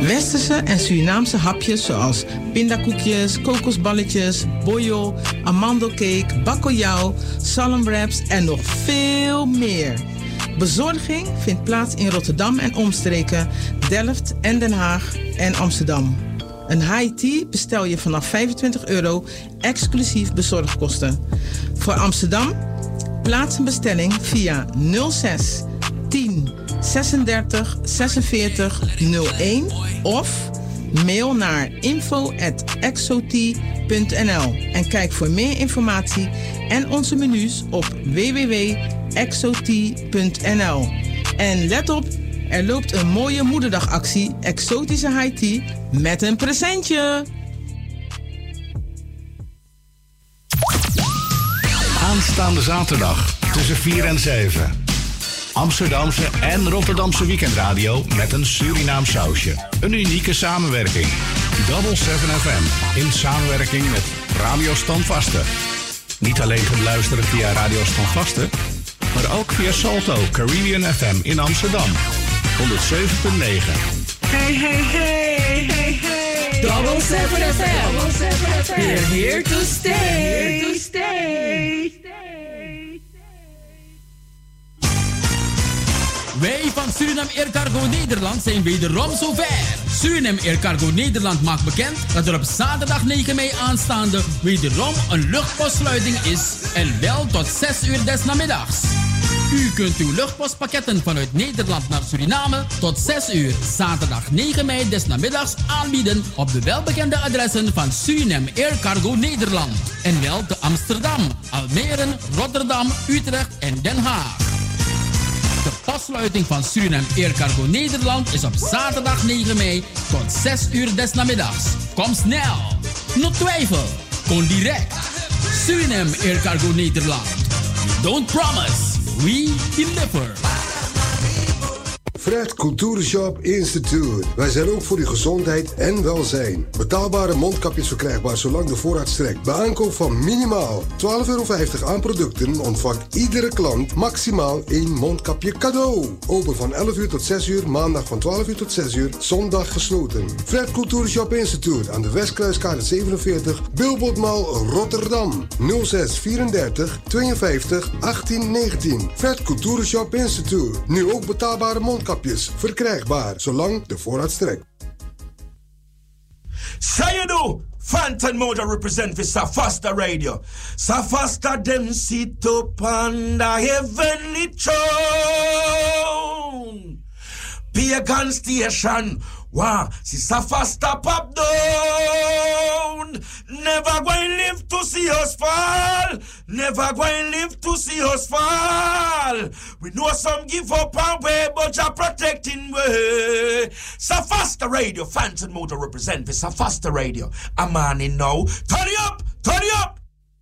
Westerse en Surinaamse hapjes zoals pindakoekjes, kokosballetjes, boyo, amandelcake, bakkeljauw, salmwraps en nog veel meer. Bezorging vindt plaats in Rotterdam en omstreken, Delft en Den Haag en Amsterdam. Een high tea bestel je vanaf €25 exclusief bezorgkosten. Voor Amsterdam plaats een bestelling via 06 10 36 46 01 of mail naar info@exotea.nl en kijk voor meer informatie en onze menus op www.exotea.nl. En let op, er loopt een mooie moederdagactie Exotische High Tea met een presentje. Aanstaande zaterdag tussen 4 en 7. Amsterdamse en Rotterdamse weekendradio met een Surinaams sausje. Een unieke samenwerking. Double 7 FM in samenwerking met Radio Standvaste. Niet alleen te beluisteren via Radio Standvaste, maar ook via Salto Caribbean FM in Amsterdam. 107.9. Hey, hey, hey, hey, hey. Double 7 FM. We're here to stay. Here to stay. Wij van Suriname Air Cargo Nederland zijn wederom zover. Suriname Air Cargo Nederland maakt bekend dat er op zaterdag 9 mei aanstaande wederom een luchtpostsluiting is en wel tot 6 uur des namiddags. U kunt uw luchtpostpakketten vanuit Nederland naar Suriname tot 6 uur zaterdag 9 mei des namiddags aanbieden op de welbekende adressen van Suriname Air Cargo Nederland. En wel te Amsterdam, Almere, Rotterdam, Utrecht en Den Haag. De postsluiting van Suriname Air Cargo Nederland is op zaterdag 9 mei tot 6 uur des namiddags. Kom snel! No twijfel! Kom direct! Suriname Air Cargo Nederland. We don't promise, we deliver. Fred Cultuurshop Institute. Wij zijn ook voor uw gezondheid en welzijn. Betaalbare mondkapjes verkrijgbaar zolang de voorraad strekt. Bij aankoop van minimaal €12,50 aan producten ontvangt iedere klant maximaal 1 mondkapje cadeau. Open van 11 uur tot 6 uur, maandag van 12 uur tot 6 uur, zondag gesloten. Fred Cultuurshop Institute aan de Westkruiskade 47, Bilbotmal, Rotterdam. 06 34 52 18 19. Fred Cultuurshop Institute. Nu ook betaalbare mondkapjes verkrijgbaar, zolang de voorraad strekt. Sayadu, Phantom Moja represent for Safasta Radio. Safasta them sit up on the heavenly throne. Pagan station, wow, see Safasta pop down. Never going live to see us fall. Never going live to see us fall. We know some give up our way, but you're protecting way. Safasta Radio, Phantom Motor represent for Safasta Radio. I'm on in now. Turn it up, turn it up.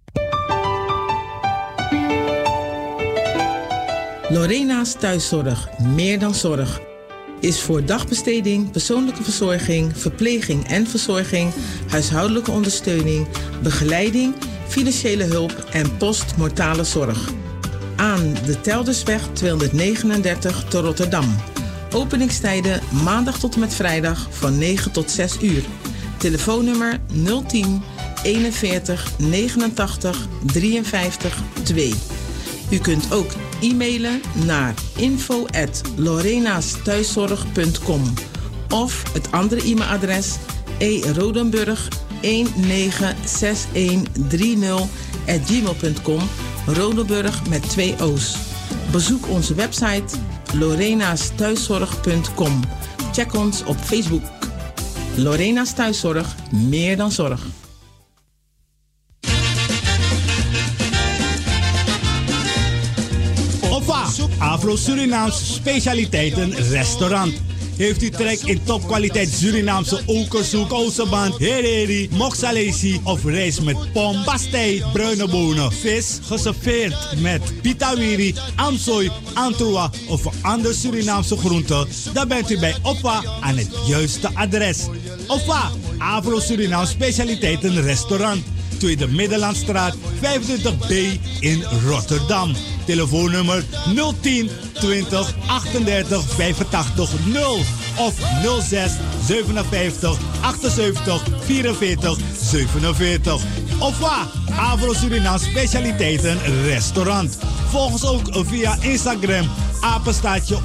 Lorena's Thuiszorg, meer dan zorg, is voor dagbesteding, persoonlijke verzorging, verpleging en verzorging, huishoudelijke ondersteuning, begeleiding, financiële hulp en postmortale zorg. Aan de Teldersweg 239 te Rotterdam. Openingstijden maandag tot en met vrijdag van 9 tot 6 uur. Telefoonnummer 010 41 89 53 2. U kunt ook e-mailen naar info@lorenasthuiszorg.com of het andere e-mailadres rodenburg19613@gmail.com, Rodenburg met 2 O's. Bezoek onze website lorenasthuiszorg.com. Check ons op Facebook. Lorena's Thuiszorg, meer dan zorg. Afro-Surinaamse specialiteiten restaurant. Heeft u trek in topkwaliteit Surinaamse okersoek, osseband, hereri, moksalesi of rijst met pom, pastei, bruine bonen, vis, geserveerd met pitawiri, amsooi, antroa of een ander Surinaamse groente? Dan bent u bij Oppa aan het juiste adres. Oppa, Afro-Surinaamse specialiteiten restaurant. Tweede Middellandstraat 25B in Rotterdam. Telefoonnummer 010 20 38 85 0 of 06 57 78 44 47. Of waar? Afro Surinaam Specialiteiten Restaurant. Volg ons ook via Instagram apenstaartje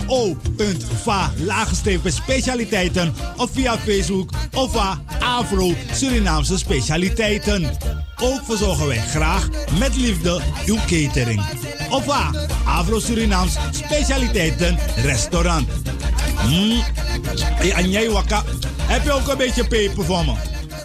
o.va_specialiteiten of via Facebook of Afro Surinaamse Specialiteiten. Ook verzorgen wij graag met liefde uw catering. Of Afro Surinaams Specialiteiten Restaurant. En jij wakka, heb je ook een beetje peper voor me?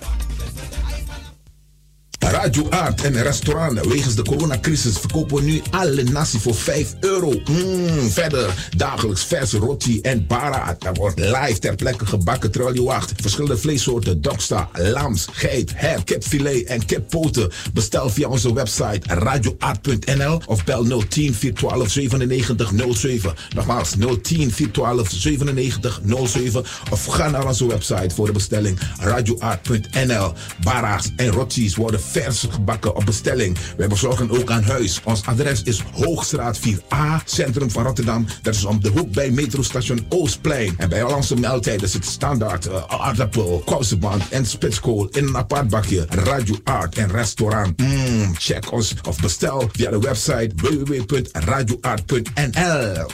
Radio Art en restaurant. Wegens de coronacrisis verkopen we nu alle nasi voor €5. Verder dagelijks verse roti en para. Er wordt live ter plekke gebakken terwijl je wacht. Verschillende vleessoorten, doksta, lams, geit, her, kipfilet en kippoten. Bestel via onze website radioart.nl of bel 010 412 9707. Nogmaals 010 412 9707 of ga naar onze website voor de bestelling radioart.nl. Bara's en rotis worden vers gebakken op bestelling. Wij bezorgen ook aan huis. Ons adres is Hoogstraat 4A, centrum van Rotterdam. Dat is om de hoek bij metrostation Oostplein. En bij al onze maaltijden zit standaard aardappel, kousenband en spitskool in een apart bakje. Radio Art en restaurant. Check ons of bestel via de website www.radioart.nl.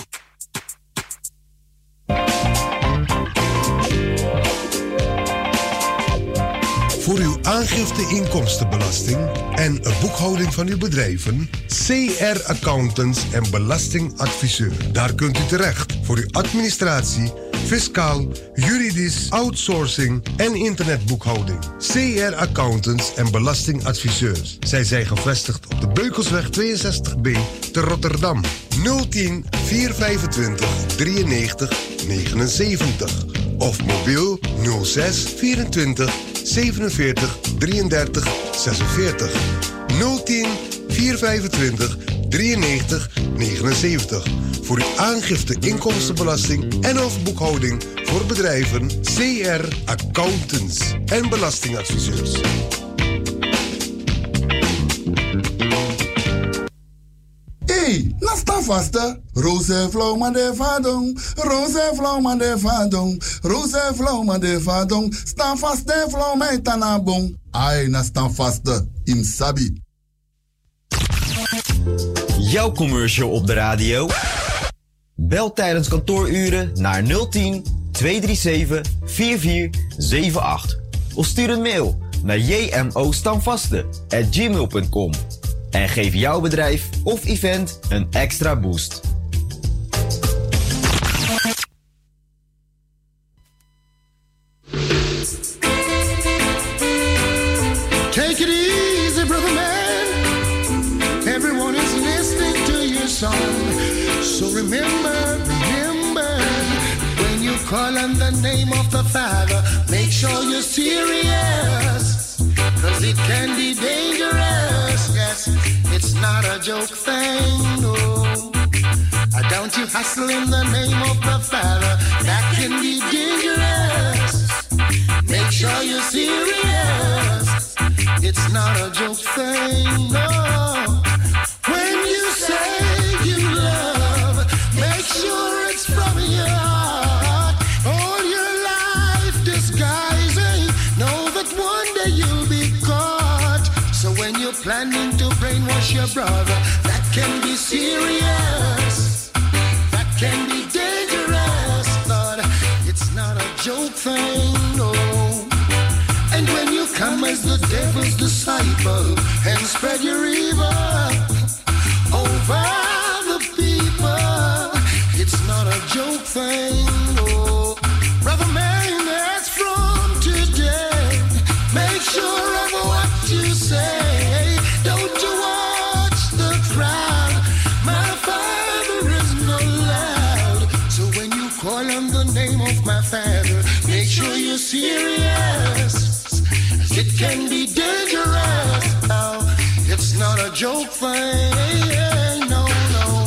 Voor uw aangifte inkomstenbelasting en boekhouding van uw bedrijven, CR Accountants en Belastingadviseur. Daar kunt u terecht voor uw administratie, fiscaal, juridisch, outsourcing en internetboekhouding. CR Accountants en Belastingadviseurs. Zij zijn gevestigd op de Beukelsweg 62B te Rotterdam. 010 425 93 79 of mobiel 06 24 47 33 46. 010 425 93 79. Voor uw aangifte inkomstenbelasting en of boekhouding voor bedrijven CR Accountants en Belastingadviseurs. Hey, sta vast. Roze vrouw man de vadong, roze vrouw man de vadong, roze vrouw man de vadong. Sta vast de vrouw mij tanabong. Ai, na sta vast im sabi. Jouw commercial op de radio? Bel tijdens kantooruren naar 010 237 4478 of stuur een mail naar jmostamvaste@gmail.com. En geef jouw bedrijf of event een extra boost. Take it easy, brother man. Everyone is listening to your song. So remember, when you call on the name of the Father, make sure you're serious. 'Cause it can be dangerous, yes. It's not a joke thing, no. Don't you hustle in the name of the Father, that can be dangerous. Make sure you're serious. It's not a joke thing, no. When you say you love, make sure it's from your heart. All your life disguising, know that one day you'll be caught. So when you're planning to brainwash your brother, that can be serious. That can be dangerous, but it's not a joke thing, no. And when you come as the devil's disciple and spread your evil over the people, it's not a joke thing, no. Brother man, that's from today. Make sure of what you say. Don't you watch the crowd. My Father is not loud. So when you call on the name of my Father, make sure you're serious. It can be dangerous. Oh, it's not a joke thing. No, no.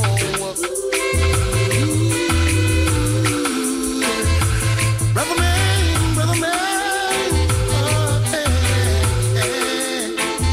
Brother man. Oh, hey, hey.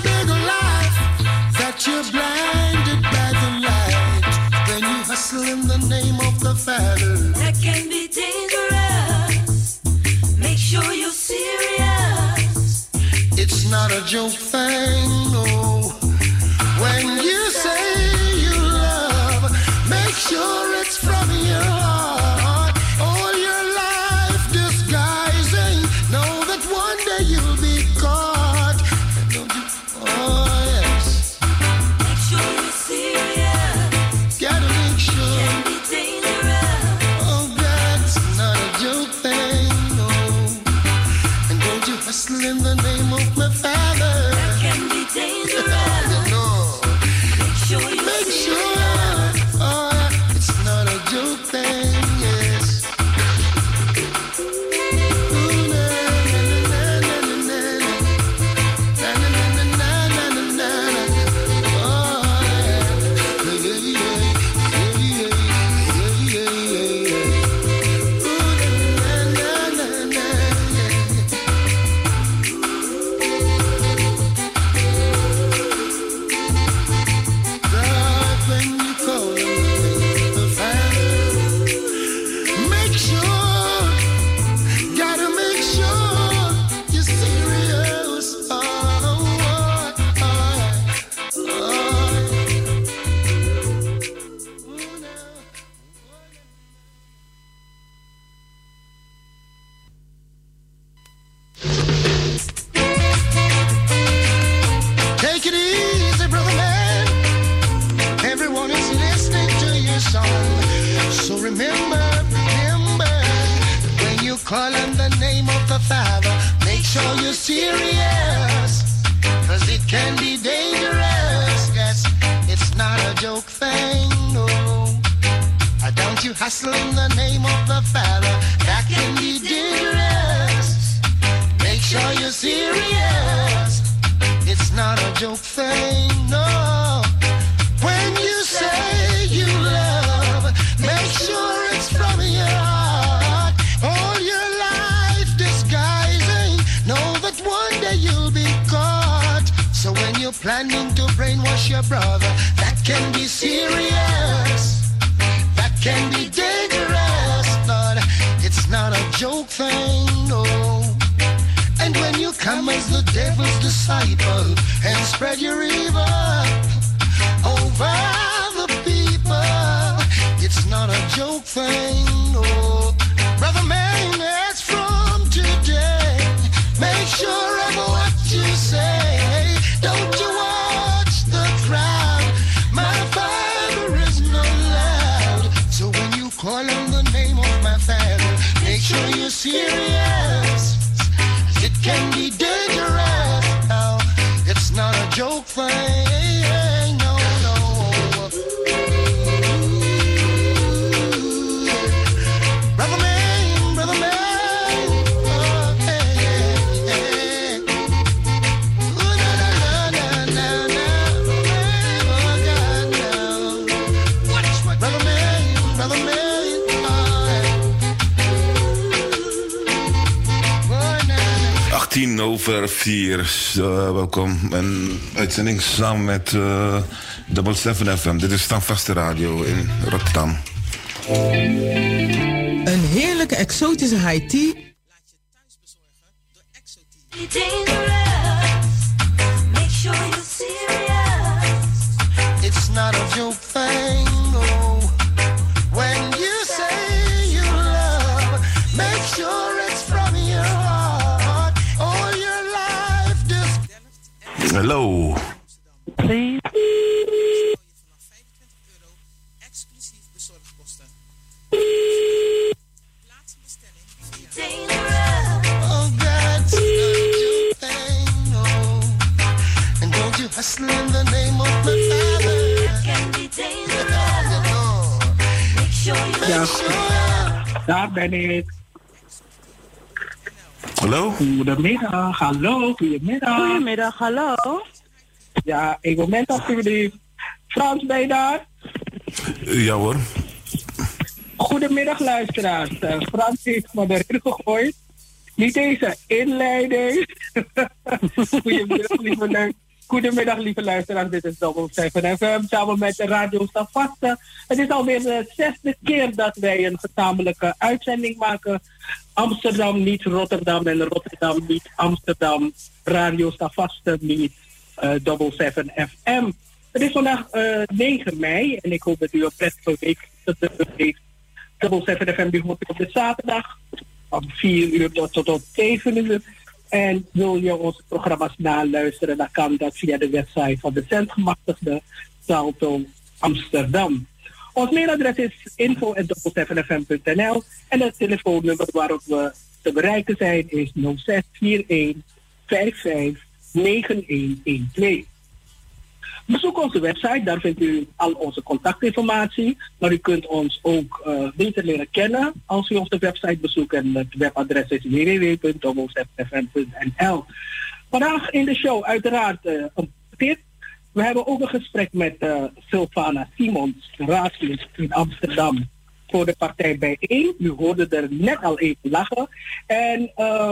big life that you're blinded by the light. When you hustle in the name of the Father, that can be dangerous. Make sure you're serious. It's not a joke thing, no. When you say you love, make sure it's from your heart. All your life disguising, know that one day you'll be caught. Don't you? Oh yes. Make sure you're serious. Gotta make sure. Can be dangerous. Oh, that's not a joke thing, no. And don't you hustle in the name of my Father. That can be dangerous. No. Make sure oh, it's not a joke thing, yes. Ooh, na, na, na, na, na, na, na, na, na, na, na, na, na, na. Oh, yeah, yeah, yeah, yeah, yeah, yeah. Ooh, na, na, na, na, Take it easy, brother man. Everyone is listening to your song. So remember, when you call on the name of the Father, make sure you're serious. Cause it can be dangerous. Yes, it's not a joke thing, no. Don't you hustle in the name of the Father. That can be dangerous. Make sure you're serious. It's not a joke thing, no. When you say you love, make sure it's from your heart. All your life disguising, know that one day you'll be caught. So when you're planning to brainwash your brother, that can be serious. That can be dangerous, Lord. It's not a joke thing, no. And when you come as the devil's disciple and spread your evil over the people, it's not a joke thing, no. Brother man, as from today, make sure of what you say. Don't you watch the crowd. My Father is not loud. So when you call on the name of my Father, make sure you're serious. It can be dangerous. No, it's not a joke thing. No, no. Brother man, brother man. Oh, hey, hey, hey. Ooh, na, na, na, na, na. Oh, God, no. What? Brother man, brother man. Oh, na, na. 4:10. Welkom. Een uitzending samen met Double 7 FM. Dit is Standvaste Radio in Rotterdam. Een heerlijke exotische high tea laat je thuis bezorgen door Exotea. Make sure you're serious. It's not a joke thing, no. When you say you love, make sure it's from your heart. All your life just... Hallo. Please. Vanaf €25 exclusief bezorgkosten. Plaats een bestelling via... Oh, that's not a joke thing, no. And don't you hustle in the name of my Father. It can be dangerous. Make sure you're sure. Daar ben ik. Hallo? Goedemiddag, hallo, goedemiddag. Goedemiddag, hallo. Ja, ik moment alsjeblieft. Frans, ben je daar? Ja hoor. Goedemiddag luisteraars. Frans heeft me erin gegooid. Niet deze inleiding. Goedemiddag, lieve Goedemiddag, lieve luisteraars. Dit is Double 7 FM samen met Radio Stavaste. Het is alweer de 6e keer dat wij een gezamenlijke uitzending maken. Amsterdam niet Rotterdam en Rotterdam niet Amsterdam. Radio Stavaste niet Double 7 FM. Het is vandaag 9 mei en ik hoop dat u een prettige week heeft. Double 7 FM die hoort u op de zaterdag van 4 uur tot 7 uur. En wil je onze programma's naluisteren, dan kan dat via de website van de zendgemachtigde Salto Amsterdam. Ons mailadres is info@double7fm.nl en het telefoonnummer waarop we te bereiken zijn is 0641 55 9112. Bezoek onze website, daar vindt u al onze contactinformatie. Maar u kunt ons ook beter leren kennen als u onze website bezoekt. En het webadres is www.double7fm.nl. Vandaag in de show uiteraard een tip. We hebben ook een gesprek met Sylvana Simons, raadslid in Amsterdam, voor de partij Bijeen. U hoorde er net al even lachen. En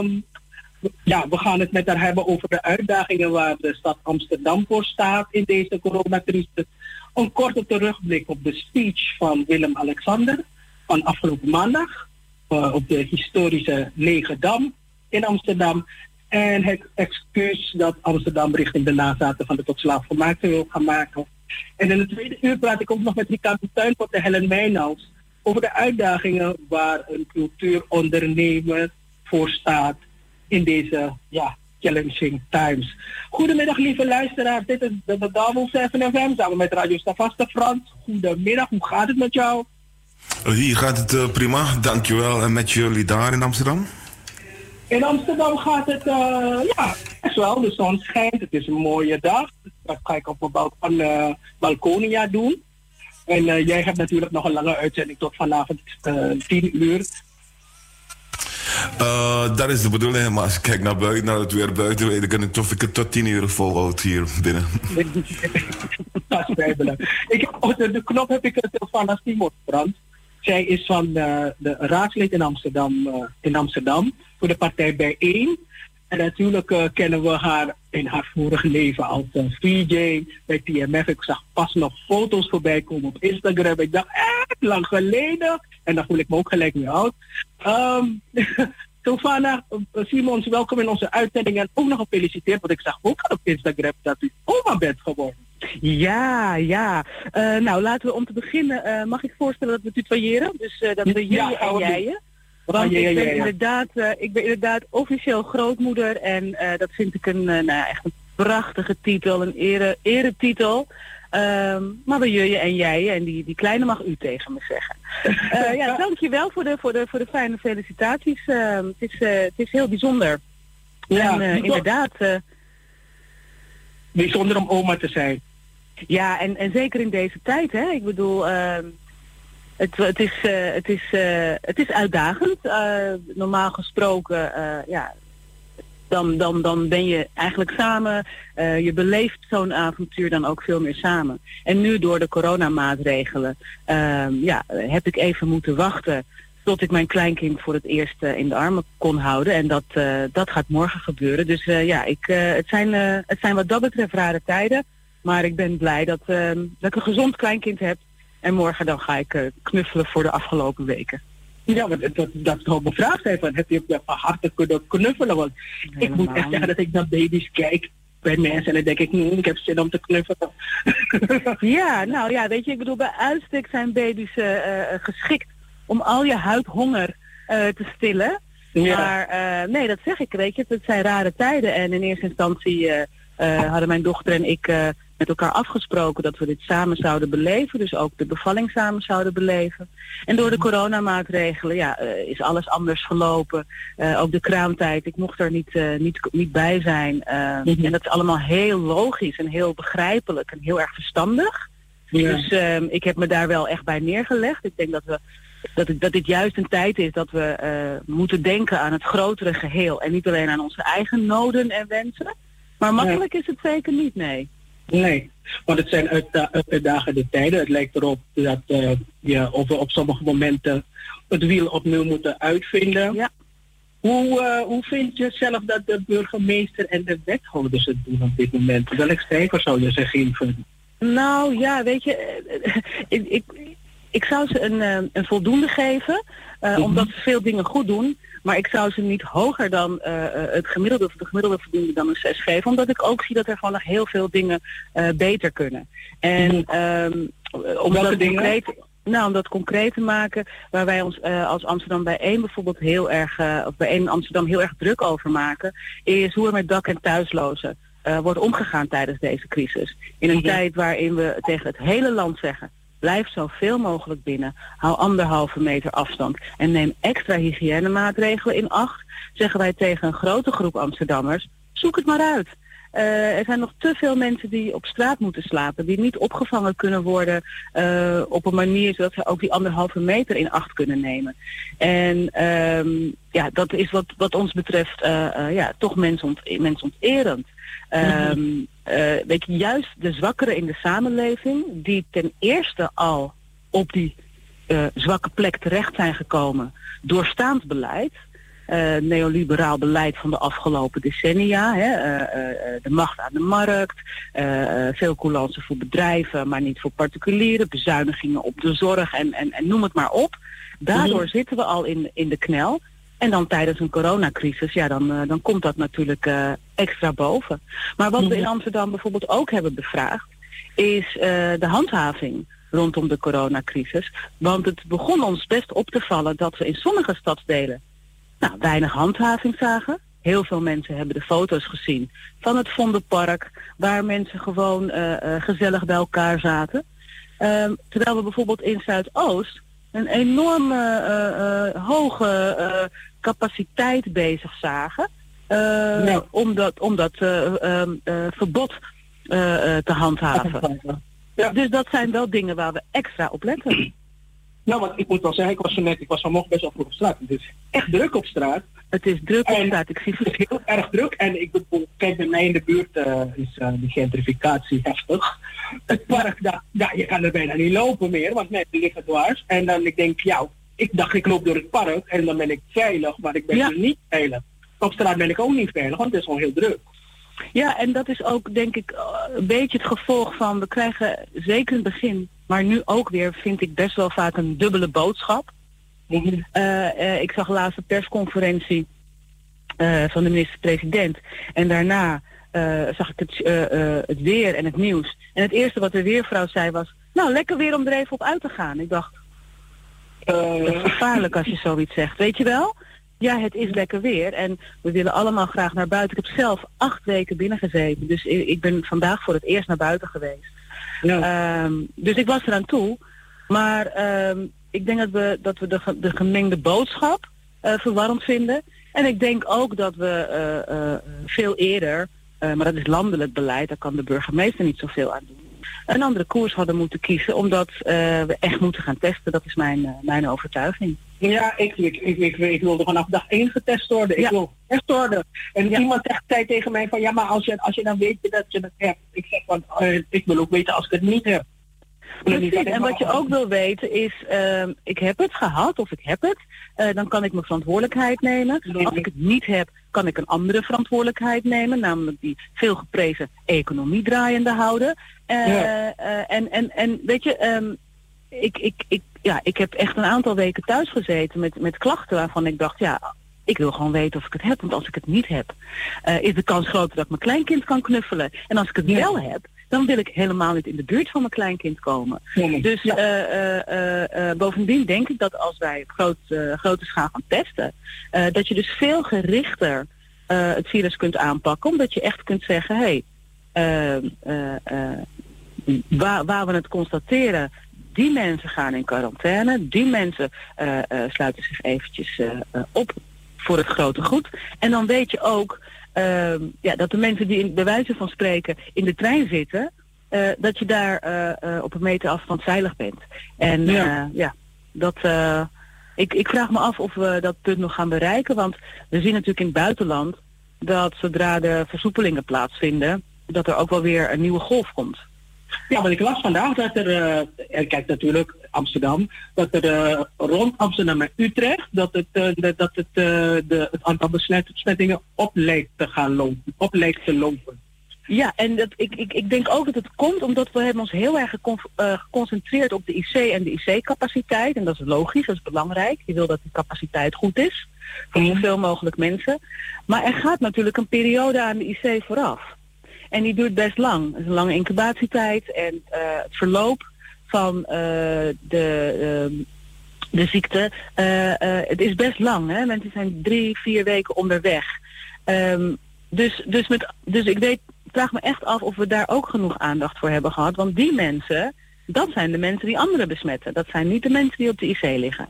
ja, we gaan het met haar hebben over de uitdagingen waar de stad Amsterdam voor staat in deze coronacrisis. Een korte terugblik op de speech van Willem-Alexander van afgelopen maandag op de historische Lege Dam in Amsterdam. En het excuus dat Amsterdam richting de nazaten van de tot slaafgemaakte wil gaan maken. En in het tweede uur praat ik ook nog met Ricardo Tuinpot en Helen Meijnals over de uitdagingen waar een cultuurondernemer voor staat in deze challenging times. Goedemiddag, lieve luisteraars. Dit is de Double 7 FM samen met Radio Stavaste. Frans, goedemiddag. Hoe gaat het met jou? Hier gaat het prima, dankjewel. En met jullie daar in Amsterdam? In Amsterdam gaat het, best wel. De zon schijnt. Het is een mooie dag. Dat ga ik op mijn balkonia doen. En jij hebt natuurlijk nog een lange uitzending tot vanavond 10 uur. Dat is de bedoeling, maar als ik kijk naar buiten, naar het weer buiten, weet ik niet of ik het tot 10 uur volhoud hier binnen. Dat is bijbelijk. De knop heb ik van Simon Frans. Zij is van de raadslid in Amsterdam voor de partij Bijeen. En natuurlijk kennen we haar in haar vorige leven als VJ bij TMF. Ik zag pas nog foto's voorbij komen op Instagram. Ik dacht, lang geleden. En dan voel ik me ook gelijk weer oud. Sylvana Simons, welkom in onze uitzending. En ook nog gefeliciteerd, want ik zag ook al op Instagram dat u oma bent geworden. Ja. Nou, laten we om te beginnen, mag ik voorstellen dat we tutoyeren? Dus dat we jullie en jij. Want ik ben inderdaad officieel grootmoeder en dat vind ik echt een prachtige titel, een eretitel. Maar bij jullie en jij, en die kleine mag u tegen me zeggen. Dankjewel voor de fijne felicitaties. Het is heel bijzonder. Ja, en inderdaad. Bijzonder om oma te zijn. Ja, en zeker in deze tijd, hè. Ik bedoel, het is uitdagend. Normaal gesproken, dan ben je eigenlijk samen. Je beleeft zo'n avontuur dan ook veel meer samen. En nu door de coronamaatregelen heb ik even moeten wachten tot ik mijn kleinkind voor het eerst in de armen kon houden. En dat gaat morgen gebeuren. Dus het zijn wat dat betreft rare tijden. Maar ik ben blij dat ik een gezond kleinkind heb. En morgen dan ga ik knuffelen voor de afgelopen weken. Ja, maar dat zou bevraagd zijn van, heb je van harte kunnen knuffelen? Want ik moet echt zeggen dat ik naar baby's kijk bij mensen en dan denk ik, ik heb zin om te knuffelen. Weet je, ik bedoel, bij uitstek zijn baby's geschikt om al je huidhonger te stillen. Ja. Maar nee, dat zeg ik, weet je, het zijn rare tijden. En in eerste instantie hadden mijn dochter en ik met elkaar afgesproken dat we dit samen zouden beleven. Dus ook de bevalling samen zouden beleven. En door de coronamaatregelen is alles anders gelopen. Ook de kraamtijd, ik mocht er niet bij zijn. En dat is allemaal heel logisch en heel begrijpelijk en heel erg verstandig. Ja. Dus ik heb me daar wel echt bij neergelegd. Ik denk dat dit juist een tijd is dat we moeten denken aan het grotere geheel. En niet alleen aan onze eigen noden en wensen. Maar makkelijk is het zeker niet, nee. Nee, want het zijn uitdagende tijden. Het lijkt erop dat we op sommige momenten het wiel opnieuw moeten uitvinden. Ja. Hoe vind je zelf dat de burgemeester en de wethouders het doen op dit moment? Welk cijfer zou je ze geven? Nou ja, weet je, ik zou ze een voldoende geven, omdat ze veel dingen goed doen. Maar ik zou ze niet hoger dan het gemiddelde, of de gemiddelde voldoende dan een 6 geven. Omdat ik ook zie dat er gewoon nog heel veel dingen beter kunnen. En om dat concreet te maken, waar wij ons als Amsterdam bijeen bijvoorbeeld bijeen Amsterdam heel erg druk over maken, is hoe er met dak- en thuislozen wordt omgegaan tijdens deze crisis. In een tijd waarin we tegen het hele land zeggen, blijf zoveel mogelijk binnen, hou 1,5 meter afstand en neem extra hygiënemaatregelen in acht, zeggen wij tegen een grote groep Amsterdammers, zoek het maar uit. Er zijn nog te veel mensen die op straat moeten slapen, die niet opgevangen kunnen worden op een manier zodat ze ook die 1,5 meter in acht kunnen nemen. En dat is wat ons betreft toch mensonterend. Weet je, juist de zwakkeren in de samenleving, die ten eerste al op die zwakke plek terecht zijn gekomen door staatsbeleid, neoliberaal beleid van de afgelopen decennia, de macht aan de markt, veel coulance voor bedrijven, maar niet voor particulieren, bezuinigingen op de zorg en noem het maar op. Daardoor zitten we al in de knel. En dan tijdens een coronacrisis, dan komt dat natuurlijk extra boven. Maar wat we in Amsterdam bijvoorbeeld ook hebben bevraagd, is de handhaving rondom de coronacrisis. Want het begon ons best op te vallen dat we in sommige stadsdelen weinig handhaving zagen. Heel veel mensen hebben de foto's gezien van het Vondelpark, waar mensen gewoon gezellig bij elkaar zaten. Terwijl we bijvoorbeeld in Zuidoost een enorm hoge capaciteit bezig zagen om dat verbod te handhaven. Ja. Dus dat zijn wel dingen waar we extra op letten. Nou, want ik moet wel zeggen, ik was vanmorgen best wel vroeg op straat. Het is echt druk op straat. Het is druk op straat, ik zie het. Het is heel erg druk en ik bedoel, kijk, bij mij in de buurt is die gentrificatie heftig. Het park, je kan er bijna niet lopen meer, want mensen liggen dwars. En dan ik loop door het park en dan ben ik veilig, maar ik ben er niet veilig. Op straat ben ik ook niet veilig, want het is gewoon heel druk. Ja, en dat is ook, denk ik, een beetje het gevolg van, we krijgen zeker in het begin, maar nu ook weer, vind ik best wel vaak een dubbele boodschap. Ik zag laatst een persconferentie van de minister-president en daarna zag ik het weer en het nieuws. En het eerste wat de weervrouw zei was, nou, lekker weer om er even op uit te gaan. Ik dacht, dat is gevaarlijk als je zoiets zegt, weet je wel? Ja, het is lekker weer en we willen allemaal graag naar buiten. Ik heb zelf 8 weken binnen gezeten, dus ik ben vandaag voor het eerst naar buiten geweest. Ja. Dus ik was eraan toe, maar ik denk dat we de gemengde boodschap verwarrend vinden. En ik denk ook dat we veel eerder, maar dat is landelijk beleid, daar kan de burgemeester niet zoveel aan doen, een andere koers hadden moeten kiezen, omdat we echt moeten gaan testen. Dat is mijn overtuiging. Ja, ik wilde vanaf dag 1 getest worden. Ik wil getest worden. En iemand zei tegen mij van, ja, maar als je dan weet dat je het hebt. Ik zeg van, ik wil ook weten als ik het niet heb. Precies, en wat je ook wil weten is, ik heb het gehad of ik heb het, dan kan ik mijn verantwoordelijkheid nemen. Als ik het niet heb, kan ik een andere verantwoordelijkheid nemen, namelijk die veel geprezen economie draaiende houden. En weet je, ik heb echt een aantal weken thuis gezeten met klachten waarvan ik dacht, ik wil gewoon weten of ik het heb, want als ik het niet heb, is de kans groter dat ik mijn kleinkind kan knuffelen. En als ik het wel heb, dan wil ik helemaal niet in de buurt van mijn kleinkind komen. Dus bovendien denk ik dat als wij op grote schaal gaan testen, dat je dus veel gerichter het virus kunt aanpakken, omdat je echt kunt zeggen, waar we het constateren, die mensen gaan in quarantaine, die mensen sluiten zich eventjes op voor het grote goed. En dan weet je ook dat de mensen die bij wijze van spreken in de trein zitten, dat je daar op een meter afstand veilig bent. En ik vraag me af of we dat punt nog gaan bereiken, want we zien natuurlijk in het buitenland dat zodra de versoepelingen plaatsvinden, dat er ook wel weer een nieuwe golf komt. Ja, want ik las vandaag dat kijk natuurlijk, Amsterdam, dat er rond Amsterdam en Utrecht, dat het aantal besmettingen op lijkt te lopen. Ja, en ik denk ook dat het komt omdat we hebben ons heel erg geconcentreerd op de IC en de IC-capaciteit. En dat is logisch, dat is belangrijk. Je wil dat die capaciteit goed is voor zoveel mogelijk mensen. Maar er gaat natuurlijk een periode aan de IC vooraf. En die duurt best lang. Het is een lange incubatietijd en het verloop van de ziekte, het is best lang. Hè? Mensen zijn 3-4 weken onderweg. Dus ik vraag me echt af of we daar ook genoeg aandacht voor hebben gehad. Want die mensen, dat zijn de mensen die anderen besmetten. Dat zijn niet de mensen die op de IC liggen.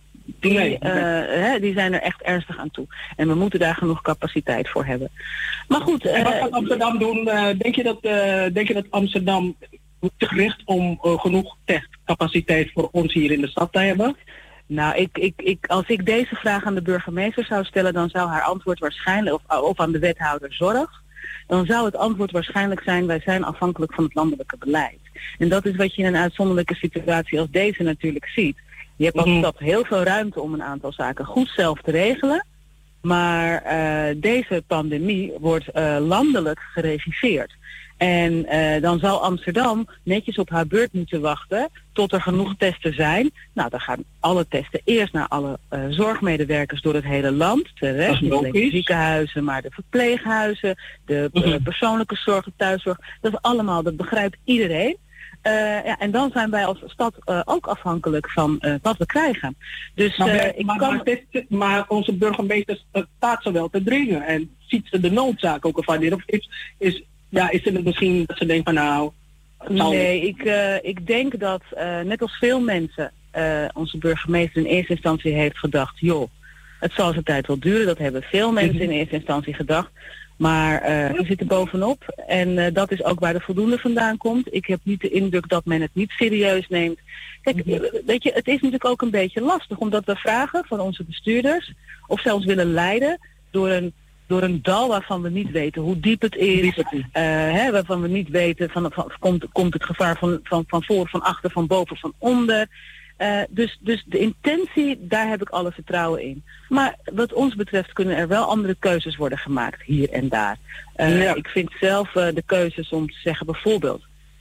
Die zijn er echt ernstig aan toe. En we moeten daar genoeg capaciteit voor hebben. Maar goed. En wat gaat Amsterdam doen? Denk je dat Amsterdam zich richt om genoeg testcapaciteit voor ons hier in de stad te hebben? Nou, als ik deze vraag aan de burgemeester zou stellen, dan zou haar antwoord waarschijnlijk, of aan de wethouder zorg, dan zou het antwoord waarschijnlijk zijn: wij zijn afhankelijk van het landelijke beleid. En dat is wat je in een uitzonderlijke situatie als deze natuurlijk ziet. Je hebt als stad heel veel ruimte om een aantal zaken goed zelf te regelen. Maar deze pandemie wordt landelijk geregisseerd. En dan zal Amsterdam netjes op haar beurt moeten wachten tot er genoeg testen zijn. Nou, dan gaan alle testen eerst naar alle zorgmedewerkers door het hele land. De rest, niet alleen de ziekenhuizen, maar de verpleeghuizen, de persoonlijke zorg, de thuiszorg. Dat is allemaal, dat begrijpt iedereen. En dan zijn wij als stad ook afhankelijk van wat we krijgen. Dus, maar onze burgemeester staat ze wel te dringen en ziet ze de noodzaak ook ervan. Of is het misschien dat ze denkt van nou... Nee, ik denk dat net als veel mensen onze burgemeester in eerste instantie heeft gedacht, joh, het zal zijn tijd wel duren. Dat hebben veel mensen in eerste instantie gedacht. Maar we zitten bovenop en dat is ook waar de voldoende vandaan komt. Ik heb niet de indruk dat men het niet serieus neemt. Kijk, weet je, het is natuurlijk ook een beetje lastig, omdat we vragen van onze bestuurders of ze ons willen leiden door een dal waarvan we niet weten hoe diep het is. Waarvan we niet weten komt het gevaar van voor, van achter, van boven, van onder. Dus de intentie, daar heb ik alle vertrouwen in. Maar wat ons betreft kunnen er wel andere keuzes worden gemaakt, hier en daar. Ik vind zelf de keuzes om te zeggen bijvoorbeeld...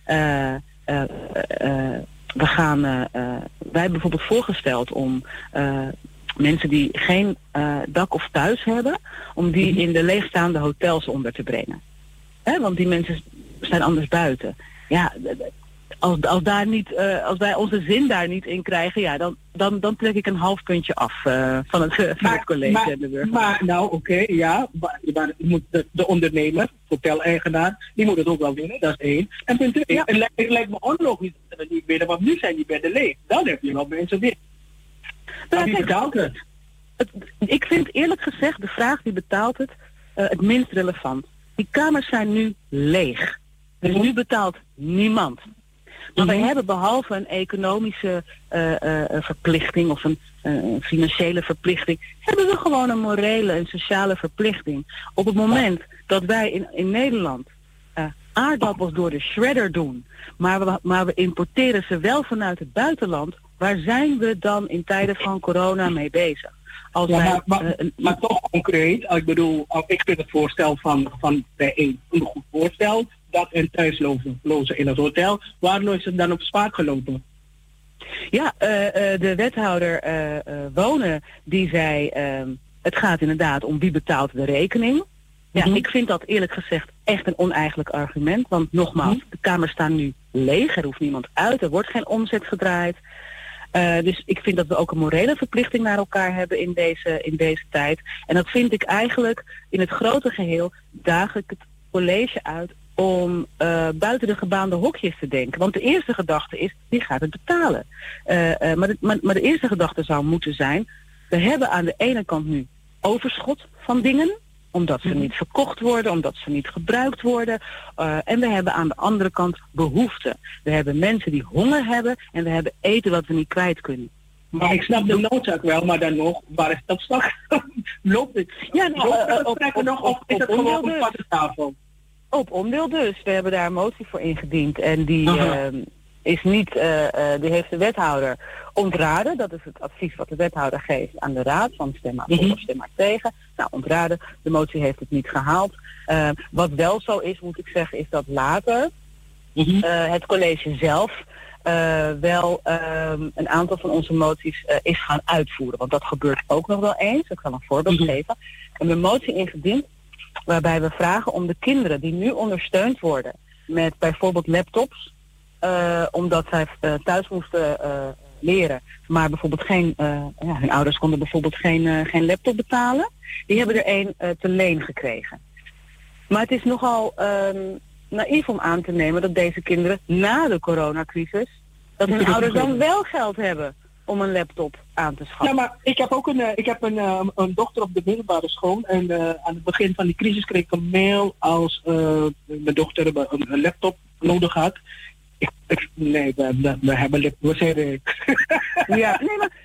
wij hebben bijvoorbeeld voorgesteld om mensen die geen dak of thuis hebben, om die in de leegstaande hotels onder te brengen. Want die mensen zijn anders buiten. Ja, als wij onze zin daar niet in krijgen, ja, dan trek ik een half puntje af van het college en de burger. Maar de ondernemer, hoteleigenaar, die moet het ook wel winnen, dat is 1. En punt 2, het lijkt me onlogisch dat we niet winnen, want nu zijn die bedden leeg. Dan heb je wel mensen weer. Wie betaalt het? Ik vind eerlijk gezegd de vraag wie betaalt het minst relevant. Die kamers zijn nu leeg. Dus nu betaalt niemand. Maar wij hebben behalve een economische verplichting of een financiële verplichting, hebben we gewoon een morele en sociale verplichting. Op het moment dat wij in Nederland aardappels door de shredder doen, maar we importeren ze wel vanuit het buitenland, waar zijn we dan in tijden van corona mee bezig? Maar toch concreet, ik bedoel, ik vind het voorstel van bijeen een goed voorstel, dat en thuislozen in het hotel. Waarom is het dan op spaak gelopen? Ja, de wethouder wonen, die zei, het gaat inderdaad om wie betaalt de rekening. Ja, ik vind dat eerlijk gezegd echt een oneigenlijk argument. Want nogmaals, de kamers staan nu leeg, er hoeft niemand uit, er wordt geen omzet gedraaid. Dus ik vind dat we ook een morele verplichting naar elkaar hebben in deze tijd. En dat vind ik eigenlijk in het grote geheel, daag ik het college uit om buiten de gebaande hokjes te denken. Want de eerste gedachte is, wie gaat het betalen? Maar de eerste gedachte zou moeten zijn, we hebben aan de ene kant nu overschot van dingen, omdat ze niet verkocht worden, omdat ze niet gebruikt worden. En we hebben aan de andere kant behoefte. We hebben mensen die honger hebben en we hebben eten wat we niet kwijt kunnen. Maar ik snap de noodzaak wel, maar dan nog, waar is dat straks? Loopt het? Ja, of is het gewoon op de tafel? Op onderdeel dus. We hebben daar een motie voor ingediend en die is niet, die heeft de wethouder ontraden. Dat is het advies wat de wethouder geeft aan de raad, van stem maar voor of stem maar tegen. Nou, ontraden, de motie heeft het niet gehaald. Wat wel zo is, moet ik zeggen, is dat later het college zelf wel een aantal van onze moties is gaan uitvoeren. Want dat gebeurt ook nog wel eens. Ik zal een voorbeeld geven. We hebben een motie ingediend waarbij we vragen om de kinderen die nu ondersteund worden met bijvoorbeeld laptops, omdat zij thuis moesten leren, maar bijvoorbeeld hun ouders konden bijvoorbeeld geen laptop betalen. Die hebben er één te leen gekregen. Maar het is nogal naïef om aan te nemen dat deze kinderen na de coronacrisis, dat hun ouders dan wel geld hebben om een laptop aan te schaffen. Ja, maar ik heb ook een dochter op de middelbare school en aan het begin van die crisis kreeg ik een mail als mijn dochter een laptop nodig had. We hebben laptop, ja,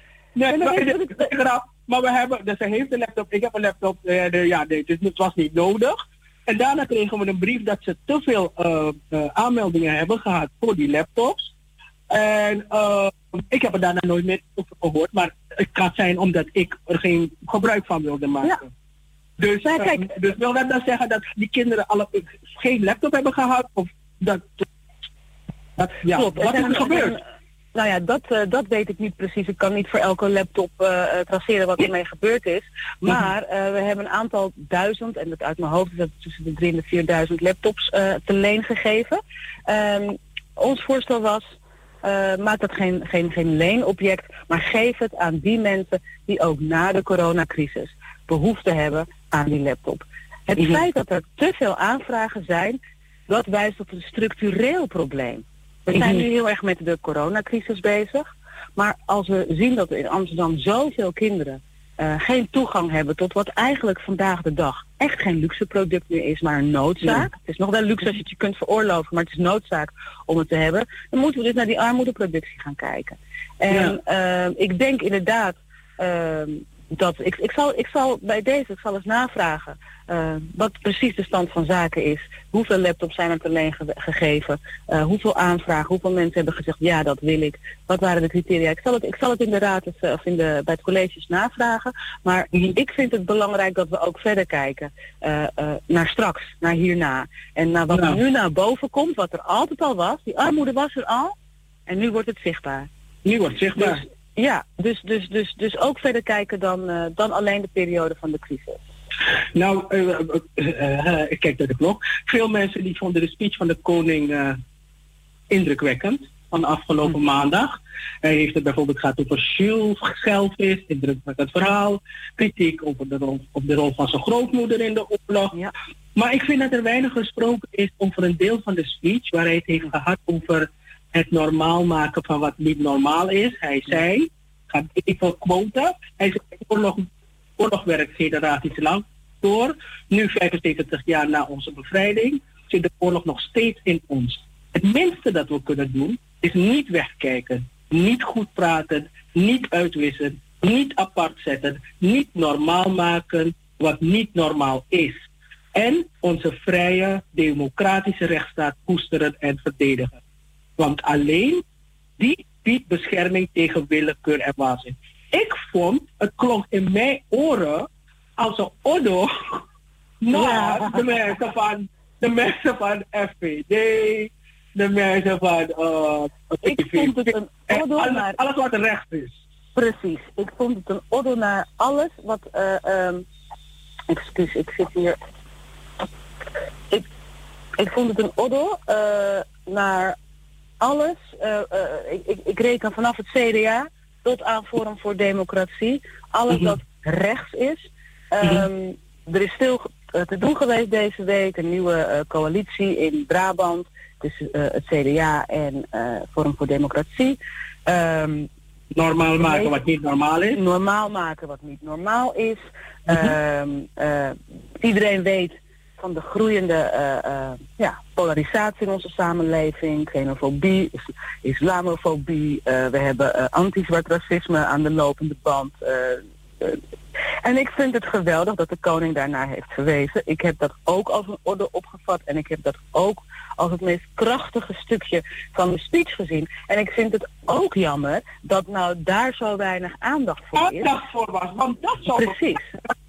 maar we hebben, dus zij heeft een laptop, ik heb een laptop, dus het was niet nodig. En daarna kregen we een brief dat ze te veel aanmeldingen hebben gehad voor die laptops. En ik heb er daarna nooit meer over gehoord, maar het kan zijn omdat ik er geen gebruik van wilde maken. Ja. Dus, dus wil dat dan zeggen dat die kinderen geen laptop hebben gehad? Of dat klopt. Wat is er gebeurd? Nou ja, dat weet ik niet precies. Ik kan niet voor elke laptop traceren wat ermee gebeurd is. Maar we hebben een aantal duizend, en dat uit mijn hoofd is dat tussen de 3.000 en 4.000 laptops te leen gegeven. Ons voorstel was, maak dat geen leenobject, maar geef het aan die mensen die ook na de coronacrisis behoefte hebben aan die laptop. Het feit dat er te veel aanvragen zijn, dat wijst op een structureel probleem. We zijn nu heel erg met de coronacrisis bezig. Maar als we zien dat er in Amsterdam zoveel kinderen geen toegang hebben tot wat eigenlijk vandaag de dag echt geen luxe product meer is, maar een noodzaak. Het is nog wel luxe als je het je kunt veroorloven, maar het is noodzaak om het te hebben. Dan moeten we dus naar die armoedeproductie gaan kijken. En ik denk inderdaad dat ik zal bij deze eens navragen wat precies de stand van zaken is. Hoeveel laptops zijn er te leen gegeven? Hoeveel aanvragen? Hoeveel mensen hebben gezegd ja, dat wil ik? Wat waren de criteria? Ik zal het in de raad of bij het college navragen. Maar ik vind het belangrijk dat we ook verder kijken naar straks, naar hierna. En naar wat er nu naar boven komt, wat er altijd al was. Die armoede was er al. En nu wordt het zichtbaar. Nu wordt het zichtbaar. Dus, ja, dus ook verder kijken dan alleen de periode van de crisis. Nou, ik kijk naar de klok. Veel mensen die vonden de speech van de koning indrukwekkend van afgelopen maandag. Hij heeft het bijvoorbeeld gehad over schelvis, indrukwekkend verhaal, kritiek over de rol van zijn grootmoeder in de oorlog. Ja. Maar ik vind dat er weinig gesproken is over een deel van de speech waar hij het heeft gehad over het normaal maken van wat niet normaal is. Hij zei, ik ga even quoten, hij zei, oorlog werkt generaties lang door. Nu 75 jaar na onze bevrijding zit de oorlog nog steeds in ons. Het minste dat we kunnen doen is niet wegkijken, niet goed praten, niet uitwissen, niet apart zetten, niet normaal maken wat niet normaal is. En onze vrije democratische rechtsstaat koesteren en verdedigen. Want alleen die biedt bescherming tegen willekeur en waanzin. Ik vond, het klonk in mijn oren als een odo naar de mensen van FVD, de mensen van ik vond het een odo naar alles wat rechts is. Precies, ik vond het een odo naar alles wat excuus, ik zit hier. Ik vond het een odo naar alles. Ik reken vanaf het CDA tot aan Forum voor Democratie. Alles dat rechts is. Er is veel te doen geweest deze week. Een nieuwe coalitie in Brabant. Dus het CDA en Forum voor Democratie. Normaal maken wat niet normaal is. Normaal maken wat niet normaal is. Iedereen weet van de groeiende polarisatie in onze samenleving, xenofobie, islamofobie, we hebben anti-zwart racisme aan de lopende band. En ik vind het geweldig dat de koning daarnaar heeft verwezen. Ik heb dat ook als een orde opgevat en ik heb dat ook als het meest krachtige stukje van de speech gezien. En ik vind het ook jammer dat nou daar zo weinig aandacht voor is. Aandacht voor was, want dat zou... Precies.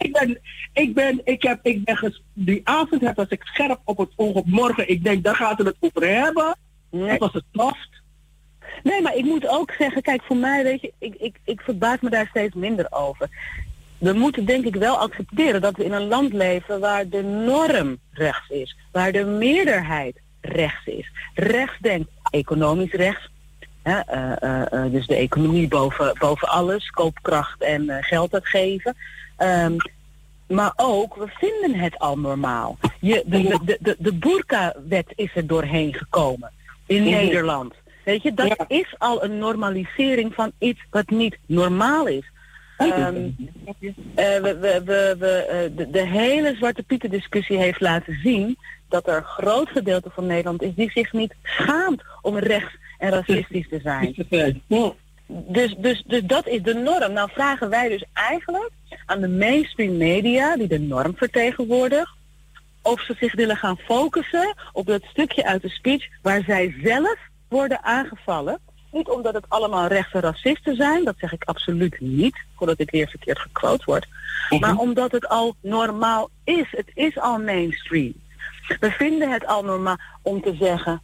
Die avond was ik scherp op het oog op morgen. Ik denk, daar gaat het over hebben. Nee. Dat was het toft. Nee, maar ik moet ook zeggen, kijk, voor mij, weet je, ik verbaas me daar steeds minder over. We moeten denk ik wel accepteren dat we in een land leven waar de norm rechts is. Waar de meerderheid rechts is. Rechts denkt, economisch rechts. Dus de economie boven alles, koopkracht en geld uitgeven. Maar ook, we vinden het al normaal. De burka-wet is er doorheen gekomen in Nederland. Weet je, dat is al een normalisering van iets wat niet normaal is. De hele Zwarte Pieten discussie heeft laten zien dat er een groot gedeelte van Nederland is die zich niet schaamt om rechts en racistisch te zijn. Dus dat is de norm. Nou vragen wij dus eigenlijk aan de mainstream media, die de norm vertegenwoordigt, of ze zich willen gaan focussen op dat stukje uit de speech waar zij zelf worden aangevallen. Niet omdat het allemaal rechtse racisten zijn, dat zeg ik absoluut niet, voordat ik weer verkeerd gequote word. Maar omdat het al normaal is. Het is al mainstream. We vinden het al normaal om te zeggen,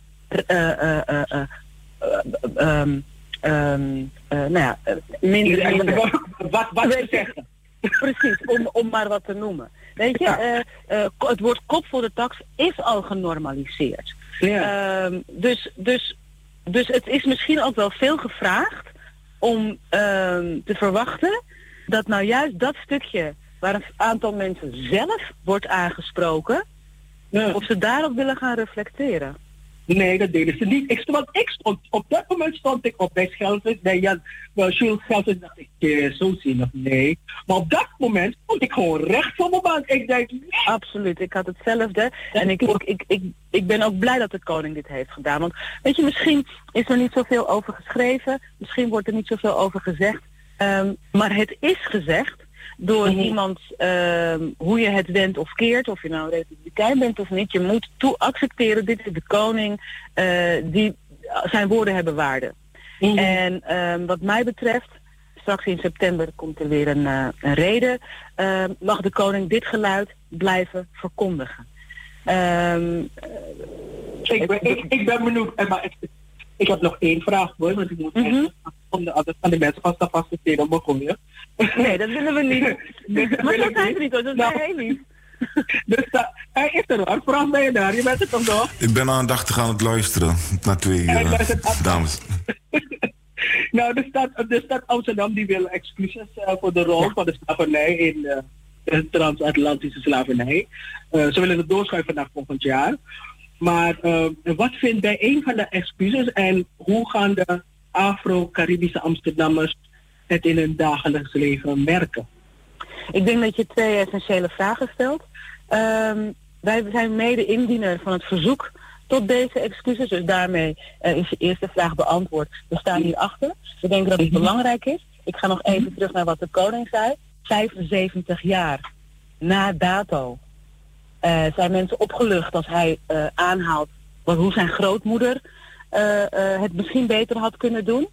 minder. Wat te zeggen. Precies, om maar wat te noemen. Weet je, het woord kop voor de tax is al genormaliseerd. Ja. Dus het is misschien ook wel veel gevraagd om te verwachten dat nou juist dat stukje waar een aantal mensen zelf wordt aangesproken, of ze daarop willen gaan reflecteren. Nee, dat deden ze niet. Op dat moment stond ik op bij Schelvis, bij Jules Schelvis, dacht ik, zo zie of nee. Maar op dat moment stond ik gewoon recht voor mijn bank. Ik denk, nee. Absoluut, ik had hetzelfde. En ik ben ook blij dat de koning dit heeft gedaan. Want weet je, misschien is er niet zoveel over geschreven, misschien wordt er niet zoveel over gezegd. Maar het is gezegd door iemand, hoe je het wendt of keert, of je nou republikein bent of niet, je moet accepteren, dit is de koning, die zijn woorden hebben waarde. En wat mij betreft, straks in september komt er weer een rede, mag de koning dit geluid blijven verkondigen. Ik ben benieuwd, maar ik heb nog één vraag hoor, want ik moet om de mensen vast te steden begonnen. Nee, dat willen we niet. Maar dat zijn we niet hoor, dat is heel lief. Dus hij is er hoor, Frans, ben je daar? Je bent het toch nog? Ik ben aandachtig aan het luisteren naar twee dames. Nou, de stad Amsterdam die wil excuses voor de rol van de slavernij in de transatlantische slavernij. Ze willen het doorschuiven naar volgend jaar. Maar wat vindt bij een van de excuses en hoe gaan de Afro-Caribische Amsterdammers het in hun dagelijks leven merken? Ik denk dat je twee essentiële vragen stelt. Wij zijn mede-indiener van het verzoek tot deze excuses, dus daarmee is je eerste vraag beantwoord. We staan hierachter. We denken dat het belangrijk is. Ik ga nog even terug naar wat de koning zei. 75 jaar na dato zijn mensen opgelucht als hij aanhaalt hoe zijn grootmoeder het misschien beter had kunnen doen.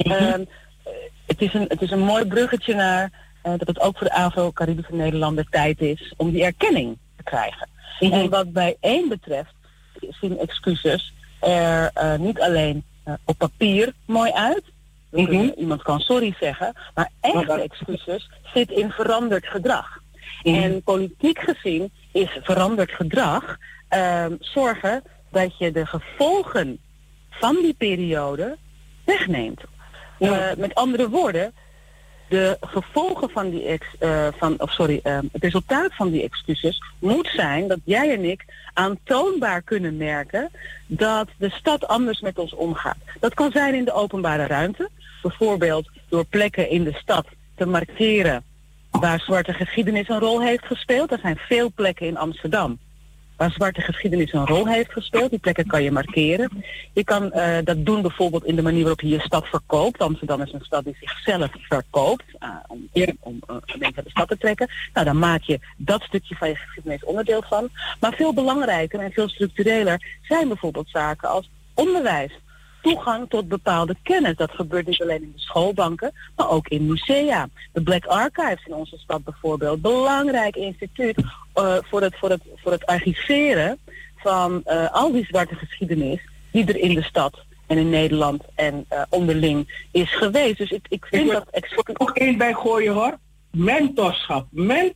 Het is een mooi bruggetje naar dat het ook voor de Afro-Caribische Nederlander tijd is om die erkenning te krijgen. En wat bij één betreft zien excuses er niet alleen op papier mooi uit. Iemand kan sorry zeggen, maar echte excuses zit in veranderd gedrag. En politiek gezien is veranderd gedrag zorgen dat je de gevolgen van die periode wegneemt. Met andere woorden, de gevolgen van die het resultaat van die excuses moet zijn dat jij en ik aantoonbaar kunnen merken dat de stad anders met ons omgaat. Dat kan zijn in de openbare ruimte, bijvoorbeeld door plekken in de stad te markeren waar zwarte geschiedenis een rol heeft gespeeld. Er zijn veel plekken in Amsterdam waar zwarte geschiedenis een rol heeft gespeeld. Die plekken kan je markeren. Je kan dat doen bijvoorbeeld in de manier waarop je je stad verkoopt. Amsterdam is een stad die zichzelf verkoopt om mensen naar de stad te trekken. Nou, dan maak je dat stukje van je geschiedenis onderdeel van. Maar veel belangrijker en veel structureler zijn bijvoorbeeld zaken als onderwijs. Toegang tot bepaalde kennis. Dat gebeurt niet alleen in de schoolbanken, maar ook in musea. De Black Archives in onze stad bijvoorbeeld. Belangrijk instituut voor het archiveren van al die zwarte geschiedenis die er in de stad en in Nederland en onderling is geweest. Dus ik vind dat... Ik wil ook één bij gooien hoor. Mentorschap.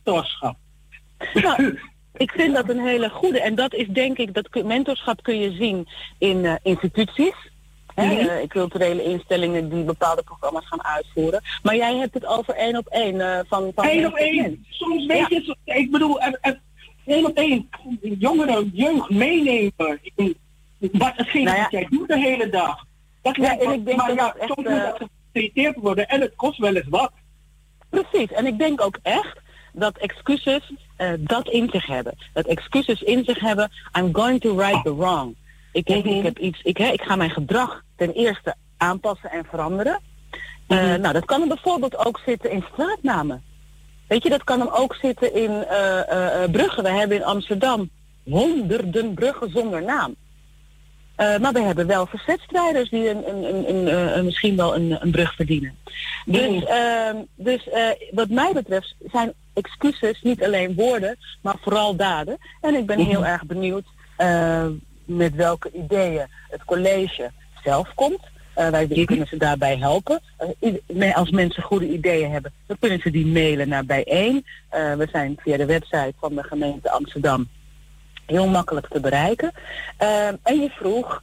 Nou, ik vind dat een hele goede. En dat is denk ik, dat mentorschap kun je zien in instituties. Culturele instellingen die bepaalde programma's gaan uitvoeren. Maar jij hebt het over 1 op 1 van 1 op 1. Soms weet je, ik bedoel, 1 op 1. Jongeren, jeugd meenemen in wat jij doet de hele dag. Dat lijkt me, maar soms moet dat gefaciliteerd worden en het kost wel eens wat. Precies, en ik denk ook echt dat excuses dat in zich hebben. Dat excuses in zich hebben, I'm going to right the wrong. Ik ga mijn gedrag ten eerste aanpassen en veranderen. Nou, dat kan er bijvoorbeeld ook zitten in straatnamen. Weet je, dat kan hem ook zitten in bruggen. We hebben in Amsterdam honderden bruggen zonder naam. Maar we hebben wel verzetstrijders die misschien wel een brug verdienen. Dus wat mij betreft zijn excuses niet alleen woorden, maar vooral daden. En ik ben heel erg benieuwd met welke ideeën het college zelf komt. Wij kunnen ze daarbij helpen. Als mensen goede ideeën hebben, dan kunnen ze die mailen naar bijeen. We zijn via de website van de gemeente Amsterdam heel makkelijk te bereiken. En je vroeg,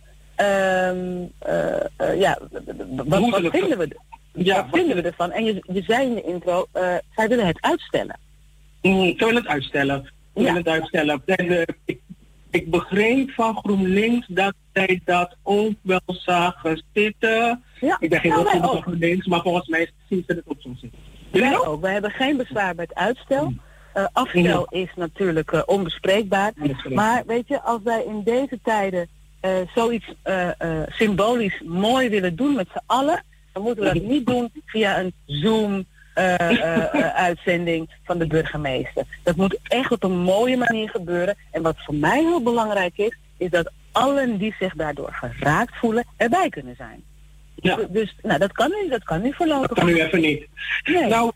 wat vinden we? Wat vinden we ervan? En je zei in de intro, zij willen het uitstellen. Ze willen het uitstellen. En, ik begreep van GroenLinks dat zij dat ook wel zagen zitten. Ja. Ik ben geen opvoeder van GroenLinks, maar volgens mij zien ze het ook zo zitten. Wij ook. Wij hebben geen bezwaar bij het uitstel. Afstel is natuurlijk onbespreekbaar. Maar weet je, als wij in deze tijden zoiets symbolisch mooi willen doen met z'n allen, dan moeten we dat niet doen via een Zoom uitzending van de burgemeester. Dat moet echt op een mooie manier gebeuren. En wat voor mij heel belangrijk is dat allen die zich daardoor geraakt voelen erbij kunnen zijn. Ja. Dus dat kan nu voorlopig. Dat kan nu even niet. Nee. Nou,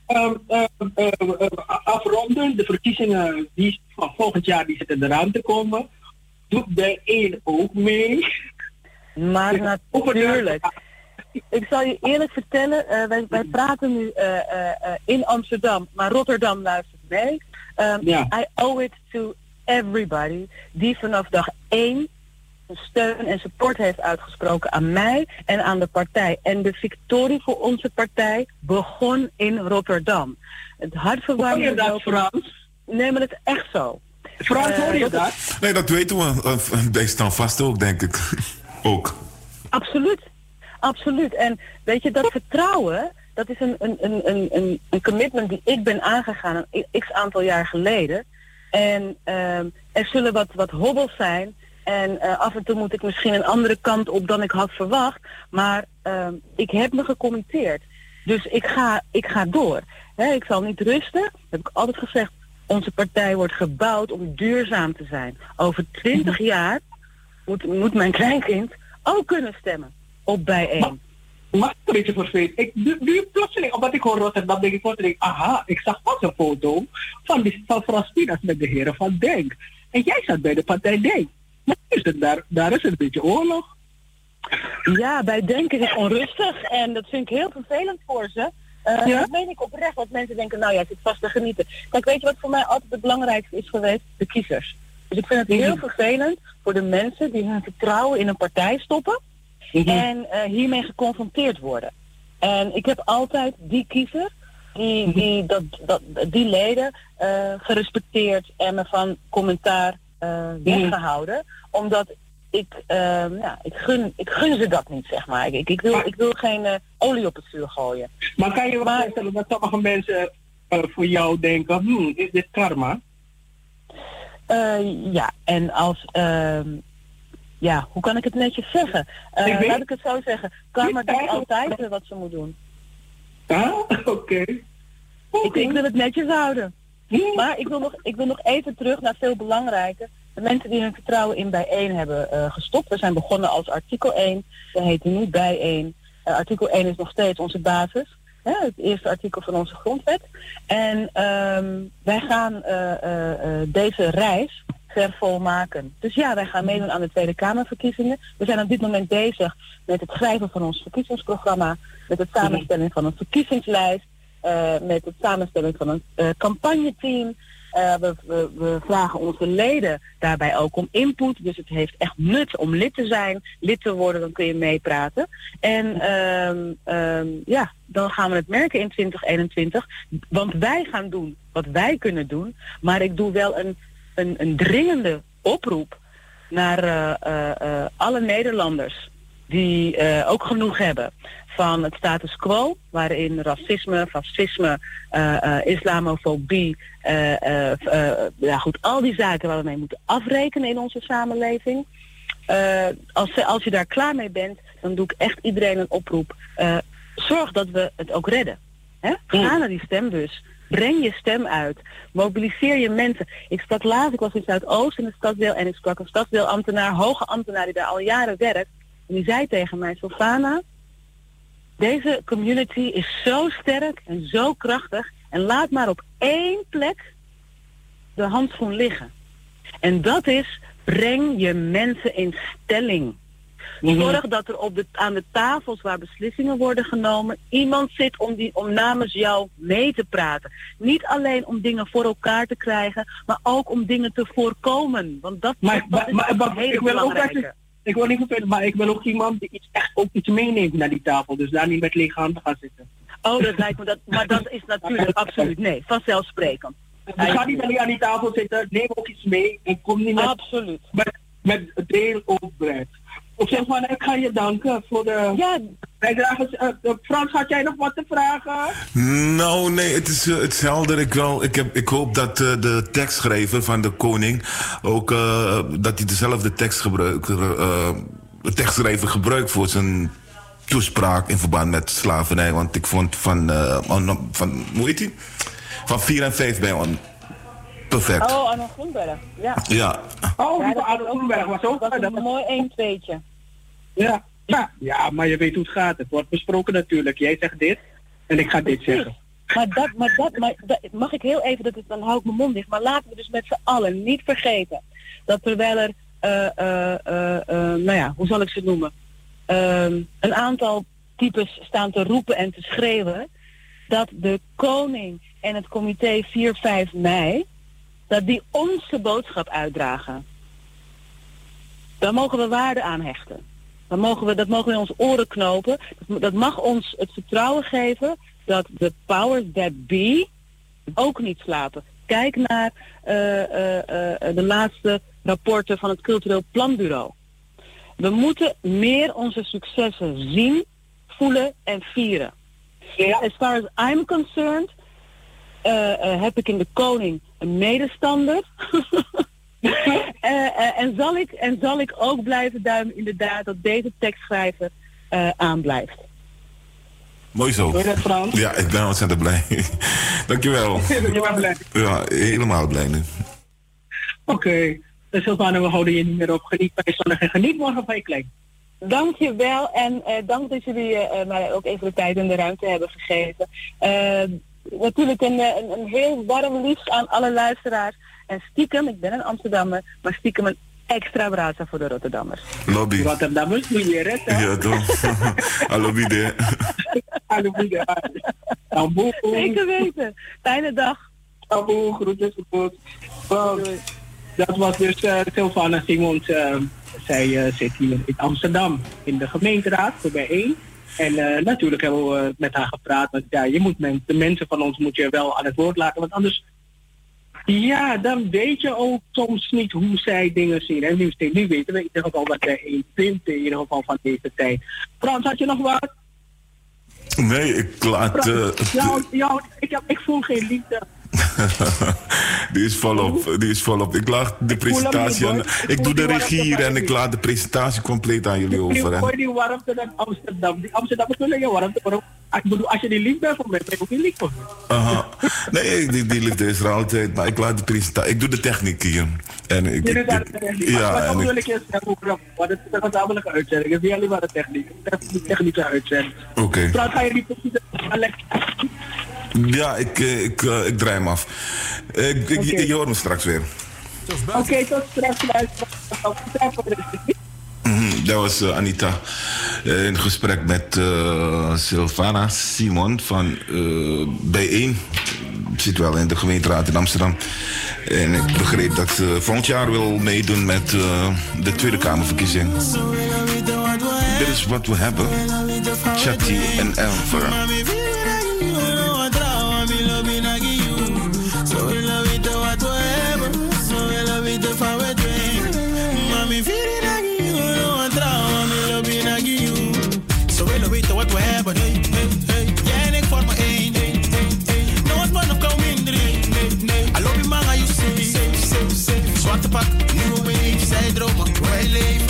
afronden, de verkiezingen die van volgend jaar die zitten eraan te komen. Doet bijeen ook mee? Maar natuurlijk. Ik zal je eerlijk vertellen, wij praten nu in Amsterdam, maar Rotterdam luistert mee. I owe it to everybody die vanaf dag 1 steun en support heeft uitgesproken aan mij en aan de partij. En de victorie voor onze partij begon in Rotterdam. Het hartverwarming. Hoor je dat, Frans? Nee, maar het is echt zo. Frans, hoor je dat? Nee, dat weten we. Bij Standvast ook, denk ik. Ook. Absoluut. En weet je, dat vertrouwen, dat is een commitment die ik ben aangegaan een x aantal jaar geleden. En er zullen wat hobbels zijn. En af en toe moet ik misschien een andere kant op dan ik had verwacht. Maar ik heb me gecommitteerd. Dus ik ga door. Ik zal niet rusten. Dat heb ik altijd gezegd. Onze partij wordt gebouwd om duurzaam te zijn. Over 20 jaar moet mijn kleinkind ook kunnen stemmen op bijeen. Maar een beetje vervelend. Nu plotseling, omdat ik hoor Rotterdam, denk ik plotseling, ik zag pas een foto van Frans Pinas met de heren van Denk. En jij zat bij de partij Denk. Maar daar is een beetje oorlog. Ja, bij Denk is het onrustig en dat vind ik heel vervelend voor ze. Dat weet ik oprecht, want mensen denken, nou ja, ik zit vast te genieten. Kijk, weet je wat voor mij altijd het belangrijkste is geweest? De kiezers. Dus ik vind het heel vervelend voor de mensen die hun vertrouwen in een partij stoppen en hiermee geconfronteerd worden. En ik heb altijd die kiezer, die leden gerespecteerd en me van commentaar weggehouden, omdat ik gun ze dat niet, zeg maar. Ik wil geen olie op het vuur gooien. Maar kan je wel voorstellen dat sommige mensen voor jou denken, is dit karma? Ja, en als... ja, hoe kan ik het netjes zeggen? Laat ik het zo zeggen. Karma doet altijd wat ze moet doen. Oké. Ik wil het netjes houden. Maar ik wil nog even terug naar veel belangrijker. De mensen die hun vertrouwen in Bijeen hebben gestopt. We zijn begonnen als artikel 1. We heten nu Bijeen. Artikel 1 is nog steeds onze basis. Het eerste artikel van onze grondwet. En wij gaan deze reis vervolmaken. Dus ja, wij gaan meedoen aan de Tweede Kamerverkiezingen. We zijn op dit moment bezig met het schrijven van ons verkiezingsprogramma, met het samenstellen van een verkiezingslijst, met het samenstellen van een campagneteam. We vragen onze leden daarbij ook om input. Dus het heeft echt nut om lid te zijn. Lid te worden, dan kun je meepraten. En ja, dan gaan we het merken in 2021. Want wij gaan doen wat wij kunnen doen. Maar ik doe wel een dringende oproep naar alle Nederlanders die ook genoeg hebben van het status quo, waarin racisme, fascisme, islamofobie, ja goed, al die zaken waar we mee moeten afrekenen in onze samenleving. Als je daar klaar mee bent, dan doe ik echt iedereen een oproep. Zorg dat we het ook redden. Hè? Ga naar die stembus. Breng je stem uit. Mobiliseer je mensen. Ik was in Zuidoost in het stadsdeel en ik sprak een stadsdeelambtenaar, hoge ambtenaar die daar al jaren werkt. En die zei tegen mij, Sylvana, deze community is zo sterk en zo krachtig en laat maar op één plek de handschoen liggen. En dat is, breng je mensen in stelling. Zorg dat er aan de tafels waar beslissingen worden genomen, iemand zit om namens jou mee te praten. Niet alleen om dingen voor elkaar te krijgen, maar ook om dingen te voorkomen. Want dat is een hele belangrijke. Ik wil niet vervelend, maar ik wil ook iemand die ook iets meeneemt naar die tafel. Dus daar niet met lege handen gaan zitten. Oh, dat lijkt me maar dat is natuurlijk absoluut nee, vanzelfsprekend. Dus ga niet alleen aan die tafel zitten, neem ook iets mee en kom niet met deel opbrengst. Ik zeg maar, ik ga je danken voor de bijdrage. Frans, had jij nog wat te vragen? Nou, nee, het is helder. Ik hoop dat de tekstschrijver van de koning ook dat hij dezelfde tekstschrijver gebruikt voor zijn toespraak in verband met slavernij. Want ik vond van hoe heet hij? Van 4 en 5 bij ons. Perfect. Oh, Arno Groenberg. Ja. Oh, ja, Arno Groenberg was ook. Dat was een mooi 1-2'tje. Ja, maar je weet hoe het gaat. Het wordt besproken natuurlijk. Jij zegt dit en ik ga dit zeggen. Maar mag ik heel even, dan hou ik mijn mond dicht. Maar laten we dus met z'n allen niet vergeten dat terwijl er, nou ja, hoe zal ik ze noemen? Een aantal types staan te roepen en te schreeuwen, dat de koning en het comité 4-5 mei, dat die onze boodschap uitdragen. Daar mogen we waarde aan hechten. Dat mogen we in ons oren knopen. Dat mag ons het vertrouwen geven dat de powers that be ook niet slapen. Kijk naar de laatste rapporten van het Cultureel Planbureau. We moeten meer onze successen zien, voelen en vieren. As far as I'm concerned, heb ik in de koning een medestander. En zal ik ook blijven duimen inderdaad dat deze tekstschrijver aanblijft. Mooi zo. Hoor je dat, Frans? Ja, ik ben ontzettend blij. Dankjewel. Ja, helemaal blij nu. Oké. Dus Sylvana, we houden je niet meer op. Geniet bij zonnig en geniet morgen van je klein. Dankjewel en dank dat jullie mij ook even de tijd en de ruimte hebben gegeven. Natuurlijk een heel warm liefst aan alle luisteraars. En stiekem, ik ben een Amsterdammer, maar stiekem een extra braza voor de Rotterdammers. Lobby. Rotterdammers, doe je red, hè? Ja, toch. Alobide. Alobide. Zeker weten. Fijne dag. Aboe, groetjes. Dat was dus Sylvana Simons. Zij zit hier in Amsterdam in de gemeenteraad voor Bijeen. En natuurlijk hebben we met haar gepraat. Want ja, je moet de mensen van ons moet je wel aan het woord laten. Want anders, ja, dan weet je ook soms niet hoe zij dingen zien. En nu weten we in ieder geval wat Bijeen vindt, in ieder geval van deze tijd. Frans, had je nog wat? Nee, ik laat... Ik voel geen liefde. Die is volop. Ik laat de presentatie aan. Ik doe de regie hier en ik laat de presentatie compleet aan jullie over. Ik die warmte naar Amsterdam. Die Amsterdammers willen je warmte. Ik bedoel, als je die lief bent voor mij, ben je ook niet lief voor mij. Nee, die liefde is er altijd. Maar ik laat de presentatie. Ik doe de techniek hier. En ik wil ik je zeggen over wat het is een gezamenlijke uitzending. Het is niet alleen maar de techniek. Het is de technische uitzending. Oké. Praat ga je niet precies Alex. Ja, ik draai hem af. Je hoort me straks weer. Oké, tot straks. Dat was Anita in gesprek met Sylvana Simon van Bijeen. Zit wel in de gemeenteraad in Amsterdam. En ik begreep dat ze volgend jaar wil meedoen met de Tweede Kamerverkiezing. Dit is wat we hebben. Chatty en Elver. Wat we hebben, hey, hey, hey. Jij en ik vormen één, hey, hey, hey. Nooit man of kom in drie, nee, nee. I love you man, are you safe. Zwarte pak, nieuwe wave. Zij dromen, wij leven.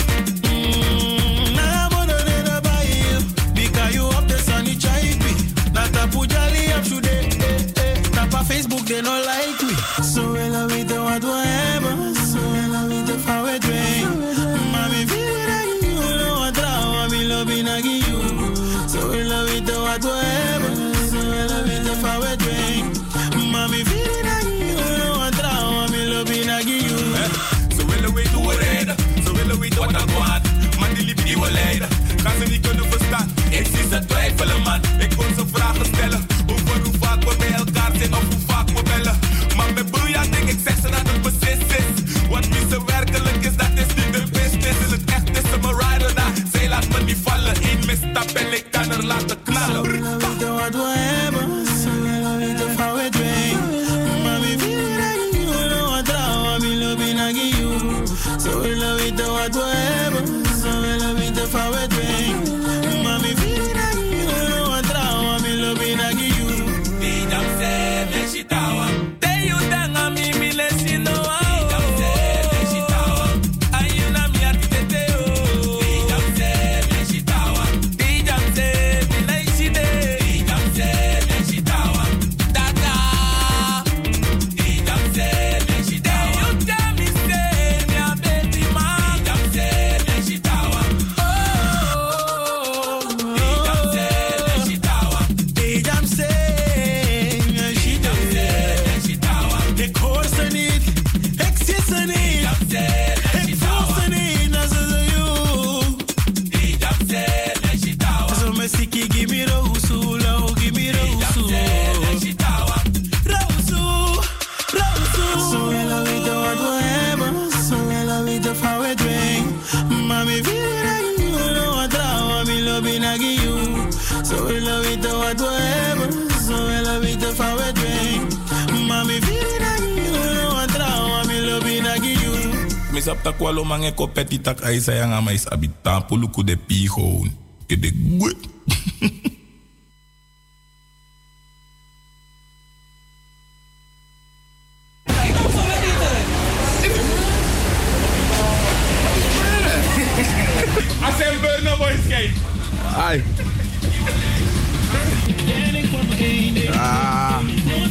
Na moeder bij je. Because you up the sunny chaipi. Na tapu jali up today, tapa Facebook, they don't like me. So we love it, wat we hebben. So we love it, how we drink. Mami, feel you know what I me love you. So we love it, what we have. So we love it, how we drink. Mami, feel you know what I me love you. Ze willen weten hoe we rijden. Ze willen weten wat dat waard. Maar die liefde die we leiden, kan ze niet kunnen verstaan. Ik zie ze twijfelen, man. Ik wil ze vragen stellen. Over hoe vaak we bij elkaar zijn of hoe vaak we bellen. Maar met Boeja denk ik zeg ze dat het beslist is. Wat wie ze werkelijk is, dat is niet de business. Is het echt, is ze me rider daar. Zij laat me niet vallen. In mijn stap en ik kan er laten knallen. So we love it, what we hebben. So we love it, how we drink. Mami, feel you know what I me love you. So we love it, what we hebben. So we love it, how we drink. Mami, feel you know what I me love you. Die jam se me shitawa. They you danga mi mi lesi no wa. Die jam se me shitawa. Ayuna mi atite o. Die jam se me shitawa. Die jam se mi lesi de. Die jam se me shitawa. Dada. Die jam se me shitawa. You tell me say me a baby ma. Die jam se me shitawa. Oh. Die jam se me shitawa. Die jam se ik hoor ze niet, ik zie ze niet, ik voel ze niet, dat ze you. Zo me siki, give me rosu, low, give me rosu. Rosu. So we love it, what we hebben, so we love it, how we drink. Mami, feel you know what I me love you. So we love it, what we hebben, so we love it, how we drink. Mami, feel misap tak walo mange ko peti tak ay sayang ama is abitan puluku de piho ke de gwe. Assemble no boys skate. Ai. Ah.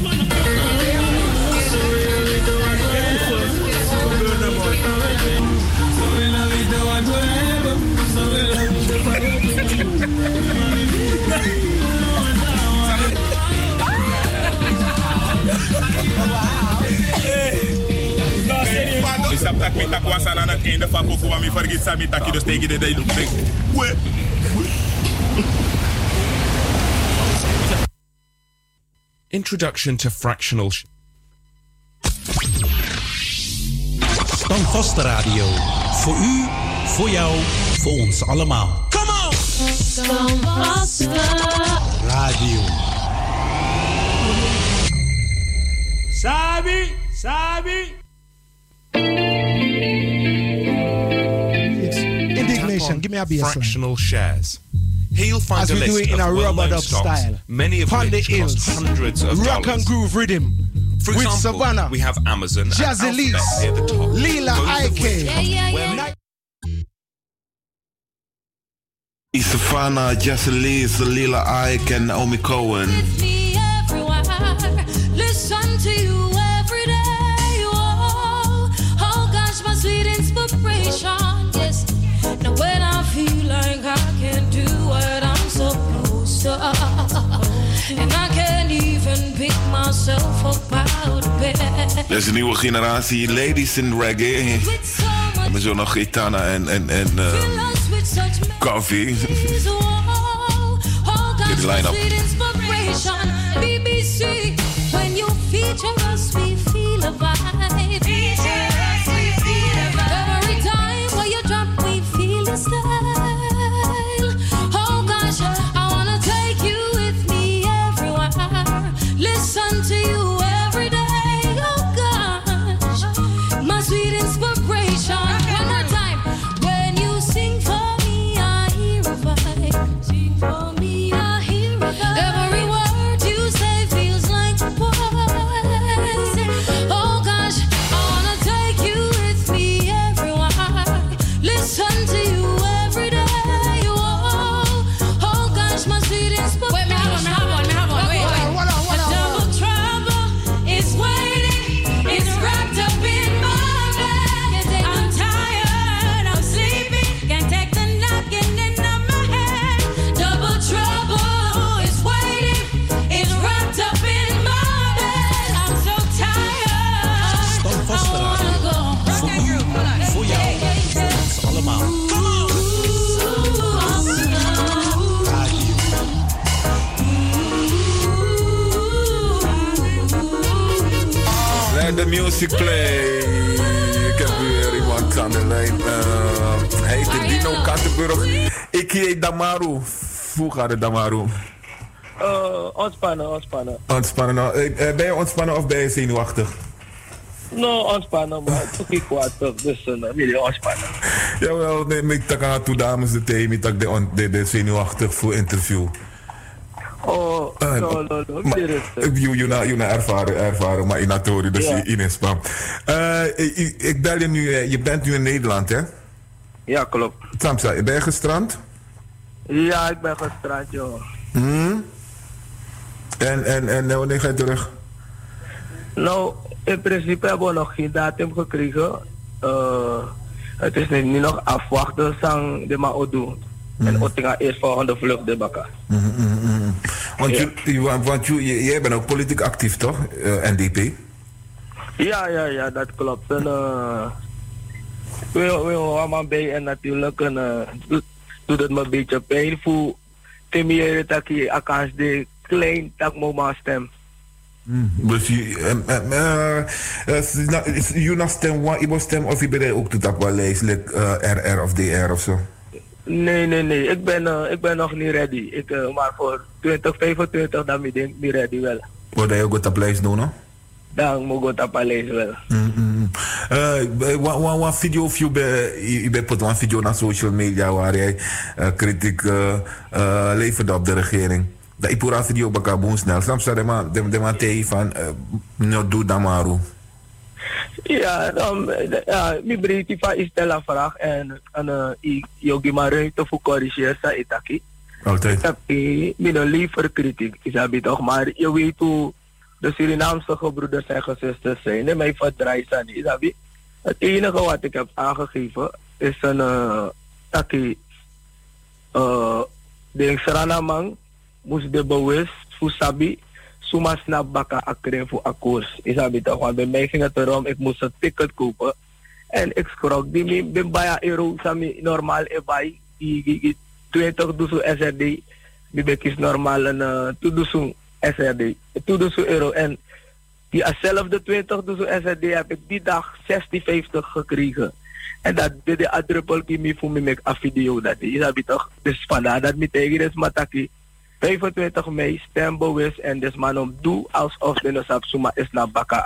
Isap tak minta kuasa aan het einde van Koko, maar mi vergis sa mi taki dus tegen de deel. Introduction to fractional. Standvaste Radio. Voor u, voor jou, voor ons allemaal. Come on! Standvaste Radio. Sabi, Sabi. Indignation, give me a baseline. Fractional shares. He'll find As a we do list it in of a well-known rubber-dub stocks, style. many of Pon the which cost hills. hundreds of Rock dollars. and groove rhythm. For with example, Savannah, we have Amazon, and Jazzy Alphabet Lees, near the top. Lila Both of IK. which- Savannah, Jesse Lees, Lila Ike en Naomi Cohen. Listen to you every day. Oh gosh, my sweet inspiration. Yes. Now when I feel like I can't do what I'm supposed to, and I can't even pick myself up out of bed. Dat is een nieuwe generatie ladies in reggae. We hebben zo nog Gitana en Coffee. Get the line up. BBC, when you feature us, we feel a vibe. Every time when you drop, we feel the style. Oh gosh, I wanna take you with me everywhere. Listen to you every day. Oh gosh, my sweet inspiration. One more time, when you sing for me, I hear a vibe. Sing for me, I hear a vibe. Every word you say feels like a voice. Oh gosh, I wanna take you with me everywhere. Listen to you every day. Oh gosh, my sweet inspiration. Wait, me have one. Wait. A double trouble is waiting. It's wrapped up in my bed. I'm tired, I'm sleepy. Can't take the knocking in my head. Double trouble is waiting. It's wrapped up in my bed. I'm so tired. I wanna go. Voor jou. Voor ons allemaal. Let the music play. Ik heb weer iemand aan de lijn. Hij heet Dino Kattenburg. Ik heet Damaru. Hoe gaat het, Damaru? Ontspannen. Ontspannen. Nou, ben je ontspannen of ben je zenuwachtig? No, ontspannen, maar het is ook niet kwaad toch, dus wil je ontspannen. Jawel, nee, ik tak aan toe dames de thee, ik tak de zenuwachtig voor interview. Oh, no, Je na ervaren, maar in Atori, dus in een spam. Ik bel je nu, je bent nu in Nederland, hè? Ja, klopt. Samsa, ben je gestrand? Ja, ik ben gestrand, joh. En wanneer ga je terug? Nou, in principe hebben we nog geen datum gekregen. Het is nu nog afwachten sang de Maodo. En we gaan eerst volgende vlucht de bakken. Want jij bent ook politiek actief, toch? NDP? Ja, dat klopt. En we allemaal bij en natuurlijk doet het me een beetje pijn voor te meer dat je akans de klein tak moment stem. Dus je nog stem, je stem of je bent ook te dat wel lezen, RR of DR of zo? Nee. Ik ben nog niet ready. Maar voor 2025 dan ben ik niet ready wel. Wat je ook op lijst doen, hoor? Dan moet ik op lijst wel. Een video of je bent een video naar social media waar jij kritiek levert op de regering. Dat ik een video bij elkaar snel. Soms zei de man tegen van, nou doe dat maar. Ja, mijn breedte van is een vraag en ik geef maar ruimte voor corrigeren, zei ik. Altijd. Ik heb liever kritiek, is dat toch, maar je weet hoe de Surinaamse gebroeders en gezusters zijn. En mij verdraait dat niet, is het enige wat ik heb aangegeven is een taki. De Saranamang moest de bewust voor Sabi. Suma snap baka akren voor akkoord. Is dat toch? Want bij mij ging het erom, ik moest een ticket kopen. En ik schrok. Die ben bij euro, sami normaal erbij. 20 dusu SRD. Die bekis normaal een 2 dusu SRD. 2 dusu euro. En die zelfde 20 dusu SRD heb ik die dag 60,50 gekregen. En dat de adruppel die me voor me make a video dat is. Dat toch? Dus vandaar dat me tegen is mataki. 25 mei stembewust en dus man doe alsof de nosap suma is na baka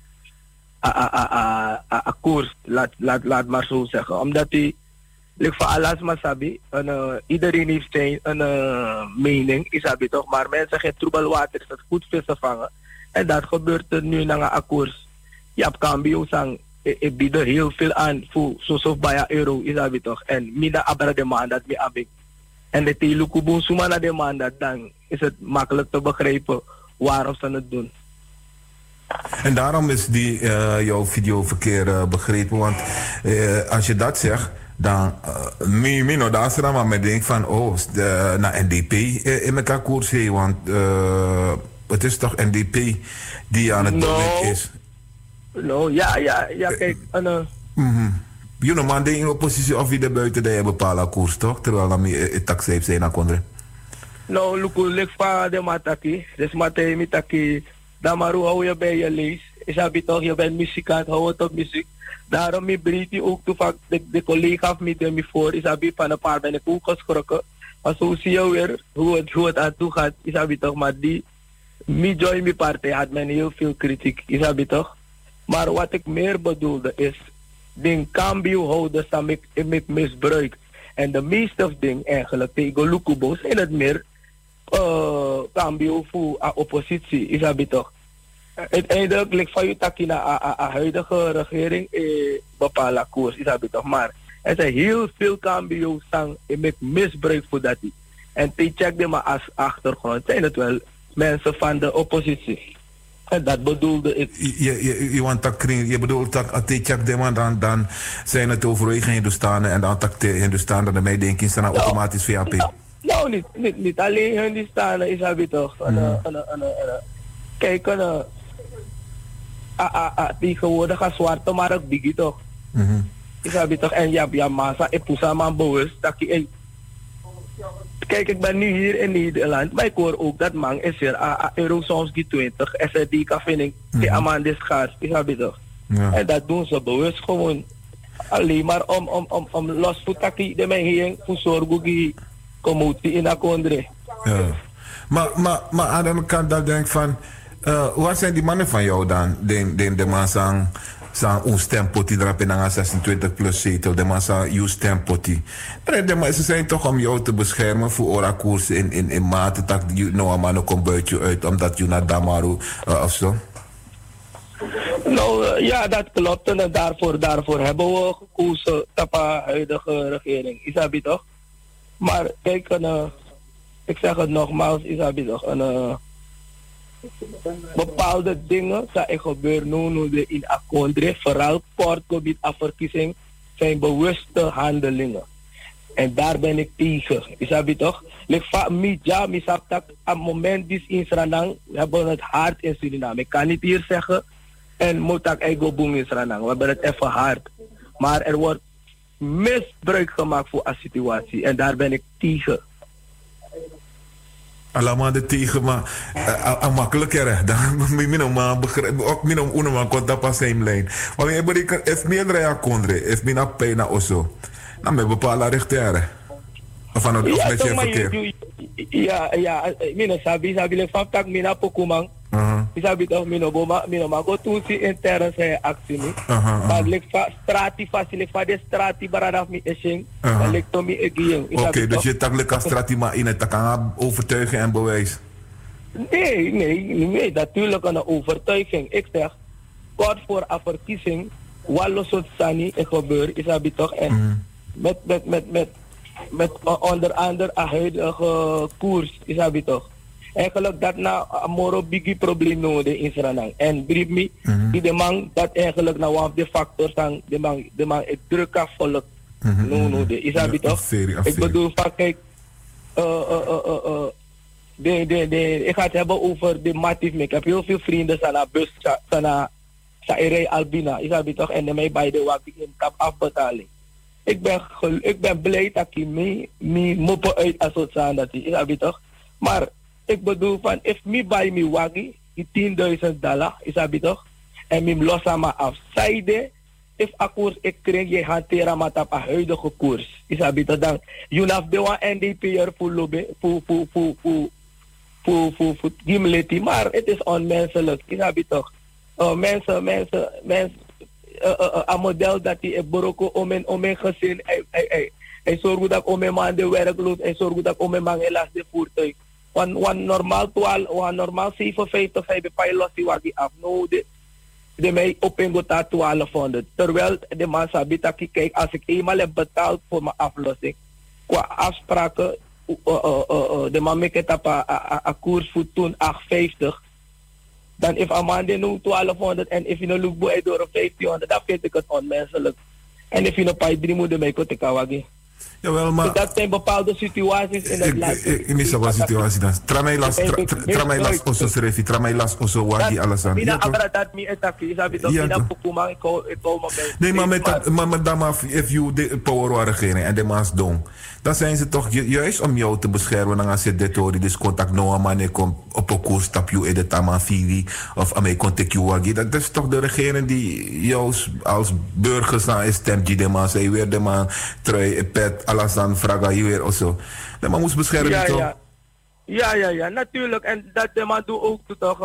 a koers, laat maar zo zeggen. Omdat hij, van alles maar sabi, iedereen heeft zijn mening, is sabi toch, maar mensen geen troebelwater, is het goed vissen vangen. En dat gebeurt er nu naar een akkoord. Je hebt cambio sang, ik bied er heel veel aan voor zo'n bijna euro, is dat toch? En mina abra de man dat me abik. En de telukuboon suma na de man dat, dan is het makkelijk te begrijpen waarom ze het doen. En daarom is jouw videoverkeer begrepen, want als je dat zegt, dan Mino daar ze dan maar met denk van naar NDP in elkaar koers heen, want het is toch NDP die aan het doen is. Ja, kijk. Je know man, in oppositie of wie de buiten de bepaalde koers toch, terwijl dan het taxi heeft zijn akkoord. Nou, luk van de mataki, dus matei mitaki. Damaru hou je bij je lees. Is dat toch, je bent muzikant, hou het op muziek. Daarom mi breed ook toevallig de collega met me voor. Is dat van een paar ben ik ook geschrokken. Maar zo zie je weer hoe het aan toe gaat. Is dat toch, maar die mi join mi partij had men heel veel kritiek. Is dat toch? Maar wat ik meer bedoelde is, de cambiohouders dat ik misbruik. En de meeste dingen eigenlijk tegen Lukubo zijn het meer cambio voor oppositie, is dat toch? Uiteindelijk ligt van je takkie naar de huidige regering bepaalde koers, is dat toch? Maar er zijn heel veel cambio's met misbruik voor dat. En die check maar als achtergrond zijn het wel mensen van de oppositie. En dat bedoelde ik. Je bedoelt dat als die check dan zijn het overwegingen Hindustanen en dan tak de Hindustanen daarmee denk je dan automatisch VAP. Nou, niet alleen Hindustanen, is dat toch? Kijk, tegenwoordig zwarte markt biggie toch? Is dat toch? En ja, massa, ik poes aan mijn bewust dat ik. Kijk, ik ben nu hier in Nederland, maar ik hoor ook dat man is er euro soms die 20, SRD kan vinden, die amande schaars, is dat toch? Ja. En dat doen ze bewust gewoon. Alleen maar om los voor taki de mij heen voor zorgen die commotie in akondre. Ja. Maar aan de andere kant dat denk van, wat zijn die mannen van jou dan? De man sang un stempoti erop in een 26 plus zetel. De man sang you stempoti. Ze zijn toch om jou te beschermen voor orakoers in mate dat je nou man komt buiten uit omdat je naar Damaru of zo. Nou ja, dat klopt en daarvoor hebben we gekozen op de huidige regering. Is dat toch? Maar kijk, ik zeg het nogmaals, is dat toch? Bepaalde dingen dat er gebeuren nu in Akondre, vooral kort gebied afverkiezing, zijn bewuste handelingen. En daar ben ik tegen. Is dat toch? Op het moment is in Suriname, we hebben het hard in Suriname. Ik kan niet hier zeggen, en moet ik ego boom in Suriname. We hebben het even hard. Maar er wordt misbruik gemaakt voor een situatie. En daar ben ik tegen. Allemaal de tegen, maar makkelijker. Dan ook minom unoman kon dat pas zijn lijn. Want je bereikt, if meerdere akondre, if mina pena osso, dan ben je bepaalde richteren. Of met je verkeer. Ja, mina sabi le fam tak mina pokumang. Sabi toch mina ma go toen si intern zijn actie ni. Maar lek fa de strati baradaf mi esing. Maar lek to mi egien. Oké, dus je tak lek strati maar in het kan overtuigen en bewijs. Nee, natuurlijk een overtuiging. Ik zeg, kort voor een verkiezing, wat los het sani en gebeurt, is dat toch? En met onder andere een huidige koers, is dat toch? Eigenlijk dat na een moro biggie probleem nodig in Suriname. En brief me, die de man dat eigenlijk nou one of de factors aan de man het druk afvolgt. Nodig, is dat toch? Ik bedoel van kijk, ik ga het hebben over de matief. Ik heb heel veel vrienden aan de bus, aan de Albina, is dat toch? En de mij bij de wakker in kap afbetaling. Ik ben blij dat ik me moppen uit associatie dat is dat toch? Maar ik bedoel van, if me buy me waggy, $10,000, is dat toch? En me los aan me afzijde, if a koers ik krijg, je hanteren met op een huidige koers, is dat toch? Dan, je hebt de one NDP'er voor lopen, voor gimleti, maar het is onmenselijk, is dat toch? Mensen, een model dat die boroko om mijn gezin, hij zorgt dat om mijn man de werkloos, hij zorgt dat om mijn man helaas de voertuig. wan normaal 12, wan normaal 57 bij bij los die wagi af. Nou, de mij open gaat 1200. Terwijl de man sabi dat ik kijk, als ik eenmaal heb betaald voor mijn aflossing, qua afspraken, de man maakt het op een koers voor toen 850. Dan if een man nu 1200 en if je nou lukt bij door 1500, dan vind ik het onmenselijk. En if je nou bij 3 moet mij koten kawagi. Jawel, maar... Dat zijn bepaalde situaties in het land. Ik mis een situatie dan. Tramailas osso serefi, tramailas osso wagi alasan. Mina abradat mi etaki, sabi toch? Mina pukuma, ik hou me bij. Nee, maar dan maar, if you de power waren regering en de maas dong, dan zijn ze toch juist om jou te beschermen. Dan als je dit hoort, dus contact no man, ik kom op een koers stap je in de tamafivi of aan mij contact je wagi. Dat is toch de regering die jou als burgers aan stemt, die de man zei weer de man trui, pet, alasan, vraga je weer of zo. De man moest beschermen, toch? Ja, natuurlijk. En dat de man doet ook toch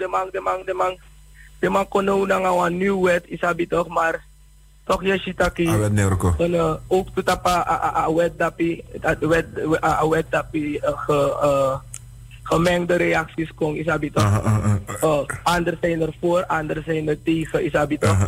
de man kon nou naar een nieuwe wet, isabi toch, maar toch je shitaki. Ook tot op een wet dapi gemengde reacties kon, isabi toch. Anderen zijn er voor, anderen zijn er tegen, isabi toch.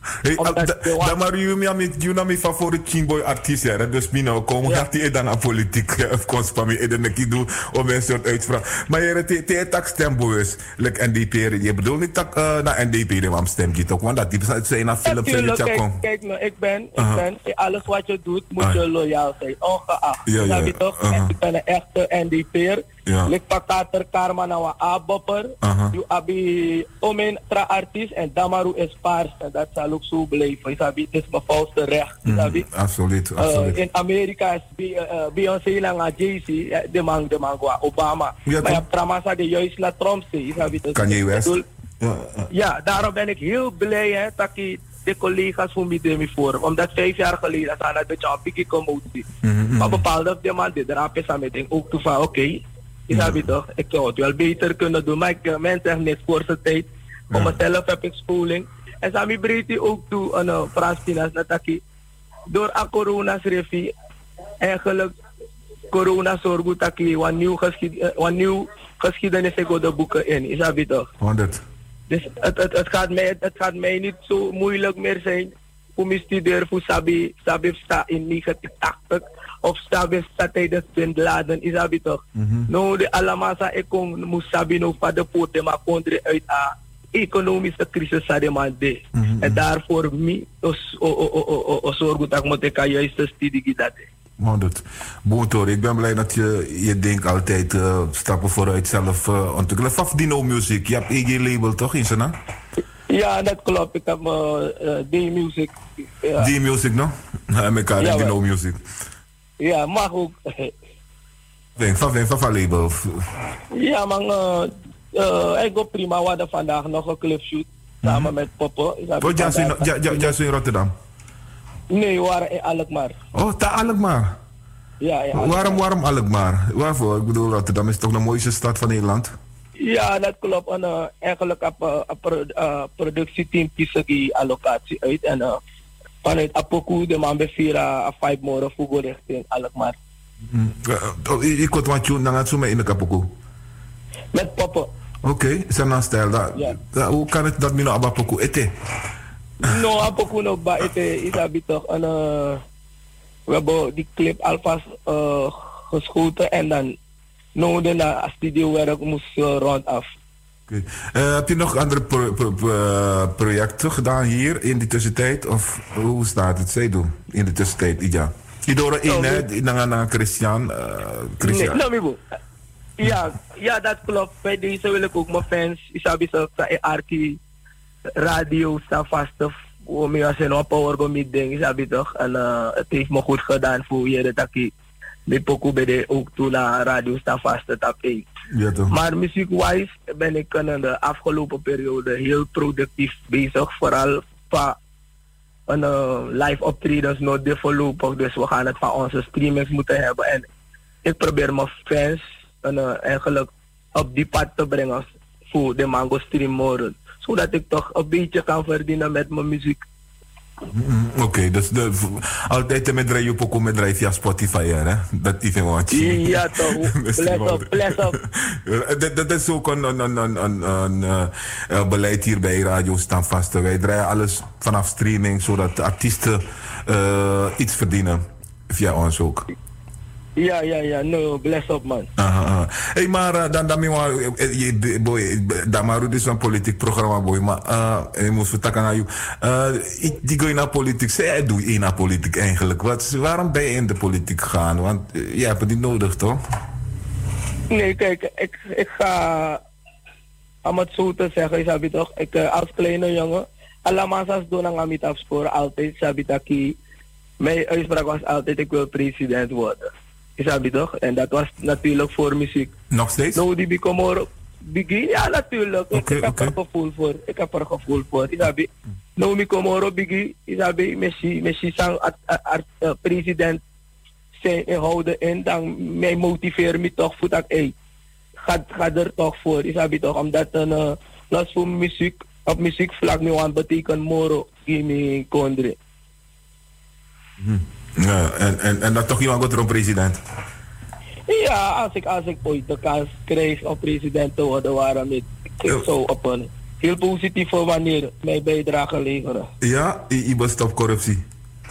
Dan maar je mijn favoriete Chinboy artiest, dus Mino, kom gaat die dan aan politiek, of conspami, en dan doe om een soort uitspraak. Maar je hebt het stemboers, like NDP, je bedoelt niet dat naar NDP de man stemt je toch, want dat die zijn naar Philips en Natuurlijk, kijk me, ik ben, alles wat je doet, moet je loyaal zijn, ongeacht, isabi toch. Ik ben een echte NDP'er. Ik pak kater karma na wa abopper. You abi omen tra artiest en damaru is paars. En dat zal ook zo blijven. Het is mijn volste recht. Absoluut. In Amerika is Beyoncé en Jay-Z, de man qua Obama. Maar je hebt tramasa de juist la Trump. Kan je West? Ja, daarom ben ik heel blij dat ik de collega's voor me voor. Omdat 5 jaar geleden zijn het een beetje een pikkie commotie. Maar bepaalde op de man die eraan is aan met ook toe van oké. Isabi toch, ik zou het wel beter kunnen doen, maar mensen zeggen net voor zijn tijd. Voor mezelf heb ik scholing. En Sami breedte ook toe, Frans Pinas Nataki. Door aan corona schreef eigenlijk corona zorgt dat ik een nieuw geschiedenis ik de boeken in. Isabi toch? 100. Dus het gaat mij niet zo moeilijk meer zijn om me studeren voor Sabi sta in 1980. Of sabi sa tijdens Bin-Laden, isabi toch? No, de alamasa ekong musabi no pa de pote ma country uit a economische crisis sa de man de. En daarvoor mi zorg dat ik moet juist studie dat. 100. Boetor, ik ben blij dat je denkt altijd stappen vooruit zelf ontwikkelen. Faf Dino Music, je hebt eigen label toch in Sana? Ja, dat klopt. Ik heb D-Music. D-Music, no? En elkaar in Dino Music. Ja, mag ook. Van label? Ja, man. Ik go prima. We hadden vandaag nog een clipshoot. Samen met Popo. Wat jij in Rotterdam? Nee, we waren in Alkmaar. Oh, ta Alkmaar? Ja. Waarom Alkmaar? Waarvoor? Ik bedoel, Rotterdam is toch de mooiste stad van Nederland? Ja, dat klopt. En eigenlijk op productieteam kiezen die allocatie uit. En vanuit Apoku, de man bevieren 5 morgen voor richting Alkmaar. Ik kon wat je dan zo mee in de Apoku? Met Popo. Oké, is er een stijl. Hoe kan het dat mino Apoku eten? No, Apoku no ba eten is abi toch. En we hebben die clip alvast geschoten en dan nodig naar studiowerk moest rond af. Okay. Heb je nog andere projecten gedaan hier in de tussentijd? Of hoe staat het? Zij doen in de tussentijd, Ija? Idora in, hè? Naar Christian. Ja, dat klopt. Bij deze wil ik ook mijn fans, Isabi Selfta, Arki, radio, staan vast. Om je als een oppower met dingen, Isabi toch? En het heeft me goed gedaan voor je dat ik met Poku bij ook toe naar radio staan vast. Ja, maar muziekwise ben ik in de afgelopen periode heel productief bezig. Vooral van live optredens nog voorlopig. Dus we gaan het van onze streamings moeten hebben. En ik probeer mijn fans eigenlijk op die pad te brengen voor de Mango Stream morgen. Zodat ik toch een beetje kan verdienen met mijn muziek. Oké, dus altijd met draai je ook met draai via Spotify, hè? Dat even wat. Ja, toch. Bless up. Dat is ook een beleid hier bij Radio Stamvast. Wij draaien alles vanaf streaming, zodat de artiesten iets verdienen. Via ons ook. Ja, no, bless up man. Hey, maar dan is een politiek programma, boy. Maar je moet vertakken naar jou. Die ga je naar politiek. Zij doe je naar politiek eigenlijk. Waarom ben je in de politiek gegaan? Want je hebt het niet nodig, toch? Nee, kijk, ik ga, om het zo te zeggen, heb je toch? Ik als kleine jongen, allemaal doen aan mijn afsporen altijd, heb je dat mijn uitspraak was altijd, ik wil president worden. Is dat toch? En dat was natuurlijk voor muziek. Nog steeds? Nou, die Bikomoro. Ja, natuurlijk. Ik heb er gevoel voor. Is dat nou, Bikomoro Biggie, is dat Messi sang president zijn inhouden in, dan mij motiveert me toch voor dat, ga er toch voor. Is dat toch? Omdat los voor muziek, op muziekvlak nu aan betekent Moro, Gimme Kondre. Ja, en dat toch iemand wordt er een president? Ja, als ik ooit de kans krijg om president te worden, waarom niet? Ik zou op een heel positieve manier mijn bijdrage leveren. Ja, je bestop corruptie.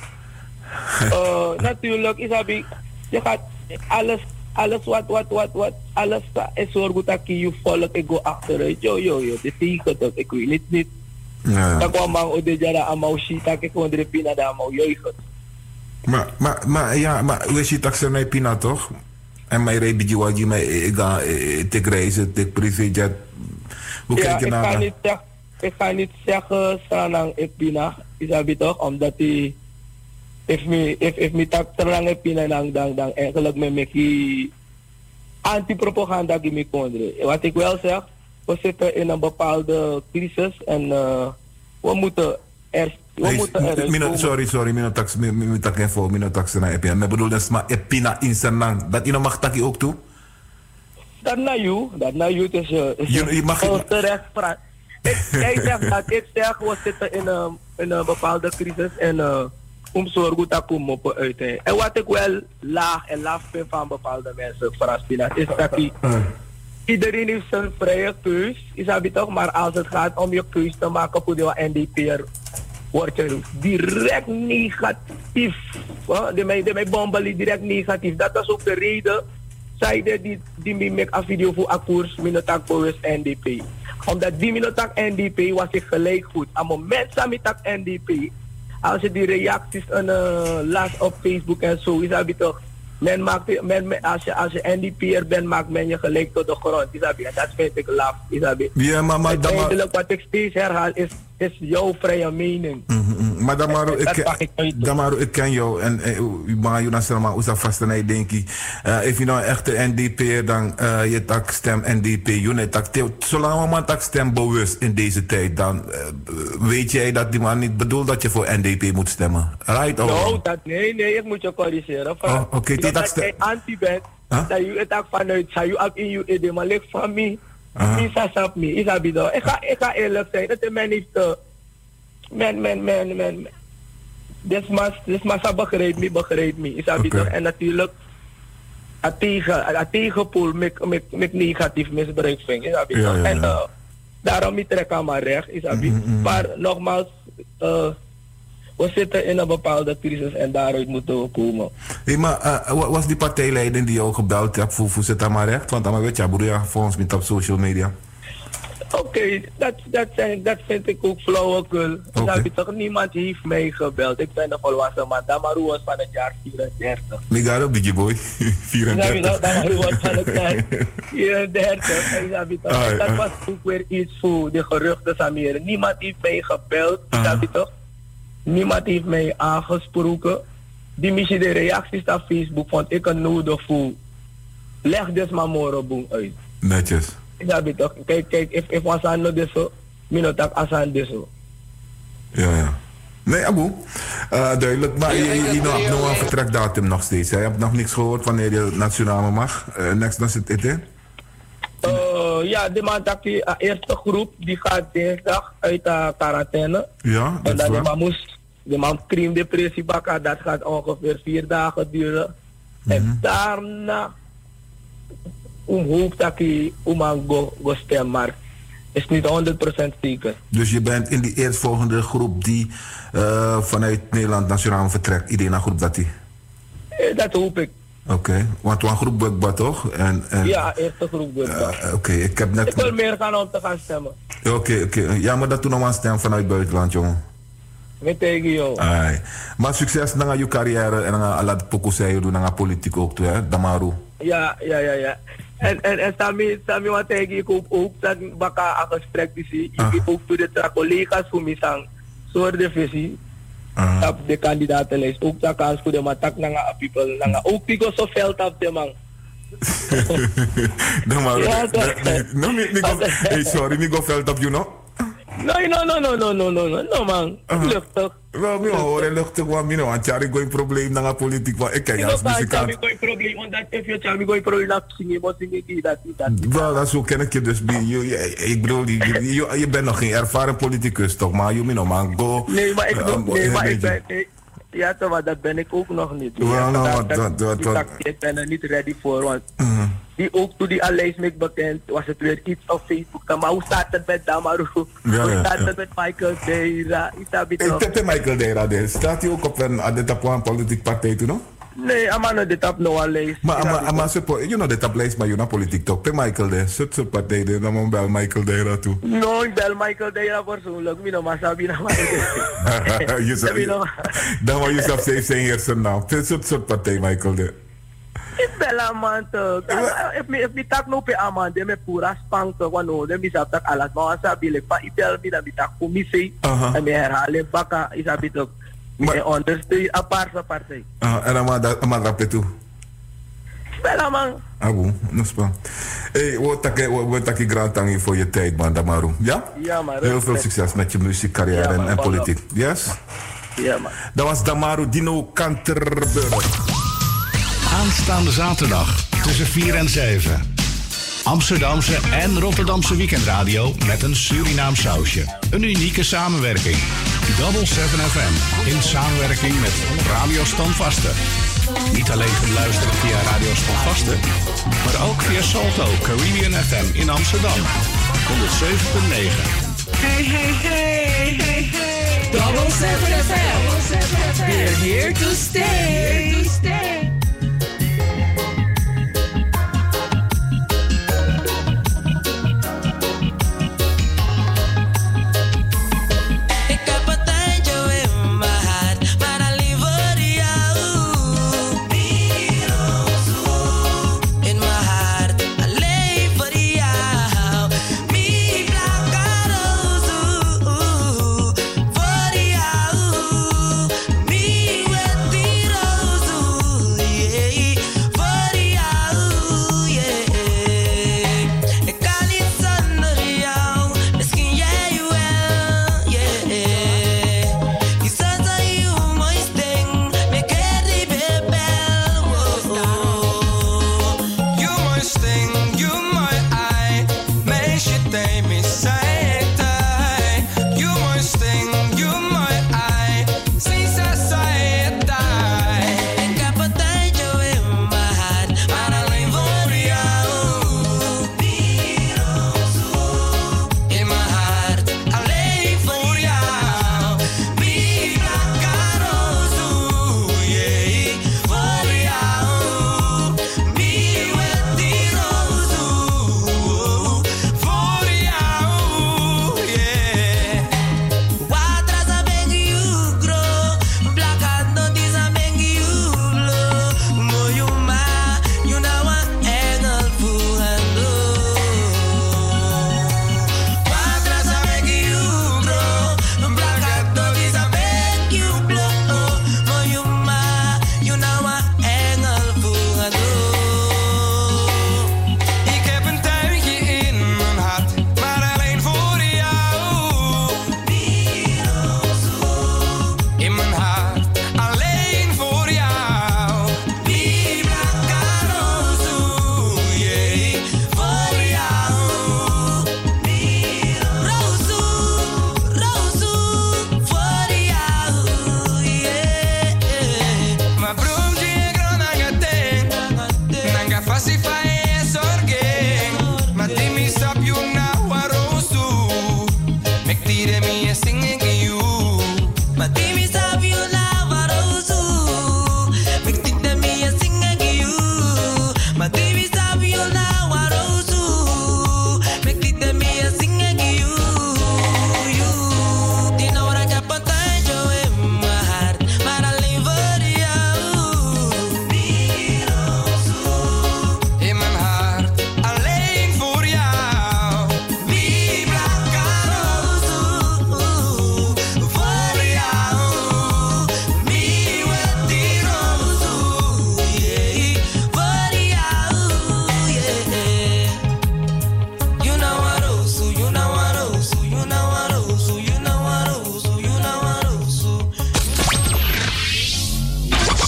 Natuurlijk, je gaat alles alles is zorgen dat je volk ik go achteruit. Yo, dit is goed, ik weet niet. Dat kwam maar op de jaren aan mijn shit, dat ik gewoon de pina daar aan mijn jeugd. Maar weet je dat ze mij pina toch? En mij reed die wat je mij te reizen, te privéjet. Hoe kijk je naar dat? Ik ga niet zeggen Sanang Epina, is dat toch? Omdat hij if me tak Sanang Epina dan eigenlijk met me anti-propaganda die me kondre. Wat ik wel zeg, we zitten in een bepaalde crisis en we moeten sorry, minotax na Epina. Ik bedoel, dat is maar Epina in Sanang. Dat je mag taki ook toe? Dat naar jou, dus je mag terecht praten. Ik zeg, we zitten in een bepaalde crisis en zorgen dat komen op uit. En wat ik wel laag vind van bepaalde mensen, Fraspina, is dat iedereen heeft zijn vrije keus, is dat toch? Maar als het gaat om je keus te maken voor de NDP'er, word je direct negatief. De mij bombelen direct negatief. Dat was ook de reden, zeiden die me een video voor akkoord minotak voor NDP. Omdat die minotak NDP was ik gelijk goed. Aan het moment dat ik NDP, als je die reacties las op Facebook en zo, is dat toch? Als je NDP'er bent, maakt men je gelijk tot de grond. Dat vind ik laf. Ja, maar uiteindelijk wat ik steeds herhaal is jouw vrije mening. Maar Damaro, ik ken jou en maar je nasrama usa vast en ik denk if je nou echt de NDP'er dan je tak stem NDP, je net tak zolang man tak stem bewust in deze tijd, dan weet jij dat die man niet bedoelt dat je voor NDP moet stemmen. Right? No, nee, ik moet je corrigeren. Oké, dat je anti bent, dat je het ook vanuit, zou je ook in je idee, maar ligt van mij, is dat me, is dat bido. Ik ga eerlijk zijn, dat de man heeft, men, dit massa begrijpt me, is dat bido. En natuurlijk, het tegenpool met negatief misbruik vind, is dat bido. En daarom ik trek aan mijn recht, is dat bido. Maar nogmaals, we zitten in een bepaalde crisis en daaruit moeten we komen. Hey, maar was die partijleider die jou gebeld hebt voor zit daar maar recht? Want dan weet je, broer, voor ons met op social media. Oké, dat vind ik ook flauwekul. Toch niemand heeft mij gebeld. Ik ben een volwassen man. Damaru was van het jaar 34. Mega op die boy. 34. Damaru was van het jaar 34. Dat was ook weer iets voor de geruchten Samir. Niemand heeft mij gebeld. Toch? Niemand heeft mij aangesproken. Die missie de reacties op Facebook vond ik een nodig voor. Leg dus maar morgen uit. Netjes. Toch? Kijk, if was aan de zo, minotak asan de zo. Ja. Nee, Abu. Duidelijk. Maar je nog een vertrekdatum nog steeds. Je hebt nog niks gehoord wanneer je nationale mag. Next dan zit het in? Ja, de man dat die eerste groep die gaat dinsdag uit quarantaine. Ja, dat en is dan De man cream depressie bakken, dat gaat ongeveer 4 dagen duren. En daarna hoop dat ik go stem, maar is niet 100% zeker. Dus je bent in die eerstvolgende groep die vanuit Nederland Nationaal vertrekt, Idena groep dat die? Dat hoop ik. Oké, want we een groep Bukba toch? Ja, eerste groep Bukba. Oké, ik heb net... Ik wil meer gaan om te gaan stemmen. Oké. Ja, maar dat toen nog een stem vanuit buitenland, jongen. Met tegen jou. Maar succes naar je carrière en naar alle pokoe doen naar politiek ook, hè, Damaru. Ja. En Sami wat tegen ik hoop ook dat baka een gesprek is. Ik ook voor de collega's voor mij zijn soort de visie. Op de kandidatenlijst ook dat kans voor de matak naar people naar ook pico zo veld op de man. Damaru. Sorry, me go veld op you know. No man. Luchtig. Wel, ik hoor luchtig, want ik heb een probleem naar politiek. Ik ken je als muzikant. Ik heb een probleem, omdat if je hebt een probleem, dan zing je dat. Wel, dat zo ken ik je dus. Ik bedoel, je bent nog geen ervaren politicus, toch? Maar je moet maar go. Nee, maar ik ben... Ja, toch, dat ben ik ook nog niet. Ik ben er niet ready voor, want die ook toen die lijst me bekend was het weer iets op Facebook. Maar hoe staat het met Damaru? Hoe staat het met Michael Deira? Ik heb Michael Deira, staat hij ook op een politieke partij toen, no? Nee, amano dit op no lijst. Maar you know dit op lijst, maar je nou politiek toch? Pe Michael Deira, soort partij, dan moet bel Michael Deira toe. No, ik bel Michael Deira persoonlijk. Ik maar sabi na dan moet je zelf steeds zijn heersen naam. Soort partij Michael Deira. Ik bel aan toch. If me tak no pe aman, de me pura spang toch, want no, de me zap tak alas. Maar sabi ik pa ibel me dat me tak commissie en me herhalen baka isabi toch. Maar ondersteun aparte partij. En dan maar dat toe. Bella man. Abu, nospa. Hey, wat tak je grand tangi voor je tijd, man, Damaru. Ja? Ja, maar. Heel veel succes met je muziekcarrière en politiek. Yes? Ja, man. Dat was Damaru Dino Kanterburg. Aanstaande zaterdag tussen 4 en 7. Amsterdamse en Rotterdamse weekendradio met een Surinaam sausje. Een unieke samenwerking. Double 7 FM in samenwerking met Radio Standvaste. Niet alleen te beluisteren via Radio Standvaste, maar ook via Salto Caribbean FM in Amsterdam. 107.9. Hey. Double 7 FM. We're here to stay.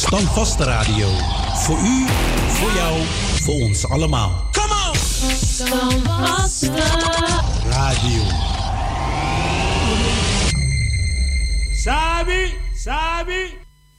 Standvaste Radio. Voor u, voor jou, voor ons allemaal. Come on! Standvaste Radio. Sabi, Sabi.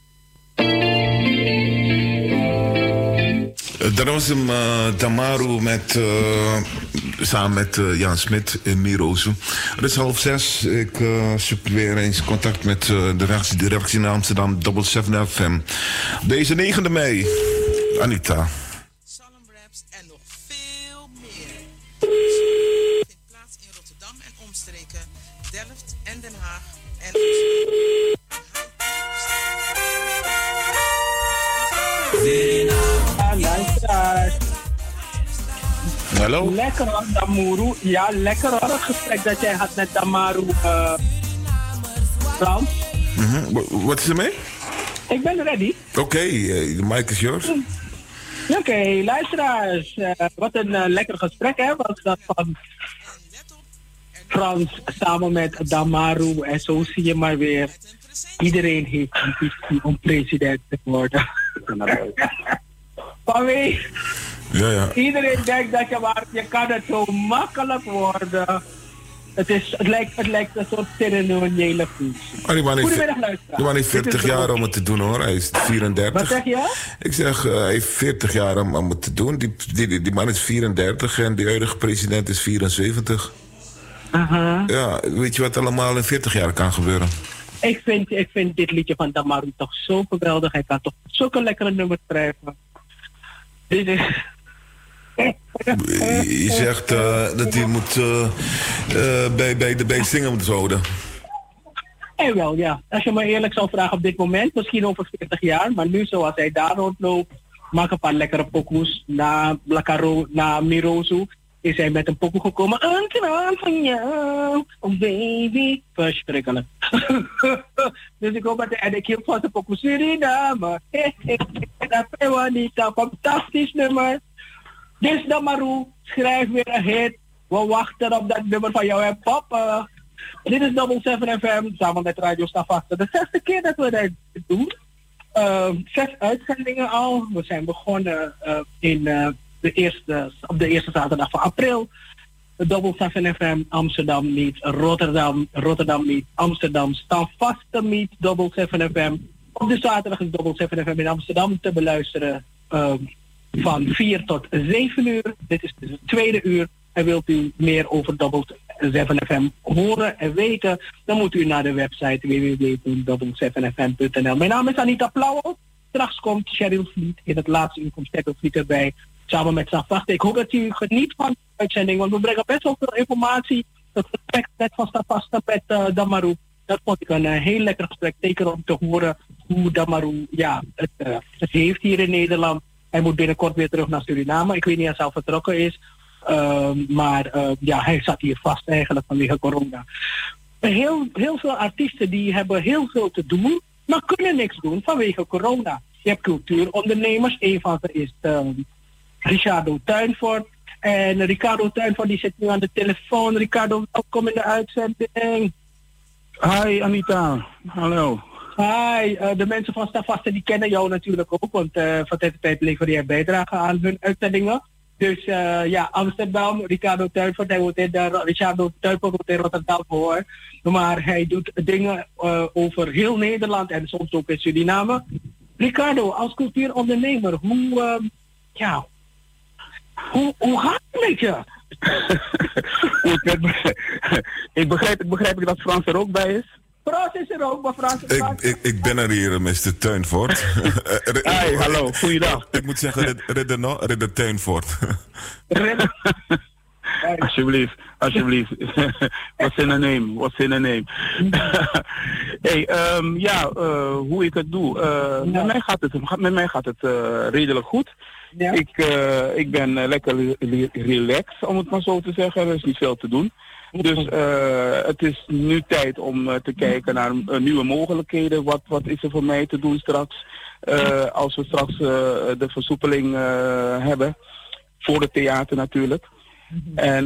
Dat was hem, Damaru met, samen met Jan Smit in Mirozu. Het is 5:30. Ik zoek weer eens contact met de redactie in Amsterdam, 77 FM. Deze 9e mei, Anita. Salem Raps en nog veel meer. Vindt plaats in Rotterdam en omstreken, Delft en Den Haag en luisteraars. Hallo? Lekker hoor, Damaru. Ja, lekker hoor, het gesprek dat jij had met Damaru Frans. Wat is er mee? Ik ben ready. Oké, de mic is yours. Oké, luisteraars. Wat een lekker gesprek hè, was dat van Frans samen met Damaru. En zo zie je maar weer. Iedereen heeft ambitie om president te worden. Vanwege. Ja. Iedereen denkt dat je kan het zo makkelijk worden. Het lijkt een soort ceremoniële functie. Die man heeft 40 Dit is jaar om het te doen hoor. Hij is 34. Wat zeg je? Ik zeg, hij heeft 40 jaar om het te doen. Die man is 34 en de huidige president is 74. Ja, weet je wat allemaal in 40 jaar kan gebeuren? Ik vind dit liedje van Damaru toch zo geweldig. Hij kan toch zulke lekkere nummers schrijven. Dit is... Je zegt dat hij moet bij de zingen moet houden. Wel, ja. Als je me eerlijk zou vragen op dit moment, misschien over 40 jaar, maar nu zoals hij daar rondloopt, maak een paar lekkere pokoes. Na Mirozu is hij met een pokoe gekomen. Een traan van jou, oh baby. Verschrikkelijk. Dus ik hoop dat hij, en ik hield van zijn pokoe Suriname. Dat is Juanita, fantastisch nummer. Dus Damaru, schrijf weer een hit. We wachten op dat nummer van jou en papa. Dit is Double 7 FM, samen met Radio Standvaste. De 6e keer dat we dat doen. 6 uitzendingen al. We zijn begonnen op de eerste zaterdag van april. Double 7 FM, Amsterdam meet Rotterdam. Rotterdam meet Amsterdam. Standvaste meet Double 7 FM. Op de zaterdag is Double 7 FM in Amsterdam te beluisteren. Van 4 tot 7 uur. Dit is dus het tweede uur. En wilt u meer over Double 7 FM horen en weten, dan moet u naar de website www.double7fm.nl. Mijn naam is Anita Plauwel. Straks komt Cheryl Vliet. In het laatste uur komt Cheryl Vliet erbij. Samen met Standvaste. Ik hoop dat u geniet van de uitzending, want we brengen best wel veel informatie. Het gesprek net van Standvaste met Damaru. Dat vond ik een heel lekker gesprek. Zeker om te horen hoe Damaru het heeft hier in Nederland. Hij moet binnenkort weer terug naar Suriname. Ik weet niet of hij al vertrokken is. Maar hij zat hier vast eigenlijk vanwege corona. Heel veel artiesten die hebben heel veel te doen, maar kunnen niks doen vanwege corona. Je hebt cultuurondernemers. Een van ze is Ricardo Tuinvoort. En Ricardo Tuinvoort die zit nu aan de telefoon. Ricardo, welkom in de uitzending. Hi Anita, hallo. Hi, de mensen van Standvaste die kennen jou natuurlijk ook, want van tijd tot tijd leveren jij bijdrage aan hun uitzendingen. Dus Amsterdam, Ricardo Tuinvoort, Ricardo Tuinvoort wordt in Rotterdam hoor. Maar hij doet dingen over heel Nederland en soms ook in Suriname. Ricardo, als cultuurondernemer, hoe gaat het met je? Ik begrijp dat Frans er ook bij is. Frans is er ook, maar Frans is ik ben er hier, Mr. Tuinvoort. Hi, hallo, goeiedag. Ik moet zeggen, Ridder Tuinvoort. Alsjeblieft. What's in a name? Hoe ik het doe. Met mij gaat het redelijk goed. Ja. Ik ben lekker relaxed, om het maar zo te zeggen. Er is niet veel te doen. Dus het is nu tijd om te kijken naar nieuwe mogelijkheden. Wat is er voor mij te doen straks? Als we straks de versoepeling hebben. Voor het theater natuurlijk. En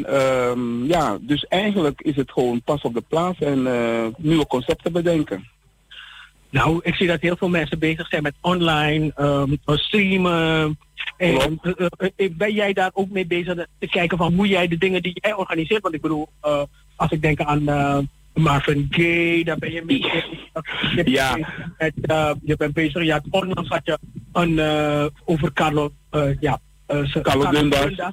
dus eigenlijk is het gewoon pas op de plaats en nieuwe concepten bedenken. Nou, ik zie dat heel veel mensen bezig zijn met online streamen. En ben jij daar ook mee bezig te kijken van hoe jij de dingen die jij organiseert? Want ik bedoel, als ik denk aan Marvin Gaye, daar ben je mee bezig. Je bent bezig. Ja, onlangs had je een over Carlo Dundas.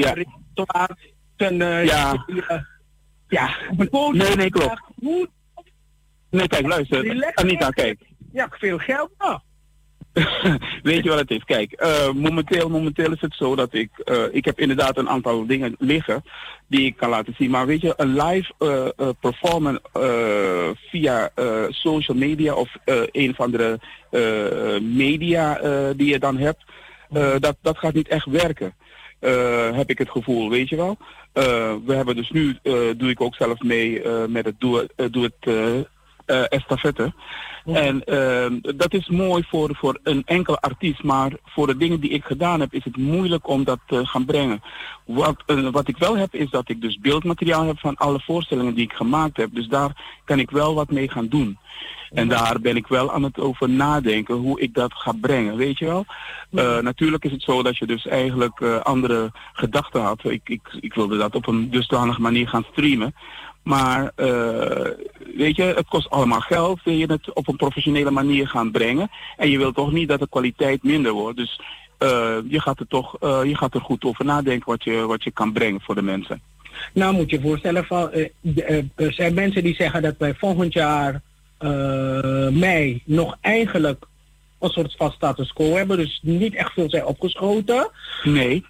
Nee, klopt. Nee, kijk, luister. Anita, kijk. Ja, veel geld nog. Weet je wat het is? Kijk, momenteel is het zo dat ik heb inderdaad een aantal dingen liggen die ik kan laten zien. Maar weet je, een live performance via social media of een van de media die je dan hebt, dat gaat niet echt werken. Heb ik het gevoel, weet je wel. We hebben dus nu, doe ik ook zelf mee met het Doe het estafette. En dat is mooi voor een enkel artiest, maar voor de dingen die ik gedaan heb is het moeilijk om dat te gaan brengen. Wat ik wel heb is dat ik dus beeldmateriaal heb van alle voorstellingen die ik gemaakt heb. Dus daar kan ik wel wat mee gaan doen. En daar ben ik wel aan het over nadenken hoe ik dat ga brengen, weet je wel. Natuurlijk is het zo dat je dus eigenlijk andere gedachten had. Ik wilde dat op een dusdanige manier gaan streamen. Maar weet je, het kost allemaal geld. Wil je het op een professionele manier gaan brengen. En je wilt toch niet dat de kwaliteit minder wordt. Dus je gaat er goed over nadenken wat je kan brengen voor de mensen. Nou moet je voorstellen van, er zijn mensen die zeggen dat wij volgend jaar mei nog eigenlijk een soort van status quo hebben. Dus niet echt veel zijn opgeschoten. Nee.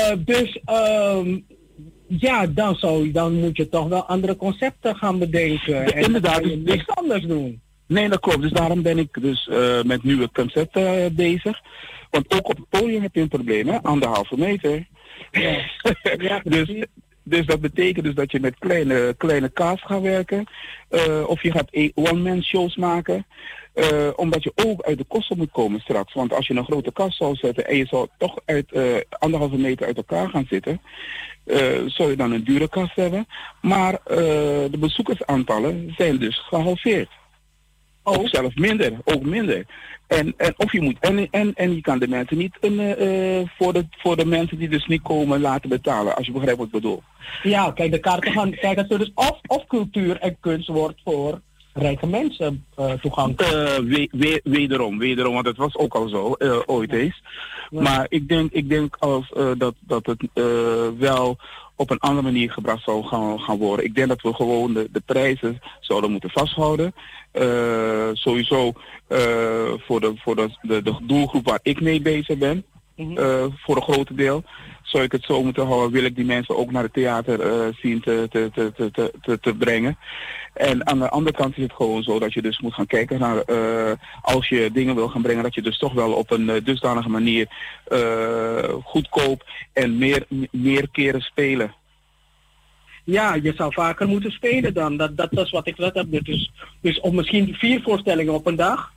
Ja, dan moet je toch wel andere concepten gaan bedenken. En inderdaad, dus niks anders doen. Nee, dat klopt. Dus daarom ben ik dus met nieuwe concepten bezig. Want ook op het podium heb je een probleem, hè? 1,5 meter. Ja. Dus dat betekent dus dat je met kleine cast gaat werken. Of je gaat one-man shows maken. Omdat je ook uit de kosten moet komen straks. Want als je een grote kast zou zetten en je zou toch uit 1,5 meter uit elkaar gaan zitten, zou je dan een dure kast hebben. Maar de bezoekersaantallen zijn dus gehalveerd. Ook zelfs minder, ook minder. En of je moet en je kan de mensen niet voor de mensen die dus niet komen laten betalen, als je begrijpt wat ik bedoel. Ja, kijk, de kaarten gaan kijken dus of cultuur en kunst wordt voor rijke mensen toegankelijk. Wederom, want het was ook al zo, ooit eens. Ja. Maar ik denk dat het wel op een andere manier gebracht zou gaan worden. Ik denk dat we gewoon de prijzen zouden moeten vasthouden. Sowieso voor de doelgroep waar ik mee bezig ben, voor een grote deel, zou ik het zo moeten houden, wil ik die mensen ook naar het theater zien te brengen. En aan de andere kant is het gewoon zo dat je dus moet gaan kijken naar, als je dingen wil gaan brengen, dat je dus toch wel op een dusdanige manier goedkoop en meer keren spelen. Ja, je zou vaker moeten spelen dan. Dat is wat ik net heb. Dus op misschien 4 voorstellingen op een dag.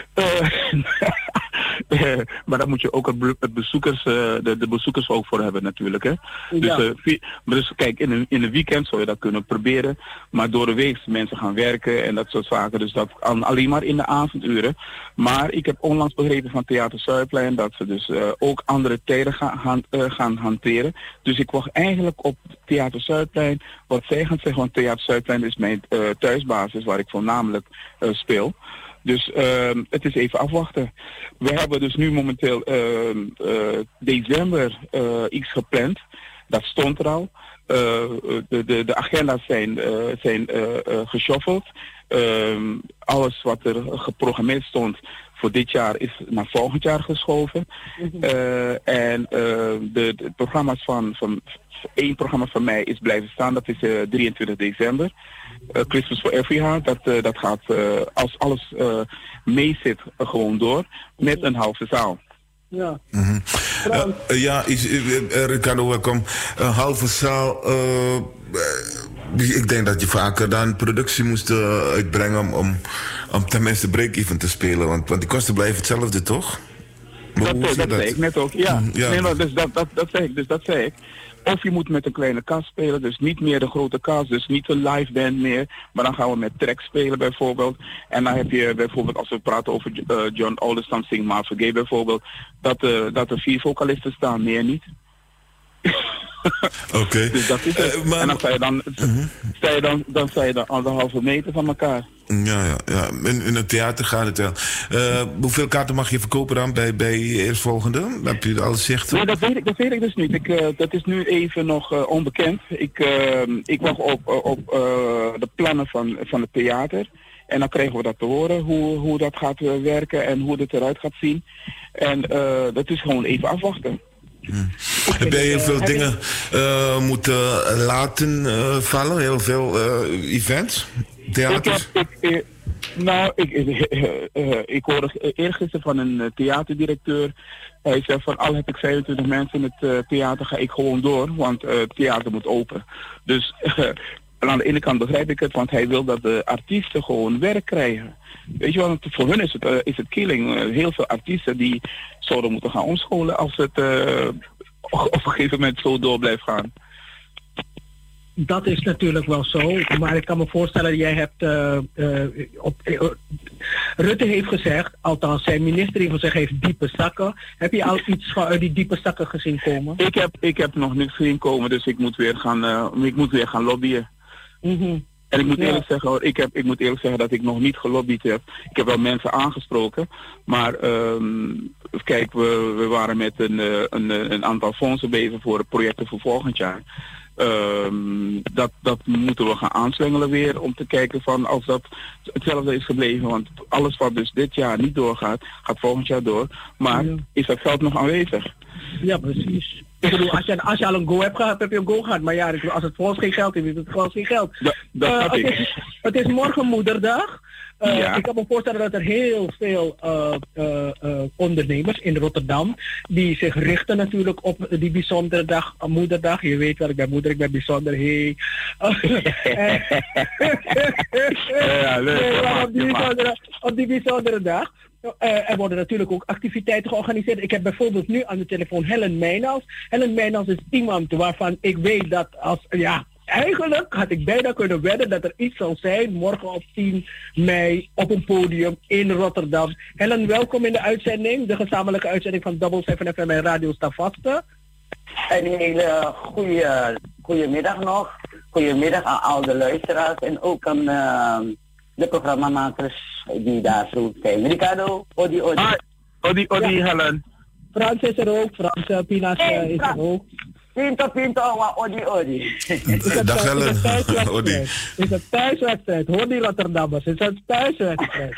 Maar daar moet je ook de bezoekers ook voor hebben natuurlijk, hè. Ja. Dus kijk, in een weekend zou je dat kunnen proberen, maar door de week mensen gaan werken en dat soort zaken, dus dat alleen maar in de avonduren. Maar ik heb onlangs begrepen van Theater Zuidplein dat ze dus ook andere tijden gaan hanteren. Dus ik wacht eigenlijk op Theater Zuidplein wat zij gaan zeggen, want Theater Zuidplein is mijn thuisbasis waar ik voornamelijk speel. Dus het is even afwachten. We hebben dus nu momenteel december iets gepland. Dat stond er al. De agenda's zijn geshuffeld. Alles wat er geprogrammeerd stond voor dit jaar is naar volgend jaar geschoven. En de programma's van één programma van mij is blijven staan. Dat is 23 december. Christmas for Every Heart. Dat gaat, als alles mee zit, gewoon door. Met een halve zaal. Ja. Ricardo, welkom. Een halve zaal. Ik denk dat je vaker dan productie moest uitbrengen om tenminste break-even te spelen. Want die kosten blijven hetzelfde, toch? Dat zei ik net ook, ja. Nee, maar dus dat zei ik. Of je moet met een kleine kast spelen, dus niet meer de grote kast, dus niet een live band meer. Maar dan gaan we met track spelen bijvoorbeeld. En dan heb je bijvoorbeeld, als we praten over John Oldestam Sing Marvin Gaye bijvoorbeeld, dat er 4 vocalisten staan, meer niet. Oké. Dus dat is het. Maar, en dan sta je dan 1,5 meter van elkaar. Ja. In het theater gaat het wel. Hoeveel kaarten mag je verkopen dan bij eerstvolgende? Heb je al gezegd? Nee, dat weet ik dus niet. Dat is nu even nog onbekend. Ik wacht op de plannen van het theater. En dan krijgen we dat te horen, hoe dat gaat werken en hoe het eruit gaat zien. En dat is gewoon even afwachten. Heb jij heel veel dingen moeten laten vallen? Heel veel events? Theaters? Ik hoorde eergisteren van een theaterdirecteur. Hij zei van al heb ik 25 mensen in het theater, ga ik gewoon door, want het theater moet open. Dus en aan de ene kant begrijp ik het, want hij wil dat de artiesten gewoon werk krijgen. Weet je wel, voor hun is het killing. Heel veel artiesten die zouden moeten gaan omscholen als het op een gegeven moment zo door blijft gaan. Dat is natuurlijk wel zo, maar ik kan me voorstellen, jij hebt Rutte heeft gezegd, althans zijn minister heeft gezegd, heeft diepe zakken. Heb je al iets uit die diepe zakken gezien komen? Ik heb nog niks gezien komen, dus ik moet weer gaan lobbyen. Mm-hmm. En ik moet eerlijk zeggen, hoor, ik moet eerlijk zeggen dat ik nog niet gelobbyd heb. Ik heb wel mensen aangesproken, maar kijk, we waren met een aantal fondsen bezig voor projecten voor volgend jaar. Dat moeten we gaan aanslengelen weer om te kijken van als dat hetzelfde is gebleven. Want alles wat dus dit jaar niet doorgaat, gaat volgend jaar door. Maar is dat geld nog aanwezig? Ja, precies. Ik bedoel, als je al een go hebt gehad, heb je een go gehad. Maar ja, als het voor ons geen geld is, is het gewoon geen geld. Het is morgen Moederdag. Ik kan me voorstellen dat er heel veel ondernemers in Rotterdam, die zich richten natuurlijk op die bijzondere dag, Moederdag. Je weet wel, ik ben moeder, ik ben bijzonder. Hey. Op die bijzondere dag. Er worden natuurlijk ook activiteiten georganiseerd. Ik heb bijvoorbeeld nu aan de telefoon Helen Meijnals. Helen Meijnals is iemand waarvan ik weet dat eigenlijk had ik bijna kunnen wedden dat er iets zal zijn morgen op 10 mei op een podium in Rotterdam. Helen, welkom in de uitzending, de gezamenlijke uitzending van Double 7 FM en Radio Stavaste. Een hele goede middag nog. Goedemiddag aan al de luisteraars en ook aan de programmamakers die daar zo zijn. Ricardo, Odi. Odi, Helen. Frans is er ook, Frans Pinas is er ook. Pinto, Odi. Dag Helen, Odi. Het is een thuiswedstrijd, hoor die Rotterdammers, het is een thuiswedstrijd.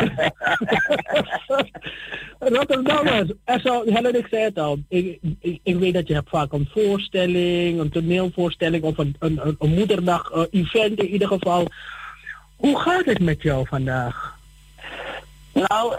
Rotterdammers, Helen, ik zei het al, ik weet dat je hebt vaak een voorstelling, een toneelvoorstelling of een moederdag event in ieder geval. Hoe gaat het met jou vandaag? Nou,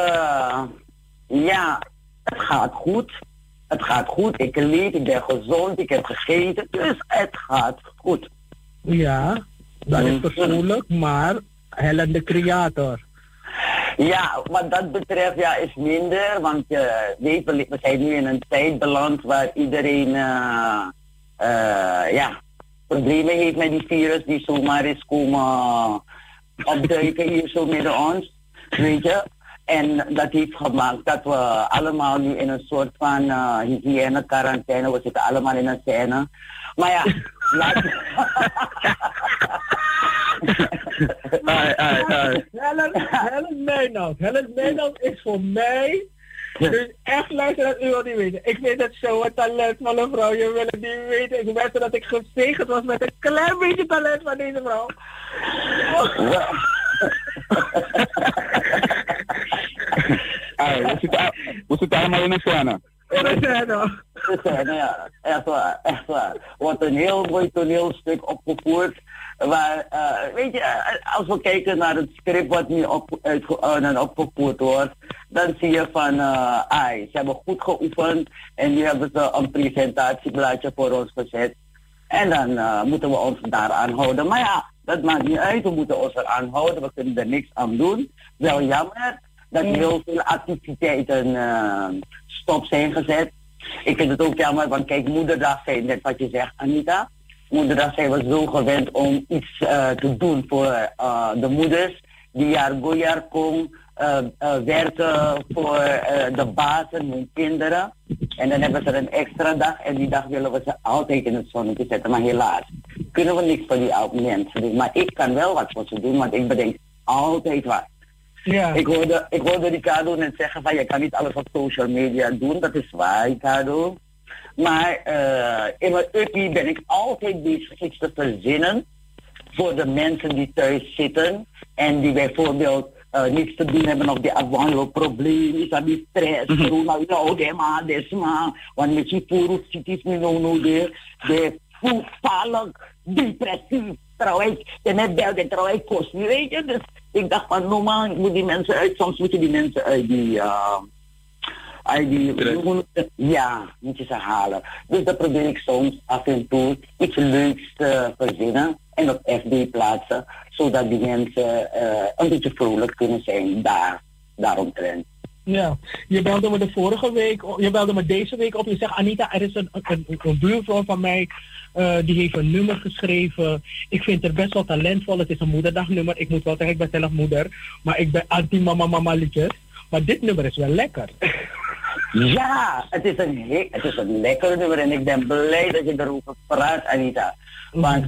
het gaat goed. Het gaat goed, ik leef, ik ben gezond, ik heb gegeten, dus het gaat goed. Ja, dat is persoonlijk, maar Helen de creator. Ja, wat dat betreft is minder, want weet, we zijn nu in een tijd beland waar iedereen problemen heeft met die virus die zomaar is komen opduiken hier zo midden ons, weet je. En dat heeft gemaakt dat we allemaal nu in een soort van hygiëne, quarantaine, we zitten allemaal in een scène. Maar ja, Helen Meijnans is voor mij, dus echt luister dat u wil niet weten. Ik vind het zo'n talentvolle vrouw, je wil het niet weten. Ik wist dat ik gezegend was met een klein beetje talent van deze vrouw. We zitten allemaal in een scène. Ja, echt waar. Wordt een heel mooi toneelstuk opgevoerd. Waar, weet je, als we kijken naar het script wat nu opgevoerd wordt, dan zie je van, ze hebben goed geoefend en nu hebben ze een presentatieblaadje voor ons gezet. En dan moeten we ons daaraan houden. Maar ja, dat maakt niet uit, we moeten ons eraan houden, we kunnen er niks aan doen. Wel jammer dat heel veel activiteiten stop zijn gezet. Ik vind het ook jammer, want kijk, Moederdag zijn, net wat je zegt, Anita. Moederdag zijn we zo gewend om iets te doen voor de moeders die jaar kon werken voor de bazen, hun kinderen. En dan hebben ze een extra dag en die dag willen we ze altijd in het zonnetje zetten. Maar helaas kunnen we niks voor die oude mensen doen. Maar ik kan wel wat voor ze doen, want ik bedenk altijd wat. Ja. Ik hoorde Ricardo net zeggen van je kan niet alles op social media doen. Dat is waar, Ricardo. Maar in mijn uppie ben ik altijd bezig iets te verzinnen voor de mensen die thuis zitten en die bijvoorbeeld niets te doen hebben of die hebben problemen, die stress, want met die puro cities de voetvallig, depressief, trouwens, trouwens kost niet, weet je. Dus ik dacht van, normaal moet die mensen soms moeten die mensen uit die moet je ze halen. Dus dat probeer ik soms af en toe iets leuks te verzinnen en op FB plaatsen, zodat die mensen een beetje vrolijk kunnen zijn daaromtrent. Ja, je belde me deze week op. Je zegt, Anita, er is een buurvrouw van mij, die heeft een nummer geschreven. Ik vind het best wel talentvol. Het is een moederdagnummer. Ik moet wel zeggen, ik ben zelf moeder, maar ik ben anti-mama liedjes. Maar dit nummer is wel lekker. Ja, het is een lekker nummer en ik ben blij dat je erover praat, Anita. Want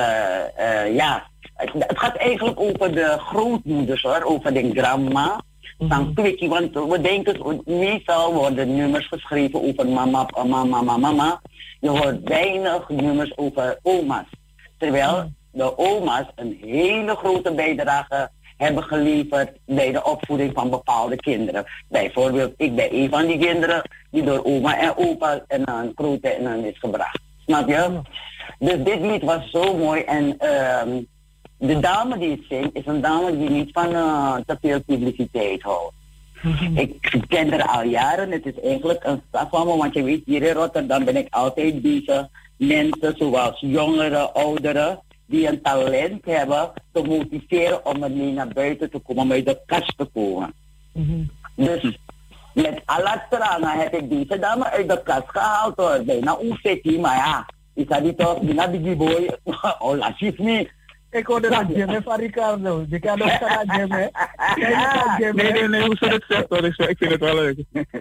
het gaat eigenlijk over de grootmoeders hoor, over de grandma. Dan kwikkie, want we denken, meestal worden nummers geschreven over mama. Je hoort weinig nummers over oma's. Terwijl de oma's een hele grote bijdrage hebben geleverd bij de opvoeding van bepaalde kinderen. Bijvoorbeeld, ik ben een van die kinderen die door oma en opa en een grote en is gebracht. Snap je? Dus dit lied was zo mooi en de dame die het zingt is een dame die niet van te veel publiciteit houdt. Ik ken haar al jaren, het is eigenlijk een stap van me, want je weet, hier in Rotterdam ben ik altijd bezig mensen zoals jongeren, ouderen, die een talent hebben, te motiveren om ermee naar buiten te komen, om uit de kast te komen. Dus met Alastrana heb ik deze dame uit de kast gehaald hoor, bijna oefetie, maar ja, is dat niet toch, bijna biggie boy, oh laat je niet. Ik hoorde dat Jimmy van Ricardo. Die kan ook staan aan Jimmy. Nee, hoe zou het zeggen hoor? Ik vind het wel leuk.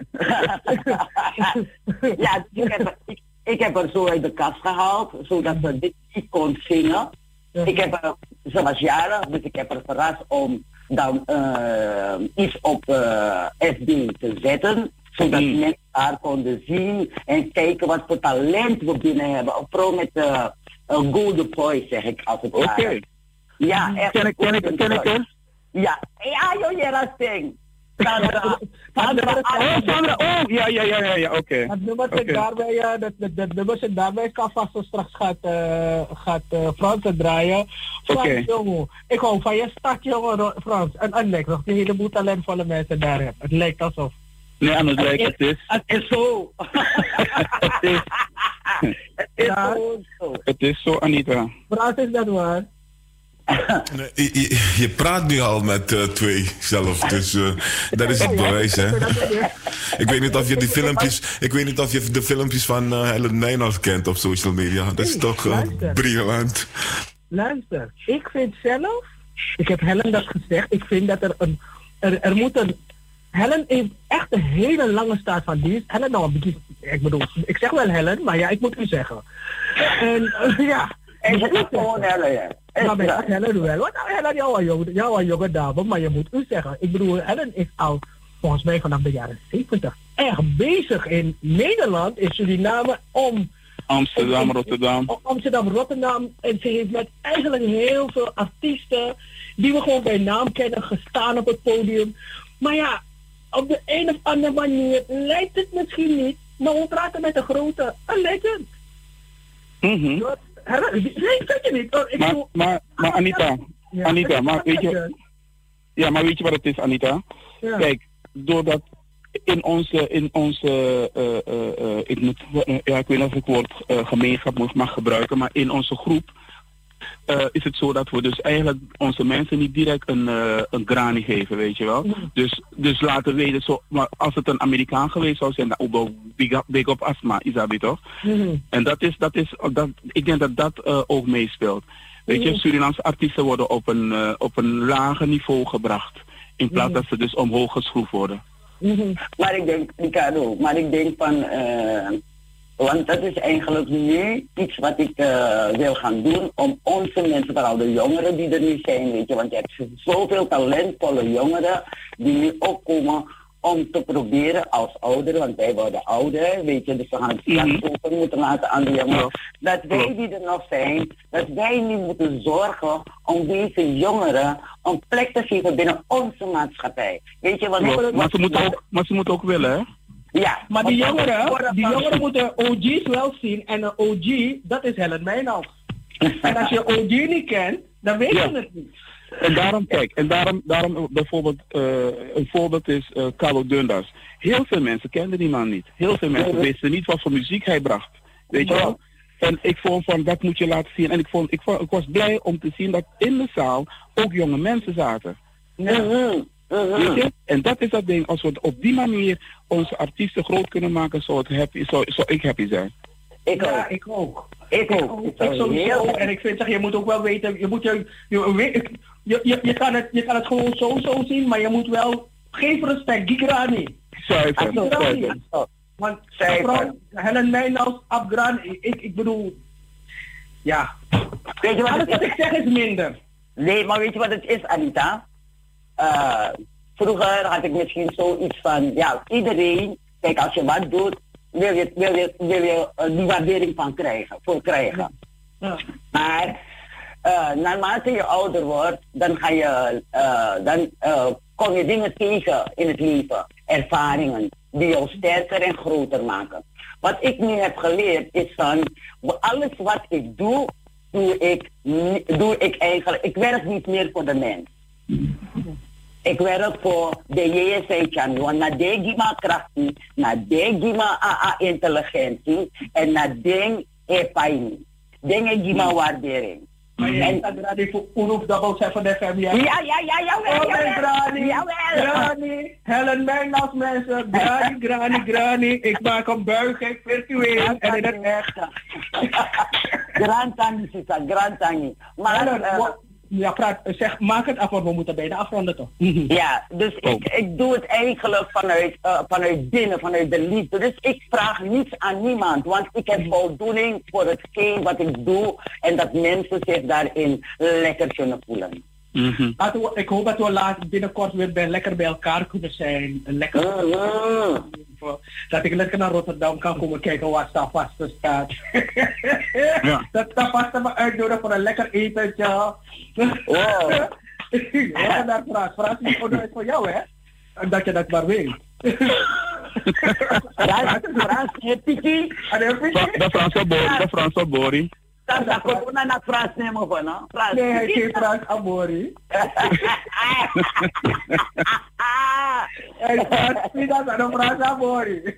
Ja, ik heb haar zo uit de kast gehaald, zodat ze dit niet kon zingen. Ze was jarig, dus ik heb haar verrast om dan iets op FB te zetten, zodat mensen haar konden zien en kijken wat voor talent we binnen hebben. Een vrouw met een golden voice, zeg ik als het ware. Oké. Ja, echt. Ken ik er? Ja, joh, Jera Sting. Sandra, oké. Het nummer zit daarbij, dat nummer zit daarbij, ik kan vast zo straks gaat Frans draaien. Frans, jongen, ik hou van je stad, jongen, Frans. En lijkt nog een heleboel talentvolle mensen daar hebben. Het lijkt alsof. Nee, aan het lijkt, het is zo. Het is zo, Anita. Frans, is dat waar? Je praat nu al met twee zelf, dus dat is het bewijs, hè. Ik weet niet of je de filmpjes van Helen Meijners kent op social media. Dat is toch briljant. Luister, ik vind zelf, ik heb Helen dat gezegd, ik vind dat er moet een, Helen heeft echt een hele lange staat van dienst. Helen nou een beetje, ik bedoel, ik zeg wel Helen, maar ja, ik moet u zeggen. En ja. En je gaat gewoon Helen, ja. Maar bij Helen wel. Want Helen, jouw jonge dame, maar je moet u zeggen. Ik bedoel, Helen is al volgens mij vanaf de jaren 70 echt bezig in Nederland, in Suriname, om Amsterdam, Rotterdam. En ze heeft met eigenlijk heel veel artiesten die we gewoon bij naam kennen, gestaan op het podium. Maar ja, op de een of andere manier lijkt het misschien niet, maar we praten met een grote legend. Nee, dat je niet. Maar Anita, maar weet je... Ja, maar weet je wat het is, Anita? Ja. Kijk, doordat in onze ik weet niet of ik het woord gemeenschap mag gebruiken, maar in onze groep is het zo dat we dus eigenlijk onze mensen niet direct een granny geven, weet je wel. Dus laten weten, zo, maar als het een Amerikaan geweest zou zijn, dan ook big up astma, Isabi, toch? En ik denk dat ook meespeelt. Weet je, Surinaamse artiesten worden op een lager niveau gebracht, in plaats dat ze dus omhoog geschroefd worden. Maar ik denk, Ricardo, van... want dat is eigenlijk nu iets wat ik wil gaan doen om onze mensen, vooral de jongeren die er nu zijn, weet je, want je hebt zoveel talentvolle jongeren die nu ook komen om te proberen als ouderen, want wij worden ouder, weet je, dus we gaan het straks open moeten laten aan de jongeren, dat wij die er nog zijn, dat wij nu moeten zorgen om deze jongeren een plek te geven binnen onze maatschappij. Weet je, want maar ze moeten ook willen, hè? Ja, maar die jongeren moeten OG's wel zien. En een OG, dat is Helen Mijnhoff. En als je OG niet kent, dan weet je het niet. En daarom bijvoorbeeld, een voorbeeld is Carlo Dundas. Heel veel mensen kenden die man niet. Heel veel mensen wisten niet wat voor muziek hij bracht. Weet je wel? En ik vond van, dat moet je laten zien. En ik was blij om te zien dat in de zaal ook jonge mensen zaten. Weet je? En dat is dat ding. Als we op die manier onze artiesten groot kunnen maken, zou ik happy zijn. Ik ook. Ik sowieso. En ik vind, je moet ook wel weten, je kan het gewoon zo zien, maar je moet wel, geef respect, Gigrani. Want Helen Mijnhoff, Afgrani, ik bedoel, ja. Weet je alles wat ik zeg is minder. Nee, maar weet je wat het is, Anita? Vroeger had ik misschien zoiets van, ja, iedereen, kijk, als je wat doet, wil je die waardering voor krijgen. Ja. Maar naarmate je ouder wordt, dan kom je dingen tegen in het leven, ervaringen, die jou sterker en groter maken. Wat ik nu heb geleerd is van, alles wat ik doe ik eigenlijk, ik werk niet meer voor de mens. Ik werk voor de JSC-channel, want na de gima krachtie, na de gima intelligentie en na de epaini. Dingen gima waardering. Maar je staat er voor Unoef Double 7 FM, ja? Jawel. Grani, Helen Mijnhoff mensen, Grani. Ik maak een buiging virtueel en in het echt. Grand tangi. Maar... maak het af, want we moeten bijna afronden toch? Ja, dus ik doe het eigenlijk vanuit binnen, vanuit de liefde. Dus ik vraag niets aan niemand, want ik heb voldoening voor hetgeen wat ik doe en dat mensen zich daarin lekker kunnen voelen. Ik hoop dat we binnenkort weer lekker bij elkaar kunnen zijn. Dat ik lekker naar Rotterdam kan komen kijken waar Stavaste staat. Dat Stavaste me uitnodigen voor een lekker etentje. Ja, daar Frans is voor jou, hè? En dat je dat maar weet. Frans, Piki. De Franse Bori. Dat corona na Frans nemen van, no? Nee, hij geeft Frans Abori. En Frans, dat is een Frans Abori.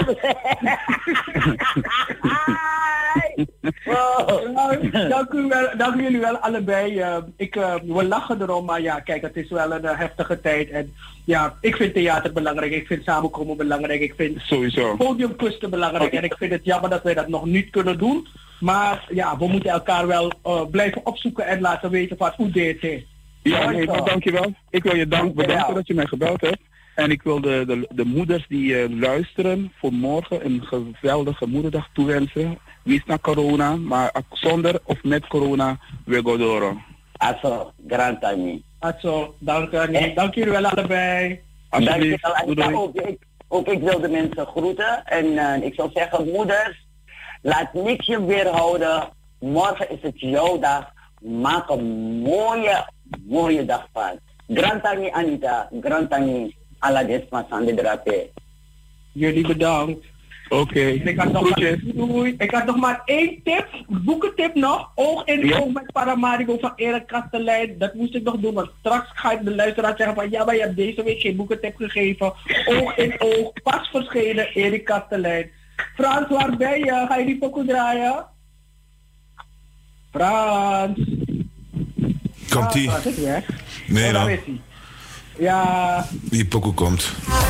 Dank jullie wel allebei. We lachen erom, maar ja, kijk, het is wel een heftige tijd. En ja, ik vind theater belangrijk, ik vind samenkomen belangrijk, ik vind sowieso podiumkusten belangrijk. En ik vind het jammer dat wij dat nog niet kunnen doen. Maar ja, we moeten elkaar wel blijven opzoeken en laten weten van hoe dit is. Ja, nee, maar dankjewel. Ik wil je bedanken dat je mij gebeld hebt. En ik wil de moeders die luisteren voor morgen een geweldige moederdag toewensen. Niet naar corona, maar zonder of met corona, we gaan door. Asso, grand ami. Asso, dank jullie wel allebei. Dankjewel, Anita. Ook ik wil de mensen groeten. En ik zou zeggen, moeders, laat niks je weerhouden. Morgen is het jouw dag. Maak een mooie dag van. Grand ami Anita, grand ami Aladesma Sande Drape. Jullie bedankt. Oké. Ik had nog maar één tip, boekentip nog. Oog in oog met Paramaribo van Erik Kastelein. Dat moest ik nog doen, want straks ga ik de luisteraar zeggen van ja, maar je hebt deze week geen boekentip gegeven. Oog in oog, pas verschenen, Erik Kastelein. Frans, waar ben je? Ga je die pokoe draaien? Frans. Komt-ie? Frans is weg. Nee, daar nou. is hij. Ja. Die pokoe komt.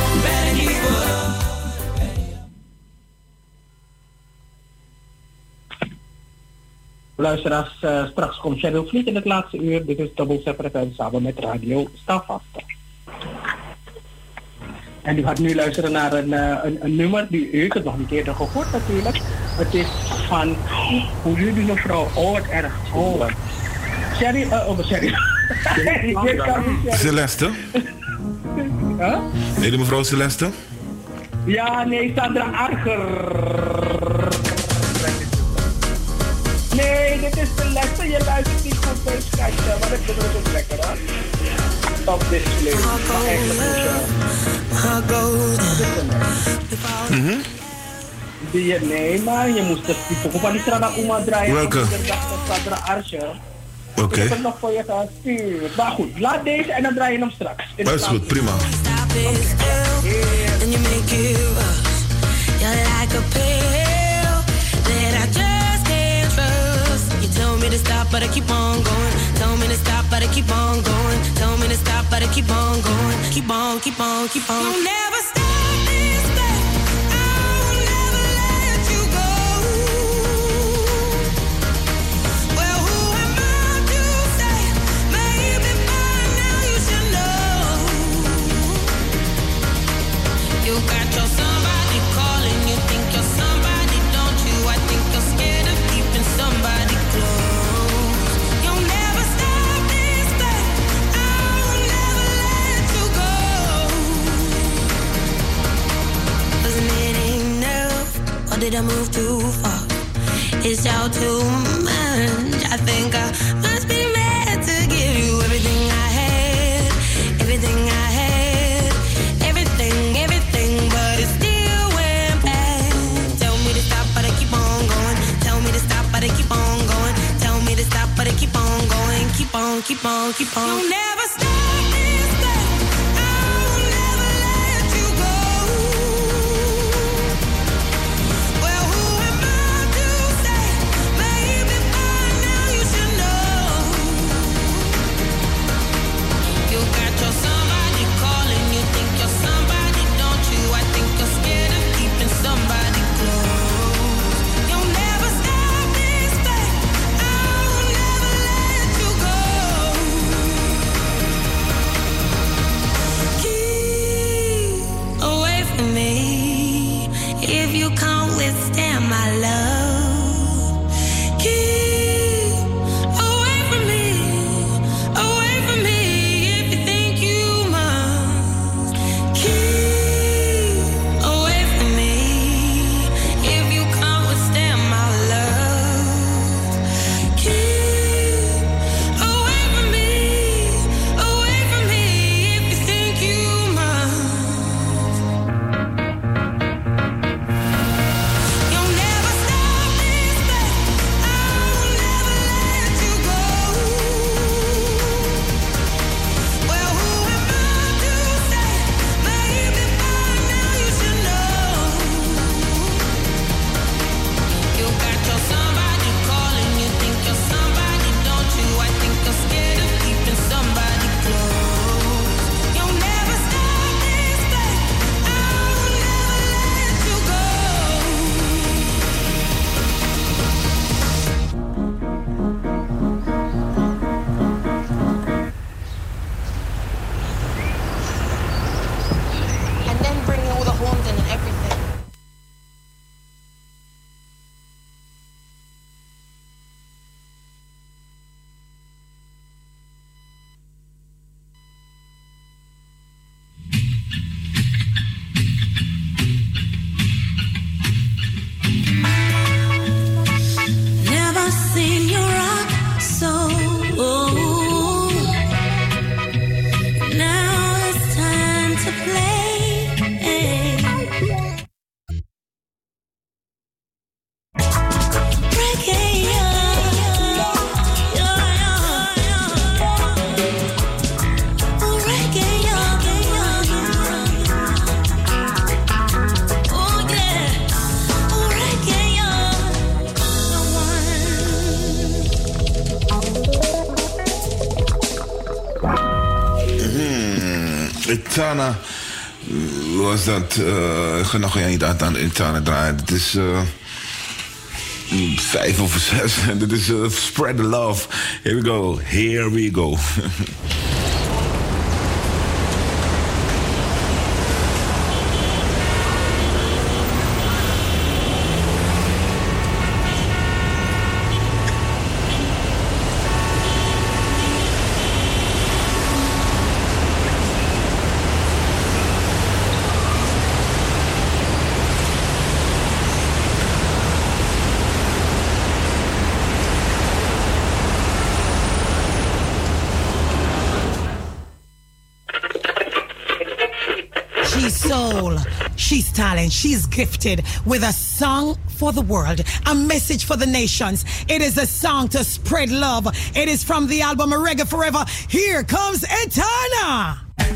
Luisteraars, straks komt Cheryl Vliet in het laatste uur. Dit is Double 7 FM samen met Radio Stavast. En u gaat nu luisteren naar een nummer die u het nog niet eerder gehoord natuurlijk. Het is van, hoe jullie mevrouw? Oh, wat erg. Oh. Sherry, Sherry. Celeste? Huh? Nee, de mevrouw Celeste? Ja, nee, Sandra Arger. Nee, dit is Celeste. Je luistert niet goed bij Skype, maar ik vind het ook lekker, hè? Top display. Maar eigenlijk nee, maar je moest het die pokoe van die Strada Uma draaien. Welke? Sandra Archer. Oké. Ik heb het nog voor je gestuurd. Maar goed, laat deze en dan draai je hem straks. Dat is goed, prima. And you make it rush. You're like a pill that I just can't trust. You tell me to stop, but I keep on going. Tell me to stop, but I keep on going. Tell me to stop, but I keep on going. Keep on, keep on, keep on. You'll never stop this thing. I will never let you go. Well, who am I to say? Maybe by now you should know. You got your somebody calling, you think you're somebody, don't you? I think you're scared of keeping somebody close. You'll never stop this thing. I will never let you go. 'Cause it ain't enough, or did I move too far? It's all too much. I think I must be mad to give you everything I had, everything I had, everything, everything, but it still went bad. Tell me to stop, but I keep on going. Tell me to stop, but I keep on going. Tell me to stop, but I keep on going. Keep on, keep on, keep on. You'll never stop this thing. I will never let you go. Well, who am I to say? Maybe by now you should know. You got your somebody calling, you think you're somebody, don't you? I think you're scared of keeping somebody close. You'll never stop this thing. I will never let you go. Etana was dat. Ik ga nog niet aan Etana draaien. Het is 5 over 6. Dit is Spread the Love. Here we go. Here we go. She's talent. She's gifted with a song for the world, a message for the nations. It is a song to spread love. It is from the album Reggae Forever. Here comes Etana.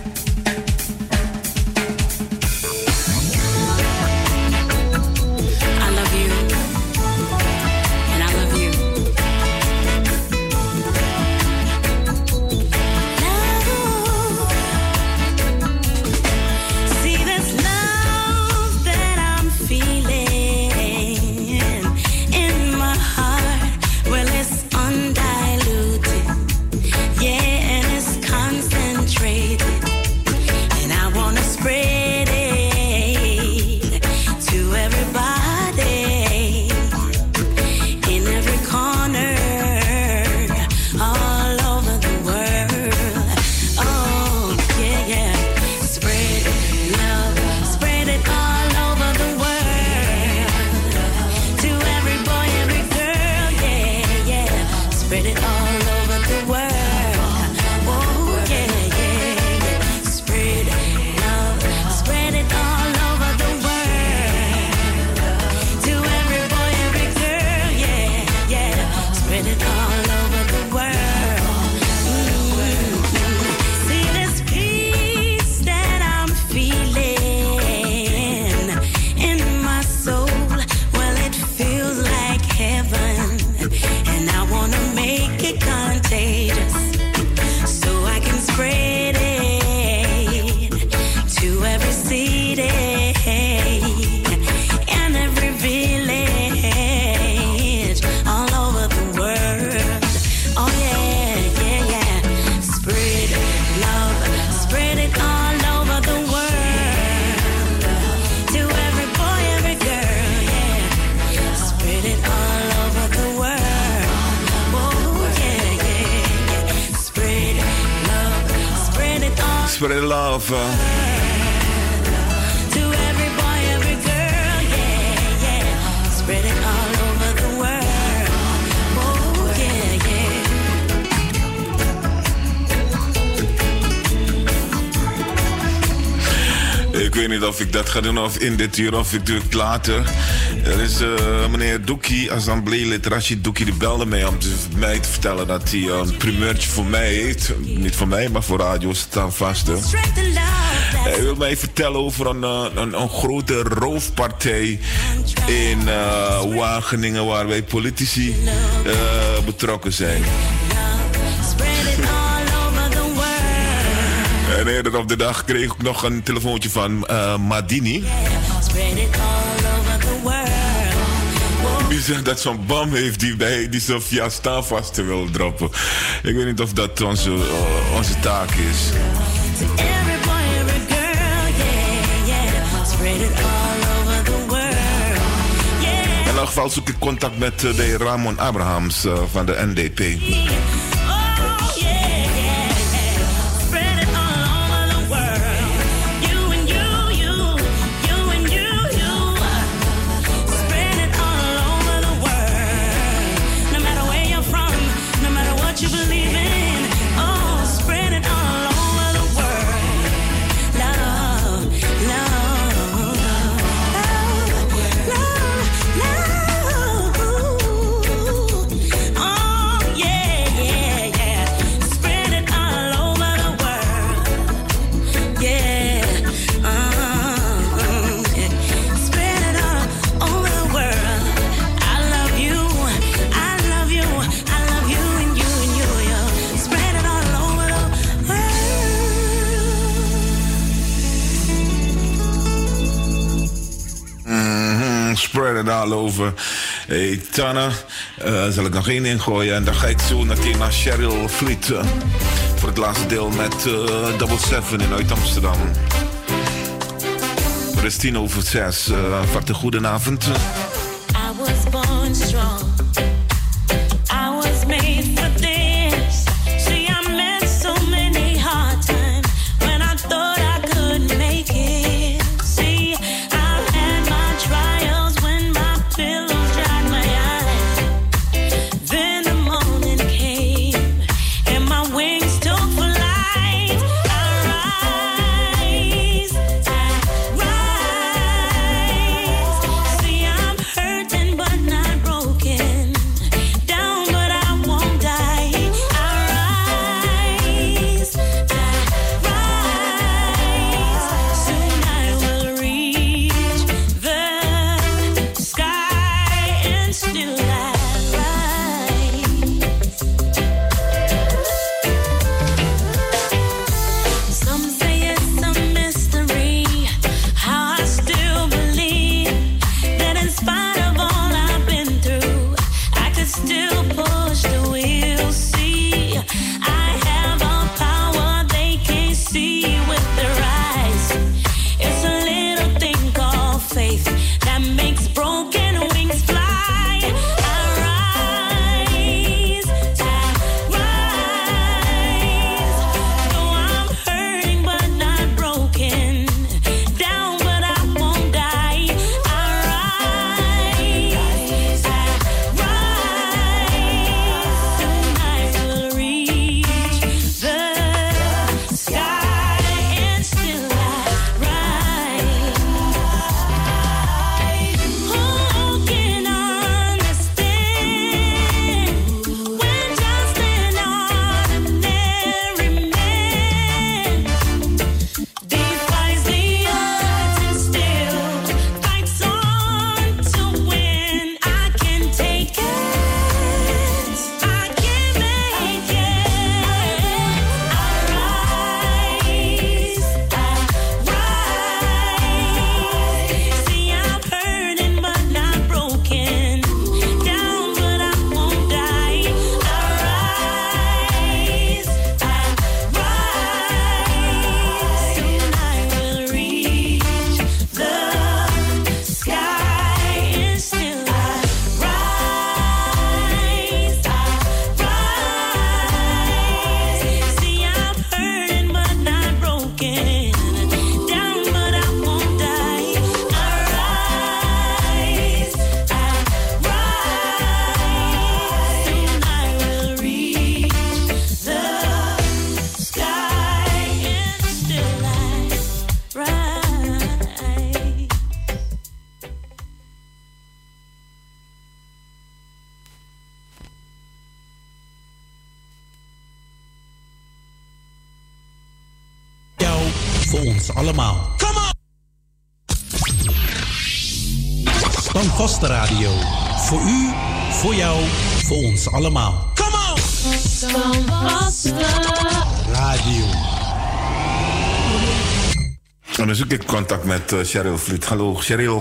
Spread love. To every boy, every girl, yeah, yeah. Spread it all over the world. Oh, yeah, yeah. Ik weet niet of ik dat ga doen of in dit uur of ik doe het later. Er is meneer Doekie, assembleelid Rashid Doekie, die belde mij om mij te vertellen dat hij een primeurtje voor mij heeft. Niet voor mij, maar voor Radio Standvast. Hij wil mij vertellen over een grote roofpartij in Wageningen waar wij politici betrokken zijn. En eerder op de dag kreeg ik nog een telefoontje van Madini. Die zegt dat zo'n bom heeft die ze via Standvast wil droppen. Ik weet niet of dat onze taak is. In elk geval zoek ik contact met de heer Ramon Abrahams van de NDP. yeah. verhalen over Tana. Zal ik nog één ingooien. En dan ga ik zo meteen naar Cheryl Vliet. Voor het laatste deel met Double 7 in Uit-Amsterdam. Het is 5:10. Vart een goedenavond. I was born strong. I was made for this. See, I met so many hard times when I thought I could make it. See, I had my trials when my pillows dried my eyes. Then the morning came and my wings took flight. I rise. See, I'm hurting but not broken. Down but I won't die. I rise. Soon I will reach the sky and still I rise. Some say it's a mystery how I still believe that in spite of all I've been through, I could still push the wheel. See, I have a power they can't see with their eyes. It's a little thing called faith that makes broken wings fly. I rise. Though I'm hurting but not broken. Down but I won't die. I rise. Soon I will reach the sky and still I rise. Who can understand when just an ordinary man defies the odds and still fights on to win? I can take it. I can make it. I rise. See, I'm hurting but not broken. Down but I won't die. I rise. Soon I will reach the sky and still I rise. See, I'm hurting but not broken. Down but I won't die. I rise. Soon I will reach the sky and still I rise. Jou voor ons allemaal. Come on! Standvaste Radio. Voor u, voor jou, voor ons allemaal. Come on! Radio. En dan zoek ik contact met Cheryl Vliet. Hallo Cheryl.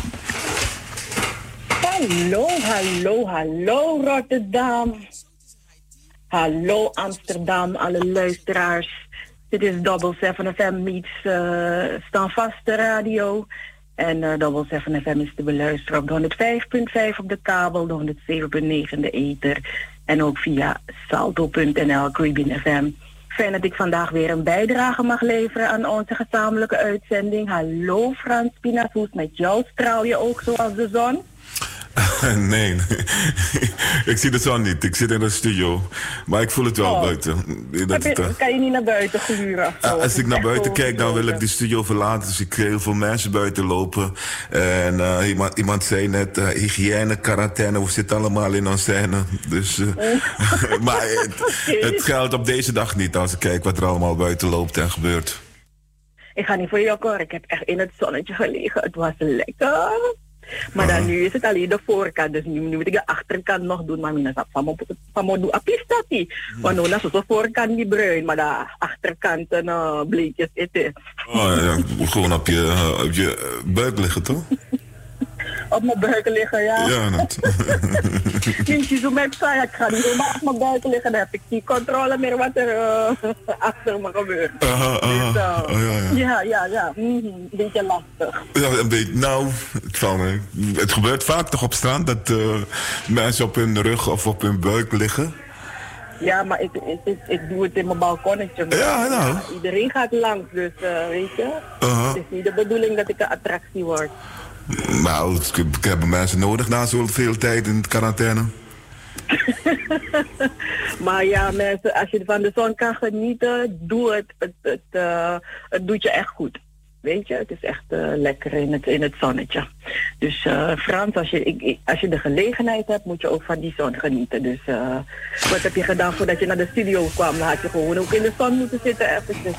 Hallo, hallo, hallo Rotterdam. Hallo Amsterdam, alle luisteraars. Dit is Double 7 FM meets Standvaste Radio. En Double 7 FM is te beluisteren op de 105.5 op de kabel, de 107.9 de ether. En ook via salto.nl, Caribbean FM. Fijn dat ik vandaag weer een bijdrage mag leveren aan onze gezamenlijke uitzending. Hallo Frans Pinas, hoe is het met jou? Straal je ook zoals de zon? Nee, ik zie de zon niet. Ik zit in de studio. Maar ik voel het wel buiten. Kan je niet naar buiten gluren? Als ik naar buiten kijk, dan wil ik de studio verlaten. Dus ik zie heel veel mensen buiten lopen. En iemand zei net, hygiëne, quarantaine, we zitten allemaal in ons scène. Dus, maar het geldt op deze dag niet als ik kijk wat er allemaal buiten loopt en gebeurt. Ik ga niet voor jou horen. Ik heb echt in het zonnetje gelegen. Het was lekker. Maar dan nu is het alleen de voorkant, dus nu moet ik de achterkant nog doen. Maar mijn van me doe apistati. Want nu is de voorkant niet bruin, maar de achterkant bleekjes eten. Oh ja, gewoon op je buik liggen toch? Op mijn buik liggen, ja. Ja, dat. Kindje, zo met ik ga niet zomaar op mijn buik liggen. Dan heb ik die controle meer wat er achter me gebeurt. Ja. Een beetje lastig. Ja, een beetje. Nou, het gebeurt vaak toch op strand dat mensen op hun rug of op hun buik liggen. Ja, maar ik doe het in mijn balkonnetje. Ja, nou. Iedereen gaat langs, dus weet je. Het is niet de bedoeling dat ik een attractie word. Nou, ik heb mensen nodig na zoveel tijd in de quarantaine. Maar ja, mensen, als je van de zon kan genieten, doe het. Het doet je echt goed. Weet je, het is echt lekker in het zonnetje. Dus Frans, als je de gelegenheid hebt, moet je ook van die zon genieten. Dus wat heb je gedaan voordat je naar de studio kwam? Dan had je gewoon ook in de zon moeten zitten eventjes.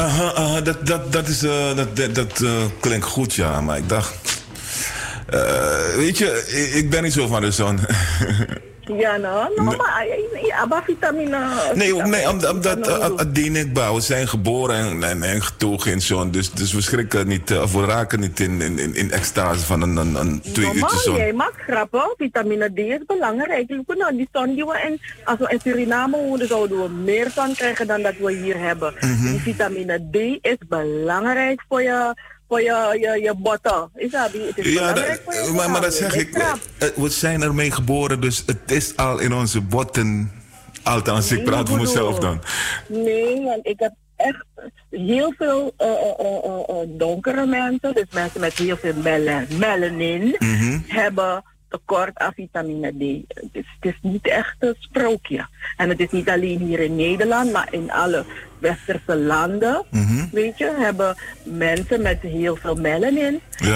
Dat klinkt goed, ja. Maar ik dacht... weet je, ik ben niet zo van de zon. Ja, maar vitamine... Nee, omdat we zijn geboren en getogen in zon. Dus we schrikken niet, of we raken niet in extase van een 2 uurtjes zon. Jij maakt grappen. Vitamine D is belangrijk. Nou, die zon die we als we in Suriname wonen, zouden we meer zon krijgen dan dat we hier hebben. Die vitamine D is belangrijk voor je botten. Is dat? Het is belangrijk voor je maar dat zeg ik. We zijn ermee geboren, dus het is al in onze botten. Althans, ik praat voor mezelf dan. Nee, want ik heb echt heel veel donkere mensen, dus mensen met heel veel melanin, hebben tekort aan vitamine D. Het is niet echt een sprookje. En het is niet alleen hier in Nederland, maar in alle westerse landen, weet je, hebben mensen met heel veel melanin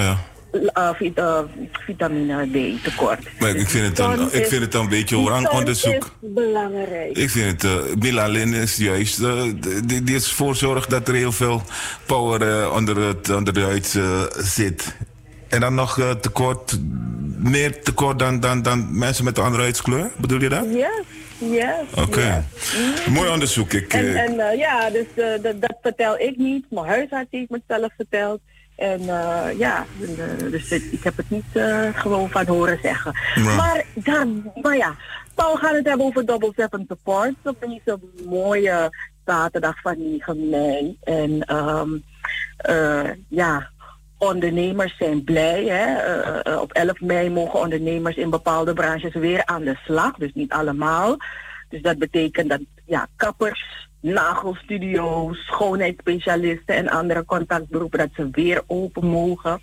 vitamine D tekort. Maar ik vind het dan een beetje orang onderzoek. Is belangrijk. Ik vind het, melanin is juist, die is voorzorg dat er heel veel power onder de huid zit. En dan nog meer tekort dan mensen met een andere huidskleur? Bedoel je dat? Yes. Oké. Mooi onderzoek. Dus dat vertel ik niet. Mijn huisarts heeft me het zelf verteld. En dus ik heb het niet gewoon van horen zeggen. Maar ja, Paul gaat het hebben over Double 7 Support op deze mooie zaterdag van 9 mei. En ondernemers zijn blij. Hè? Op 11 mei mogen ondernemers in bepaalde branches weer aan de slag. Dus niet allemaal. Dus dat betekent dat kappers, nagelstudio's, schoonheidsspecialisten en andere contactberoepen, dat ze weer open mogen.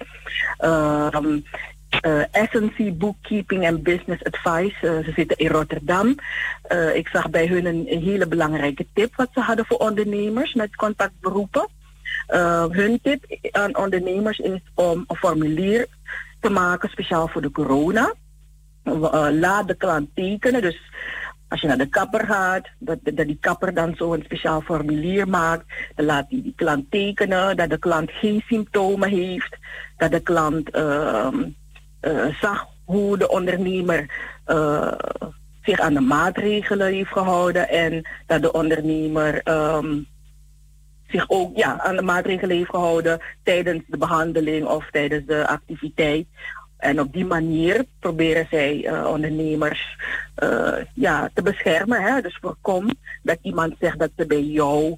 Essency Bookkeeping and Business Advice. Ze zitten in Rotterdam. Ik zag bij hun een hele belangrijke tip wat ze hadden voor ondernemers met contactberoepen. Hun tip aan ondernemers is om een formulier te maken speciaal voor de corona. Laat de klant tekenen. Dus als je naar de kapper gaat, dat die kapper dan zo een speciaal formulier maakt. Dan laat die klant tekenen dat de klant geen symptomen heeft. Dat de klant zag hoe de ondernemer zich aan de maatregelen heeft gehouden. En dat de ondernemer zich ook aan de maatregelen heeft gehouden tijdens de behandeling of tijdens de activiteit. En op die manier proberen zij ondernemers te beschermen. Hè? Dus voorkom dat iemand zegt dat ze bij jou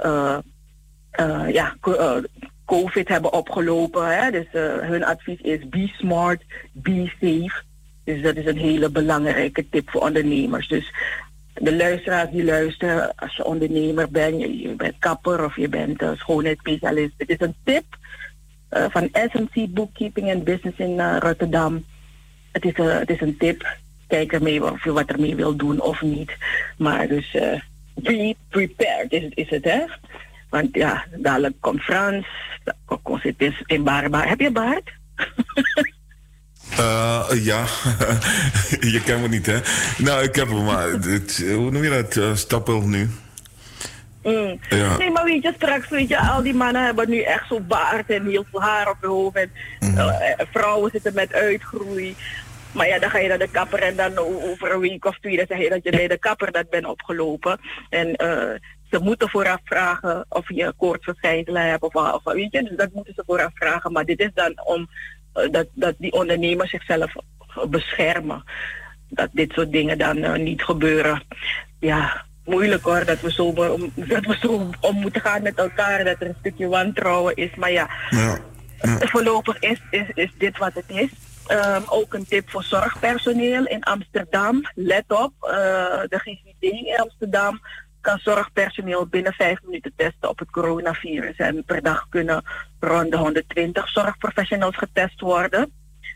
COVID hebben opgelopen. Hè? Dus hun advies is be smart, be safe. Dus dat is een hele belangrijke tip voor ondernemers. Dus de luisteraars die luisteren, als je ondernemer bent, je bent kapper of je bent schoonheidsspecialist. Het is een tip van Essency Bookkeeping and Business in Rotterdam. Het is een tip. Kijk ermee of je wat ermee wil doen of niet. Maar dus be prepared is het, hè? Want ja, dadelijk komt Frans. Dan zit het in baard. Heb je baard? Ja, je kent me niet, hè? Nou, ik heb hem, maar hoe noem je dat? Stappel nu. Ja. Nee, maar weet je, straks, al die mannen hebben nu echt zo'n baard en heel veel haar op hun hoofd. En vrouwen zitten met uitgroei. Maar ja, dan ga je naar de kapper en dan over een week of 2 dan zeg je dat je bij de kapper dat bent opgelopen. En ze moeten vooraf vragen of je koortsverschijnselen hebt of weet je, dus dat moeten ze vooraf vragen. Maar dit is dan om dat die ondernemers zichzelf beschermen. Dat dit soort dingen dan niet gebeuren. Ja, moeilijk hoor, dat we zo om moeten gaan met elkaar, dat er een stukje wantrouwen is. Maar ja. Voorlopig is dit wat het is. Ook een tip voor zorgpersoneel in Amsterdam. Let op, de GGD in Amsterdam kan zorgpersoneel binnen 5 minuten testen op het coronavirus. En per dag kunnen rond de 120 zorgprofessionals getest worden.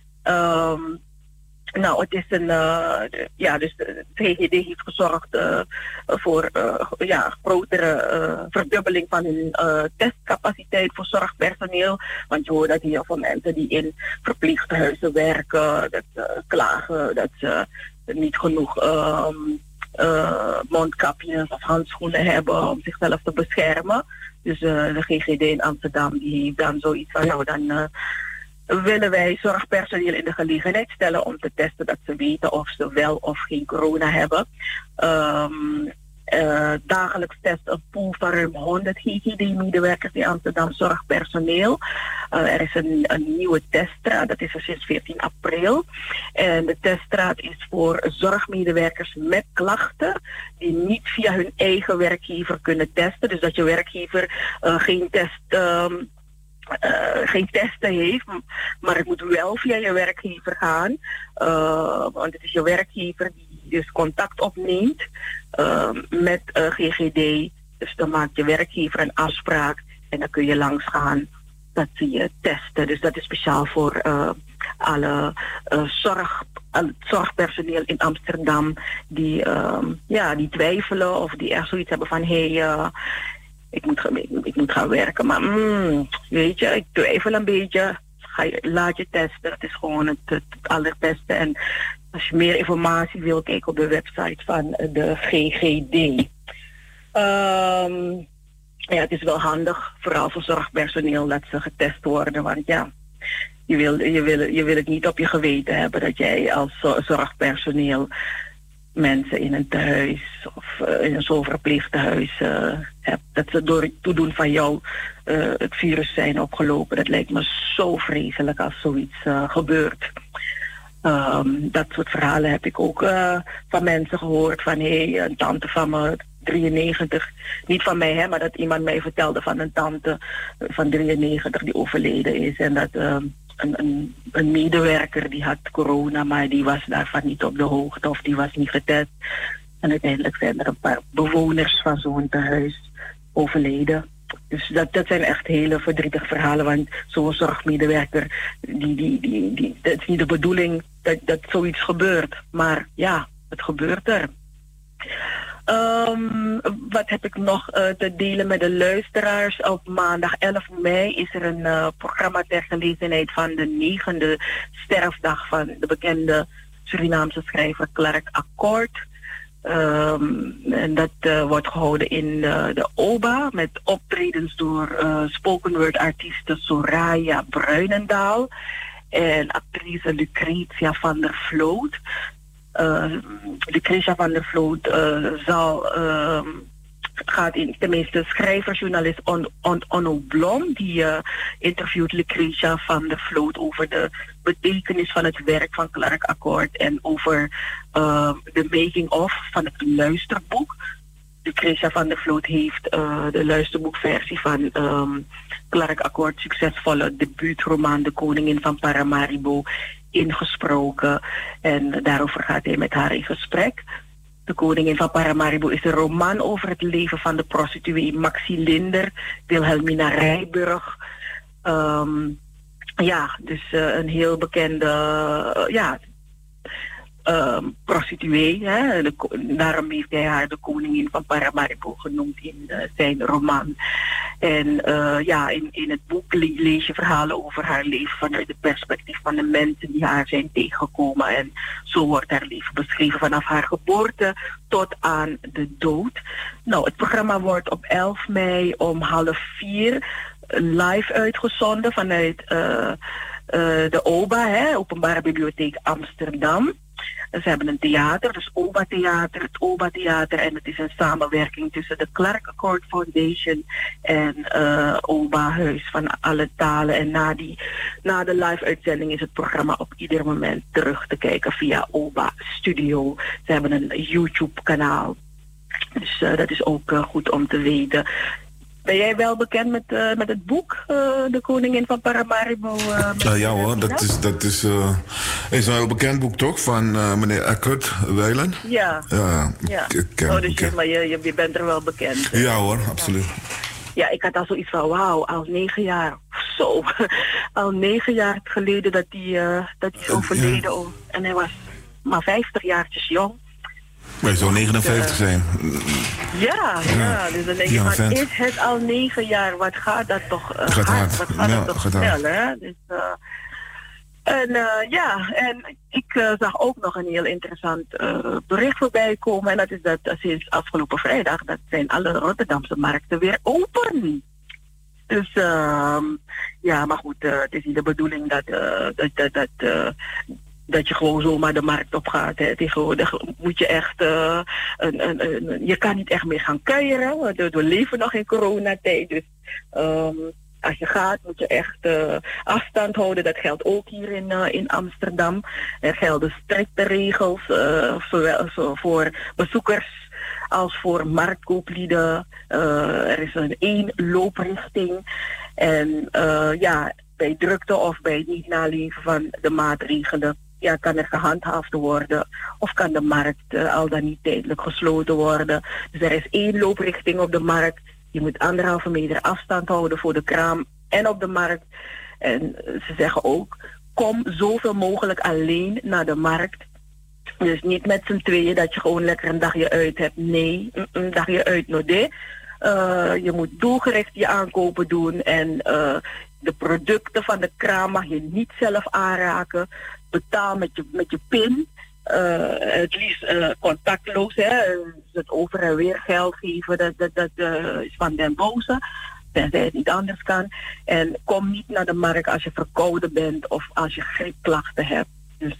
Nou, het is dus de GGD heeft gezorgd voor grotere verdubbeling van hun testcapaciteit voor zorgpersoneel. Want je hoort dat hier van mensen die in verpleeghuizen werken, dat klagen dat ze niet genoeg mondkapjes of handschoenen hebben om zichzelf te beschermen. Dus de GGD in Amsterdam die heeft dan zoiets van, nou dan willen wij zorgpersoneel in de gelegenheid stellen om te testen dat ze weten of ze wel of geen corona hebben. Dagelijks test een pool van ruim 100 GGD-medewerkers in Amsterdam zorgpersoneel. Er is een nieuwe teststraat, dat is er sinds 14 april. En de teststraat is voor zorgmedewerkers met klachten die niet via hun eigen werkgever kunnen testen. Dus dat je werkgever geen testen heeft, maar het moet wel via je werkgever gaan. Want het is je werkgever die dus contact opneemt met GGD. Dus dan maakt je werkgever een afspraak en dan kun je langs gaan dat ze je testen. Dus dat is speciaal voor alle zorgpersoneel in Amsterdam die twijfelen of die echt zoiets hebben van ik moet gaan werken, maar weet je, ik twijfel een beetje. Laat je testen, dat is gewoon het allerbeste. En als je meer informatie wil, kijk op de website van de GGD. Het is wel handig, vooral voor zorgpersoneel, dat ze getest worden. Want ja, je wil het niet op je geweten hebben dat jij als zorgpersoneel mensen in een tehuis of in een zoverpleegtehuis hebt. Dat ze door het toedoen van jou het virus zijn opgelopen. Dat lijkt me zo vreselijk als zoiets gebeurt. Dat soort verhalen heb ik ook van mensen gehoord. Van een tante van me, 93. Niet van mij, maar dat iemand mij vertelde van een tante van 93 die overleden is. En dat een medewerker die had corona, maar die was daarvan niet op de hoogte of die was niet getest. En uiteindelijk zijn er een paar bewoners van zo'n tehuis overleden. Dus dat zijn echt hele verdrietige verhalen, want zo'n zorgmedewerker, dat is niet de bedoeling dat zoiets gebeurt. Maar ja, het gebeurt er. Wat heb ik nog te delen met de luisteraars? Op maandag 11 mei is er een programma ter gelegenheid van de 9e sterfdag van de bekende Surinaamse schrijver Clark Akkoord. En dat wordt gehouden in de OBA met optredens door spoken word artiesten Soraya Bruinendaal en actrice Lucretia van der Vloot. Lucretia van der Vloot gaat in, tenminste schrijver-journalist Onno Blom, die interviewt Lucretia van der Vloot over de betekenis van het werk van Clark Akkoord en over de making-of van het luisterboek. Lucretia van der Vloot heeft de luisterboekversie van Clark Akkoord succesvolle debuutroman De Koningin van Paramaribo ingesproken. En daarover gaat hij met haar in gesprek. De Koningin van Paramaribo is een roman over het leven van de prostituee Maxi Linder, Wilhelmina Rijburg. Dus een heel bekende prostituee. Hè? Daarom heeft hij haar de Koningin van Paramaribo genoemd in zijn roman. En in het boek lees je verhalen over haar leven vanuit het perspectief van de mensen die haar zijn tegengekomen. En zo wordt haar leven beschreven vanaf haar geboorte tot aan de dood. Nou, het programma wordt op 11 mei om 3:30 live uitgezonden vanuit de OBA, Openbare Bibliotheek Amsterdam. Ze hebben een theater, dus OBA Theater, het OBA Theater. En het is een samenwerking tussen de Clark Accord Foundation en OBA Huis van alle talen. En na de live-uitzending is het programma op ieder moment terug te kijken via OBA Studio. Ze hebben een YouTube-kanaal. Dus dat is ook goed om te weten. Ben jij wel bekend met het boek De Koningin van Paramaribo? Ja hoor, dat is een heel bekend boek toch? Van meneer Eckert Wijlen? Ja. Dus je bent er wel bekend. Ja hoor, absoluut. Ja, ik had al zoiets van, wauw, al 9 jaar. Zo, al 9 jaar geleden dat hij is overleden. En hij was maar 50 jaartjes jong. Wij zou 59 zijn. Ja, dus dan denk je van, is het al 9 jaar? Wat gaat dat toch hard? Wat gaat dat toch snel, hè? Dus, en ik zag ook nog een heel interessant bericht voorbij komen. En dat is dat sinds afgelopen vrijdag, dat zijn alle Rotterdamse markten weer open. Dus maar goed, het is niet de bedoeling dat je gewoon zomaar de markt op gaat. Hè. Tegenwoordig moet je echt, je kan niet echt meer gaan kuieren. We leven nog in coronatijd. Dus als je gaat moet je echt afstand houden. Dat geldt ook hier in Amsterdam. Er gelden strikte regels, zowel voor bezoekers als voor marktkooplieden. Er is een 1 looprichting. En bij drukte of bij niet naleven van de maatregelen kan er gehandhaafd worden of kan de markt al dan niet tijdelijk gesloten worden. Dus er is 1 looprichting op de markt. Je moet 1,5 meter afstand houden voor de kraam en op de markt. En ze zeggen ook, kom zoveel mogelijk alleen naar de markt. Dus niet met z'n tweeën dat je gewoon lekker een dagje uit hebt. Nee, een dagje uit nog dit. Je moet doelgericht je aankopen doen en de producten van de kraam mag je niet zelf aanraken. Betaal met je PIN. Het liefst contactloos. Hè. Het over en weer geld geven, dat is van den boze. Tenzij het niet anders kan. En kom niet naar de markt als je verkouden bent of als je griepklachten hebt. Dus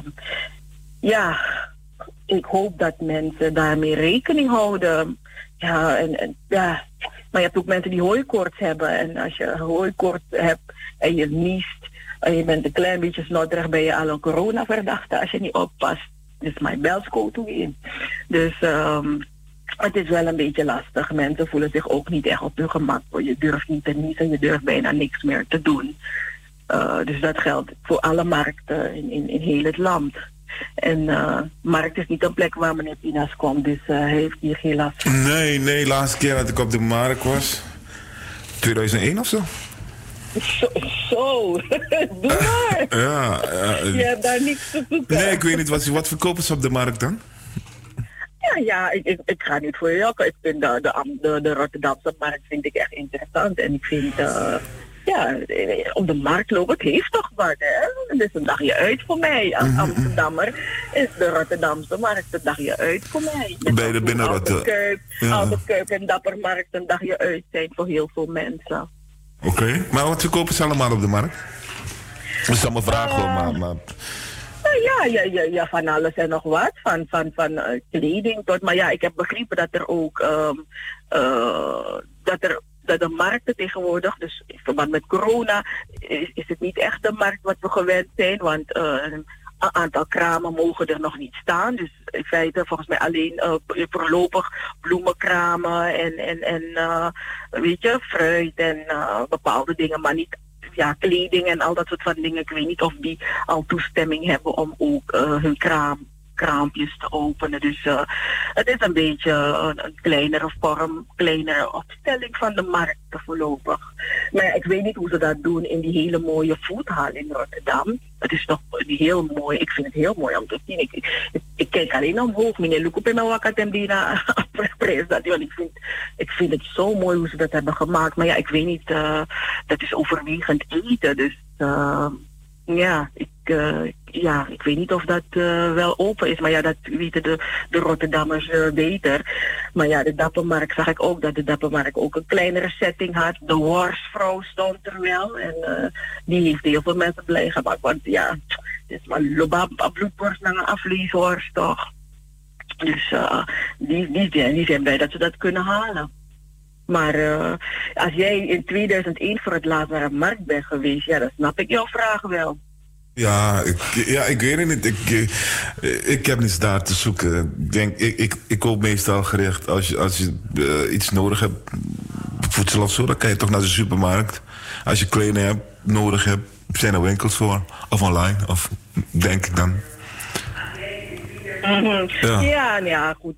ik hoop dat mensen daarmee rekening houden. Maar je hebt ook mensen die hooikoorts hebben. En als je hooikoorts hebt en je niest en je bent een klein beetje snotterig, ben je al een coronaverdachte als je niet oppast. Dus mijn bels go to in. Dus het is wel een beetje lastig. Mensen voelen zich ook niet echt op hun gemak. Je durft niet te niezen, je durft bijna niks meer te doen. Dus dat geldt voor alle markten in heel het land. En markt is niet een plek waar meneer Pinas komt, dus hij heeft hier geen last van. Nee, laatste keer dat ik op de markt was, 2001 of zo. Zo, doe maar. Je hebt daar niks te zoeken. Nee, ik weet niet, wat verkopen ze op de markt dan? Ja, ik ga niet voor je jokken. Ik vind de Rotterdamse markt vind ik echt interessant. En ik vind, op de markt lopen, het heeft toch wat, hè? Het is een dagje uit voor mij. Als Amsterdammer is de Rotterdamse markt een dagje uit voor mij. Bij de Binnenrotte. Oude Kuip en Dappermarkt een dagje uit zijn voor heel veel mensen. Oké, maar wat verkopen ze allemaal op de markt? Dat is allemaal vragen, maar... Ja, van alles en nog wat. Van kleding tot... Maar ja, ik heb begrepen dat er ook... dat de markten tegenwoordig, dus in verband met corona, is het niet echt de markt wat we gewend zijn. Want een aantal kramen mogen er nog niet staan. Dus in feite volgens mij alleen voorlopig bloemenkramen en weet je, fruit en bepaalde dingen, maar niet... Ja, kleding en al dat soort van dingen. Ik weet niet of die al toestemming hebben om ook hun kraampjes te openen. Dus het is een beetje een kleinere vorm, kleinere opstelling van de markten voorlopig. Maar ja, ik weet niet hoe ze dat doen in die hele mooie foodhal in Rotterdam. Het is toch heel mooi. Ik vind het heel mooi om te zien. Ik kijk alleen omhoog. Meneer Lukup en Wakatemdina presentatie. Ik vind het zo mooi hoe ze dat hebben gemaakt. Maar ja, ik weet niet. Dat is overwegend eten. Dus ik weet niet of dat wel open is. Maar ja, dat weten de Rotterdammers beter. Maar ja, de Dappermarkt zag ik ook dat de Dappermarkt ook een kleinere setting had. De Warsvrouw stond er wel. En die heeft heel veel mensen blij gemaakt. Want ja, het is maar bloedborst naar een afleeshorst toch. Dus die zijn blij dat ze dat kunnen halen. Maar als jij in 2001 voor het laatst naar een markt bent geweest, ja, dan snap ik jouw vraag wel. Ja, ik weet het niet. Ik heb niets daar te zoeken. Ik koop meestal gerecht als je iets nodig hebt, voedsel of zo, dan kan je toch naar de supermarkt. Als je kleding nodig hebt, zijn er winkels voor. Of online, of denk ik dan. Ja, goed.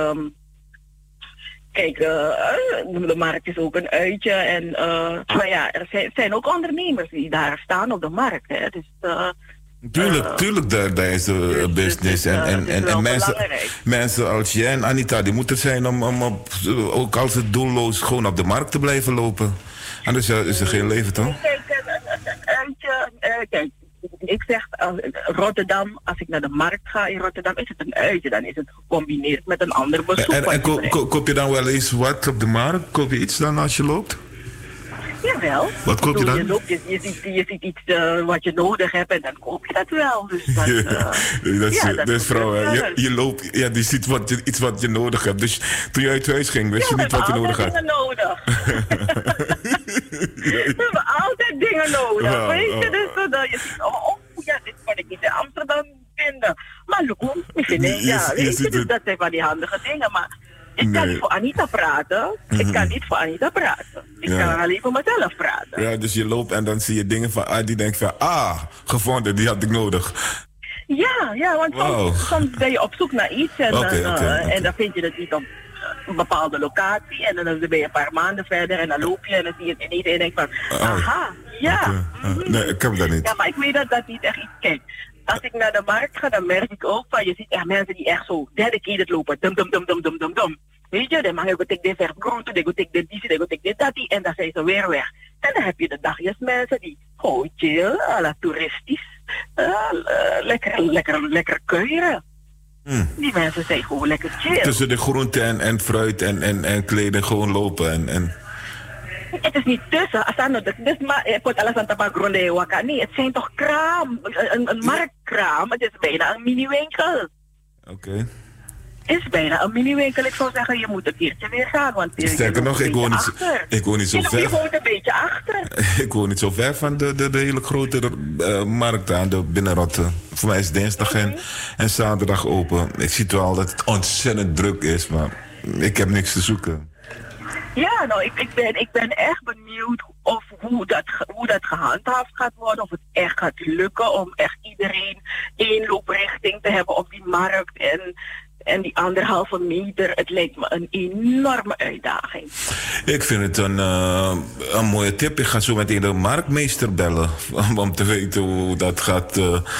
Kijk, de markt is ook een uitje. Maar ja, er zijn ook ondernemers die daar staan op de markt. Hè. Dus, Tuurlijk, daar is de business. En mensen als jij en Anita, die moeten zijn om ook als het doelloos gewoon op de markt te blijven lopen. Anders is er geen leven, toch? Kijk, ik zeg Rotterdam, als ik naar de markt ga in Rotterdam, is het een uitje. Dan is het gecombineerd met een ander bezoek. En koop je dan wel eens wat op de markt? Koop je iets dan als je loopt? Jawel. Wat koop je dan? Je ziet iets wat je nodig hebt en dan koop je dat wel. Dus dat is vrouw. Je loopt, ja, je ziet iets wat je nodig hebt. Dus toen je uit huis ging, wist je niet wat je nodig had. We hebben altijd dingen nodig. Weet je, dus je ziet, dit kan ik niet in Amsterdam vinden. Maar look, dus dat zijn van die handige dingen. Maar ik kan niet voor Anita praten. Ik kan niet voor Anita praten. Ik kan alleen voor mezelf praten. Ja, dus je loopt en dan zie je dingen van, die denkt van, gevonden, die had ik nodig. Ja, want soms ben je op zoek naar iets en dan vind je het niet op een bepaalde locatie. En dan ben je een paar maanden verder en dan loop je en dan zie je het ineens en je denkt van, Nee, ik heb dat niet. Ja, maar ik weet dat niet echt iets. Kijk, als ik naar de markt ga, dan merk ik ook van, je ziet echt mensen die echt zo dedicated lopen. Dum. Weet je, dan mag je take dit vergroten, dan take dit die, dan take dit dat die, en dan zijn ze weer weg. En dan heb je de dagjes mensen die gewoon chill, toeristisch, lekker kuieren. Die mensen zijn gewoon lekker chill. Tussen de groente en fruit en kleding gewoon lopen en... Het is niet tussen. Nee, het zijn toch kraam. Een marktkraam. Het is bijna een mini-winkel. Oké. Het is bijna een mini-winkel. Ik zou zeggen, je moet een keertje weer gaan. Want sterker nog, ik woon niet zo ver. Je woont een beetje achter. Ik woon niet zo ver van de hele grote markt aan de Binnenrotte. Voor mij is dinsdag en zaterdag open. Ik zie wel dat het ontzettend druk is, maar ik heb niks te zoeken. Ja, nou, ik ben echt benieuwd hoe dat gehandhaafd gaat worden. Of het echt gaat lukken om echt iedereen één looprichting te hebben op die markt. En die 1,5 meter, het lijkt me een enorme uitdaging. Ik vind het een mooie tip. Ik ga zo meteen de marktmeester bellen. Om te weten hoe dat gaat,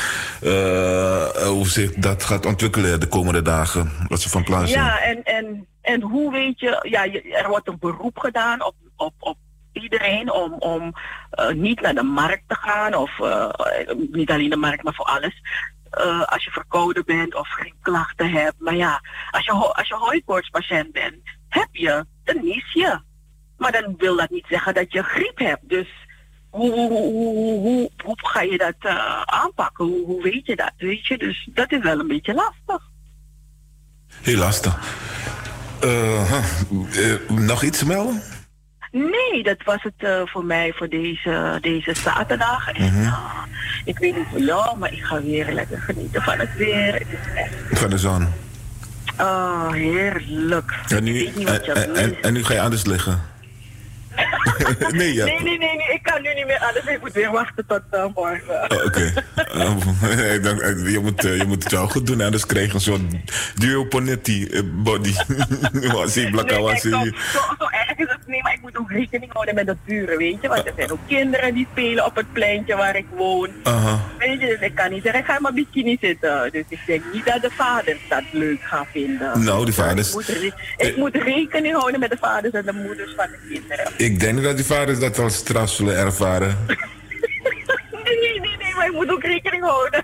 hoe zich dat gaat ontwikkelen de komende dagen. Wat ze van plan zijn. Ja, en hoe weet je, er wordt een beroep gedaan op iedereen om niet naar de markt te gaan. Of niet alleen de markt, maar voor alles. Als je verkouden bent of geen klachten hebt. Maar ja, als je hooikoortspatiënt bent, dan nies je. Maar dan wil dat niet zeggen dat je griep hebt. Dus hoe ga je dat aanpakken? Hoe weet je dat? Weet je? Dus dat is wel een beetje lastig. Heel lastig. Nog iets melden? Nee, dat was het voor mij voor deze zaterdag. En, ik weet niet voor jou, maar ik ga weer lekker genieten van het weer. Het is echt... Van de zon. Oh, heerlijk. En nu ga je anders liggen? Nee, ik kan nu niet meer anders. Ik moet weer wachten tot morgen. Oké. Je moet het wel goed doen, anders krijg je een soort duoponetti body. Zo erg is het niet, maar ik moet ook rekening houden met de buren, weet je. Want er zijn ook kinderen die spelen op het pleintje waar ik woon. Weet je, dus ik kan niet zeggen, ik ga in mijn bikini zitten. Dus ik denk niet dat de vaders dat leuk gaan vinden. Nou, de vaders... Ik moet rekening houden met de vaders en de moeders van de kinderen. Ik denk dat die vaders dat als straf zullen ervaren. Nee, maar ik moet ook rekening houden.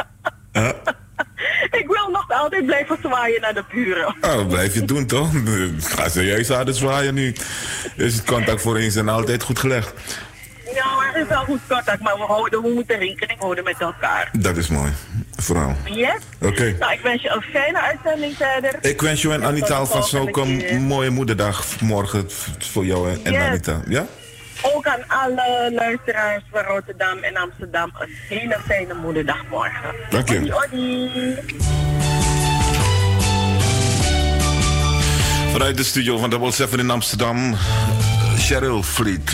Ik wil nog altijd blijven zwaaien naar de buren. Dat blijf je doen, toch? Ga ze juist aan het zwaaien nu. Dus het contact voor eens en altijd goed gelegd. Ja, maar vandaag is wel goed contact, maar we moeten rekening houden met elkaar. Dat is mooi. Vooral. Yes? Oké. Nou, ik wens je een fijne uitzending verder. Ik wens je en Anita alvast ook een mooie moederdag morgen voor jou en Anita. Ja? Ook aan alle luisteraars van Rotterdam en Amsterdam een hele fijne moederdag morgen. Dank je. Odi, odi. Vanuit de studio van Double 7 in Amsterdam, Cheryl Fleet.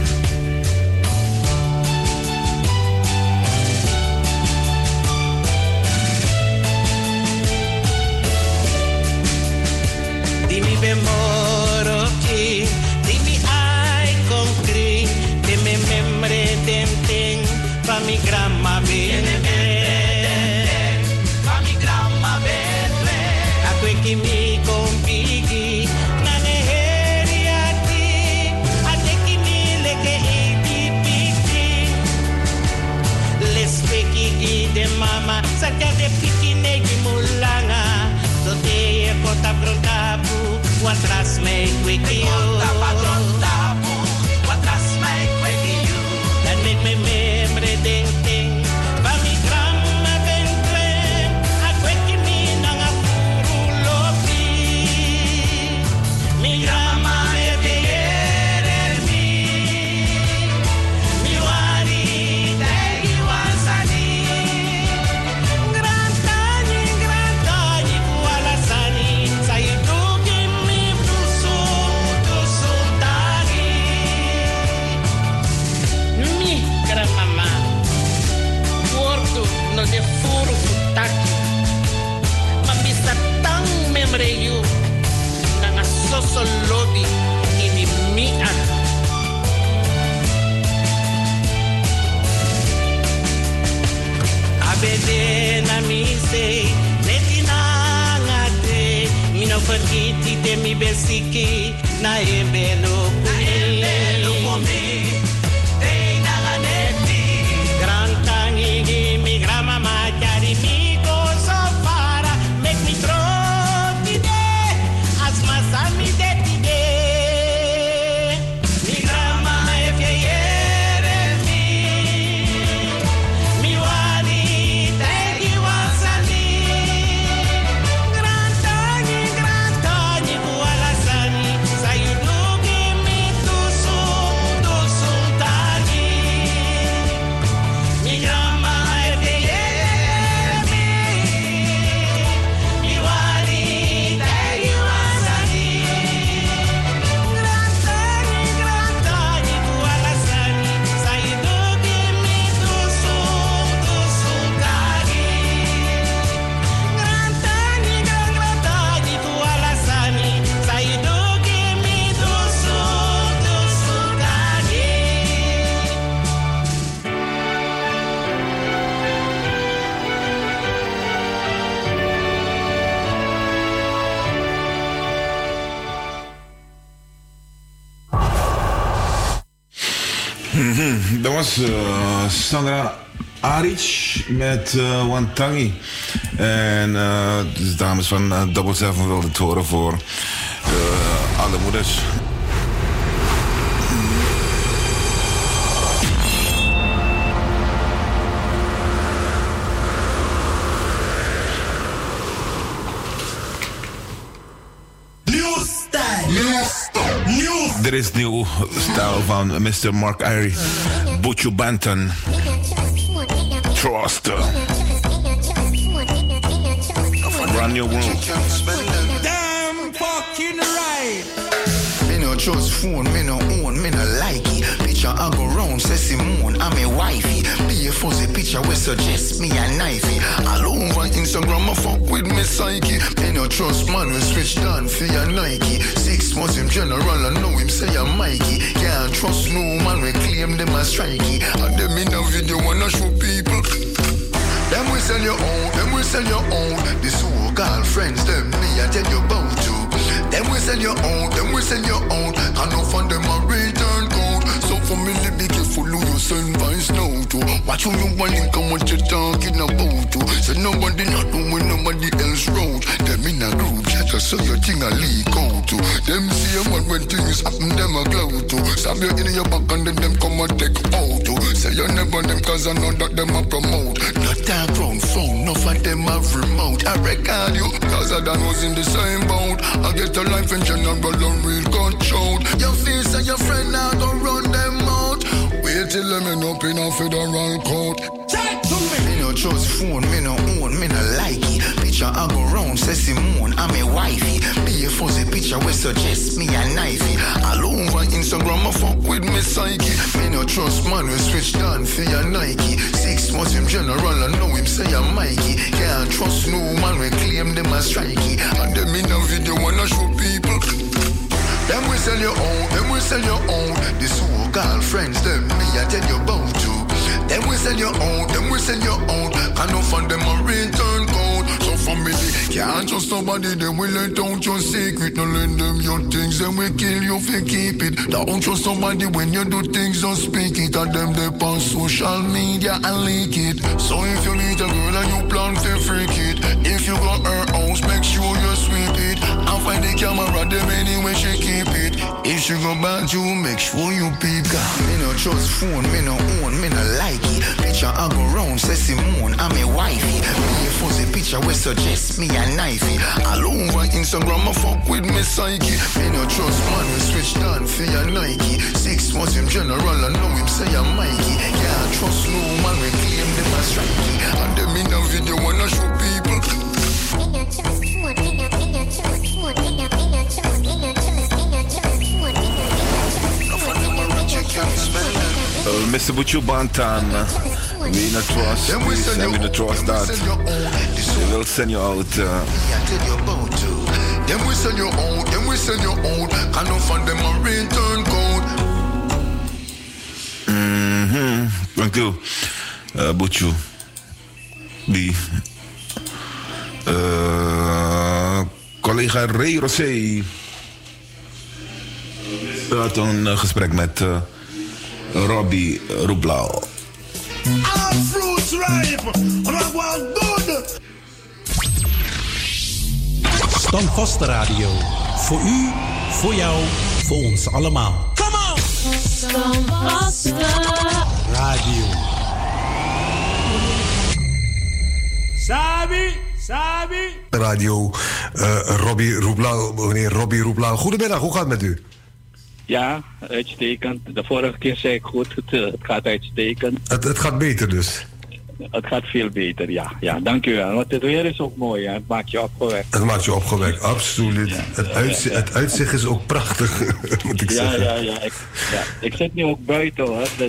Dimi bemoro ki, dimi ai concrete, dimi membre dem ting, pa mi grandma bene, pa mi grandma bene, akwe ki mi compigi, nane heri ati, ateki mi leke iti piti, lespeki i de mama, sakya de piki negi mulanga, so te kota brontabu. Watras me kweki you. Watras me kweki you. That make me membre ding ding. Ba mi grandma ben tren. A kweki mi nanga puru lopi. Mi grandma e beere mi. Mi wari tegi wansani. Grantani kuala sani. Sayudu. Mama, wordo no de furo futaki. Mami sa tang memre you. Nanga soso lobby ini mia. Abede na mi say, netina ngate. Mino forgiti te mi besiki na ebelo kumi. Mi grandma magari mi gozo para make me throw today as my son me dead today. Mi grandma e fiere mi wani tegi wasani grantani kuala sani sayudugi mi tusu tagi. Mi grandma Dat was Sandra Aric met Wantangi. En de dames van Double 7 wilden het horen voor alle moeders. Er is nieuw stijl van Mr. Mark Irie, Buju Banton, Trust, Brand New World. Damn fucking right. Me no trust phone, me no own, me no like it. Picture I go round, say Simone, I'm a wifey. Be a fuzzy picture we suggest me a knifey. All over Instagram, I fuck with me psyche. Me no trust man, we switch down for your Nike. 6 months him general, I know him say I'm Mikey. Can't trust no man, we claim them as strikey. And them in a video wanna show people. Them we sell your own, them we sell your own. The so-called friends, them me I tell you about you. Them we sell your own, them we sell your own. And no for them a return code. So for me, be careful who you send vice now to. Watch who you want and come what you talking about to. So nobody not doing nobody else road. Them in a group chat, so your thing a leak out to. Them see same one when things happen, them a glow too. Stab you in your back and then them come and take out too. Say you never them cause I know that them a promote. Not that ground phone, no for them have remote. I record you, cause I done was in the same boat. I get a life in general and real control. Your face and your friend now go run them out. Wait till them end up in a federal court. Check to me. Me no trust phone, me no own, me no like it. Picture I go round, say Simone, I'm a wifey. Be a fuzzy picture we suggest me a knifey. All over Instagram I fuck with me psyche. Me no trust man we switch down for your Nike. 6 months him general I know him say I'm Mikey. Can't trust no man we claim them as strikey. And them in a video wanna show people. Them we sell your own, them we sell your own. The so-called friends, them me I tell you about to. Them we sell your own, them we sell your own. Can no fund them a return code. So family, can't trust somebody, them will let out your secret. No lend them your things, them will kill you if you keep it. Don't trust somebody when you do things, don't speak it. And them they on social media and leak it. So if you meet a girl and you plan to freak it, if you got her house, make sure you sweep it. And find the camera, them anyway she keep it. If she go bad you, make sure you peep. Me no trust phone, me no own, me no like it. Picture I go round, say Simone, I'm a wifey. Me a fuzzy picture we suggest me a knifey. All over Instagram I fuck with me psyche. Me no trust man we switch down for your Nike. 6 months him general I know him say I'm Mikey. Can't trust no man we claim them as strikey. And them in a video wanna show people. Me no trust phone, me no trust phone, me no trust phone, me no trust phone, me no trust. Mr. Buchu Bantan, we not trust this and we not trust that. They will send you out. Them we send you out, them we send you out. Can no fund them a return code. Thank you, Buchu. Die collega Ray Rosé had een gesprek met Robbie Roeblau. All fruits ripe, and well good. Stand Radio. Voor u, voor jou, voor ons allemaal. Come on! Stand Radio. Sabi. Radio Robbie Roeblau. Meneer Robbie Roeblau. Goedemiddag, hoe gaat het met u? Ja, uitstekend. De vorige keer zei ik goed, het gaat uitstekend. Het gaat beter dus? Het gaat veel beter, ja. Ja, dank u wel. Want het weer is ook mooi, hè. Het maakt je opgewekt. Het maakt je opgewekt, absoluut. Ja. Het uitzicht is ook prachtig, moet ik zeggen. Ja. Ik zit nu ook buiten, hoor. Dus,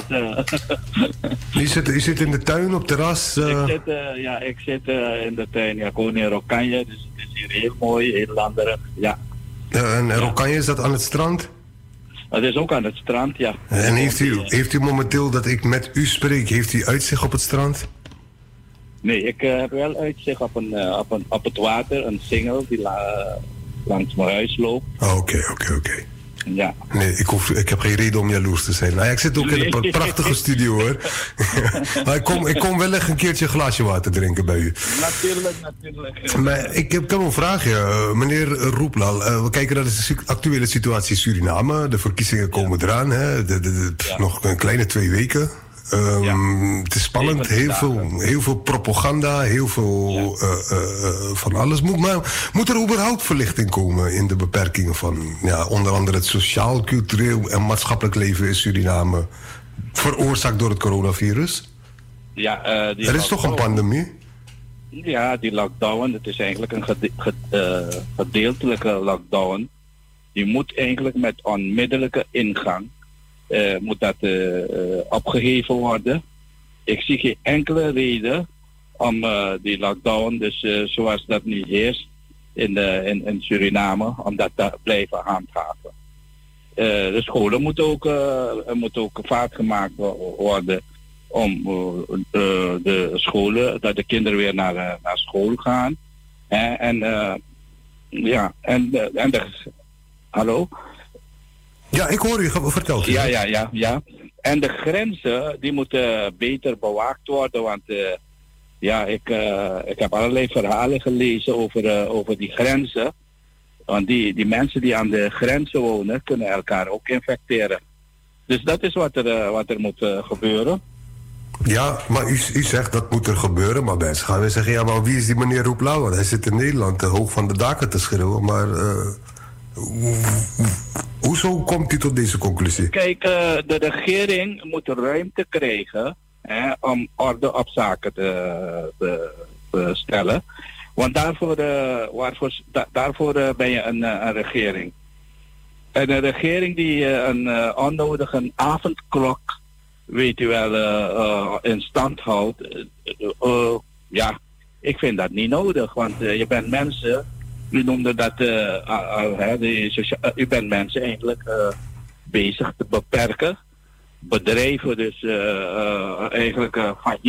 U zit in de tuin, op terras? Ik zit in de tuin. Ja, gewoon in Rokanje. Dus het is hier heel mooi, heel landerig. Ja. En Rokanje, is dat aan het strand? Het is ook aan het strand, ja. En heeft u momenteel dat ik met u spreek, heeft u uitzicht op het strand? Nee, ik heb wel uitzicht op het water, een singel die langs mijn huis loopt. Oké. Ja. Nee, ik heb geen reden om jaloers te zijn. Nou, ik zit ook in een prachtige studio, hoor. Maar ik kom wel echt een keertje een glaasje water drinken bij u. Natuurlijk. Maar ik heb een vraagje, meneer Roeblau. We kijken naar de actuele situatie in Suriname. De verkiezingen komen eraan, hè? Nog een kleine 2 weken. Het is spannend, heel veel propaganda, heel veel van alles. Moet er überhaupt verlichting komen in de beperkingen van onder andere het sociaal, cultureel en maatschappelijk leven in Suriname, veroorzaakt door het coronavirus? Ja, er is toch een pandemie? Ja, die lockdown, het is eigenlijk een gedeeltelijke lockdown. Die moet eigenlijk met onmiddellijke ingang moet dat opgeheven worden. Ik zie geen enkele reden om die lockdown, dus zoals dat nu heerst in Suriname, om dat te blijven handhaven. De scholen moeten ook vaart gemaakt worden om de scholen, dat de kinderen weer naar school gaan. Hallo? Ja, ik hoor u. Vertel. Ja. En de grenzen, die moeten beter bewaakt worden, want ik heb allerlei verhalen gelezen over die grenzen. Want die mensen die aan de grenzen wonen, kunnen elkaar ook infecteren. Dus dat is wat er moet gebeuren. Ja, maar u zegt dat moet er gebeuren, maar mensen gaan weer zeggen... ja, maar wie is die meneer Roeplau? Want hij zit in Nederland te hoog van de daken te schreeuwen. Maar hoezo komt u tot deze conclusie? Kijk, de regering moet ruimte krijgen om orde op zaken te stellen. Want daarvoor ben je een regering. En een regering die een onnodige avondklok, weet u wel, in stand houdt. Ja, ik vind dat niet nodig. Want je bent mensen, u noemde dat, u bent mensen eigenlijk bezig te beperken. Bedrijven dus eigenlijk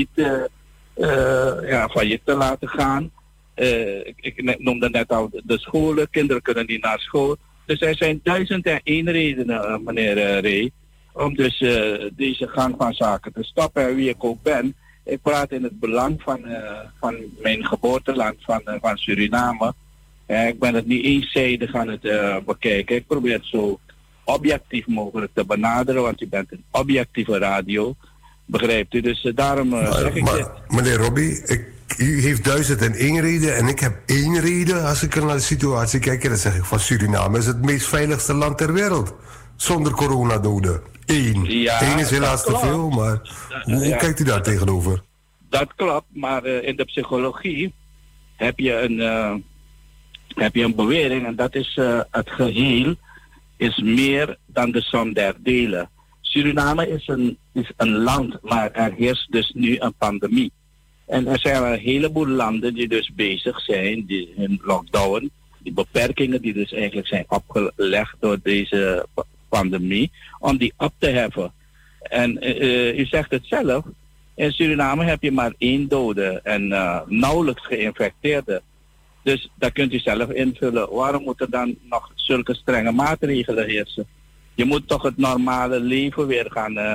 failliet te laten gaan. Ik noemde net al de scholen, kinderen kunnen niet naar school. Dus er zijn 1001 redenen, meneer Ray, om dus deze gang van zaken te stoppen. En wie ik ook ben, ik praat in het belang van mijn geboorteland, van Suriname. Ik ben het niet eenzijdig aan het bekijken. Ik probeer het zo objectief mogelijk te benaderen, want u bent een objectieve radio. Begrijpt u? Dus daarom zeg ik dit. Meneer Robbie, u heeft 1001 reden en ik heb 1 reden. Als ik naar de situatie kijk, dan zeg ik van Suriname is het meest veiligste land ter wereld. Zonder coronadoden. 1. Ja, 1 is helaas te veel, maar hoe kijkt u daar tegenover? Dat klopt, maar in de psychologie heb je een bewering en dat is het geheel is meer dan de som der delen. Suriname is een land, maar er heerst dus nu een pandemie. En er zijn een heleboel landen die dus bezig zijn, die hun lockdown, die beperkingen die dus eigenlijk zijn opgelegd door deze pandemie, om die op te heffen. En u zegt het zelf, in Suriname heb je maar 1 dode en nauwelijks geïnfecteerde. Dus dat kunt u zelf invullen. Waarom moeten dan nog zulke strenge maatregelen heersen? Je moet toch het normale leven weer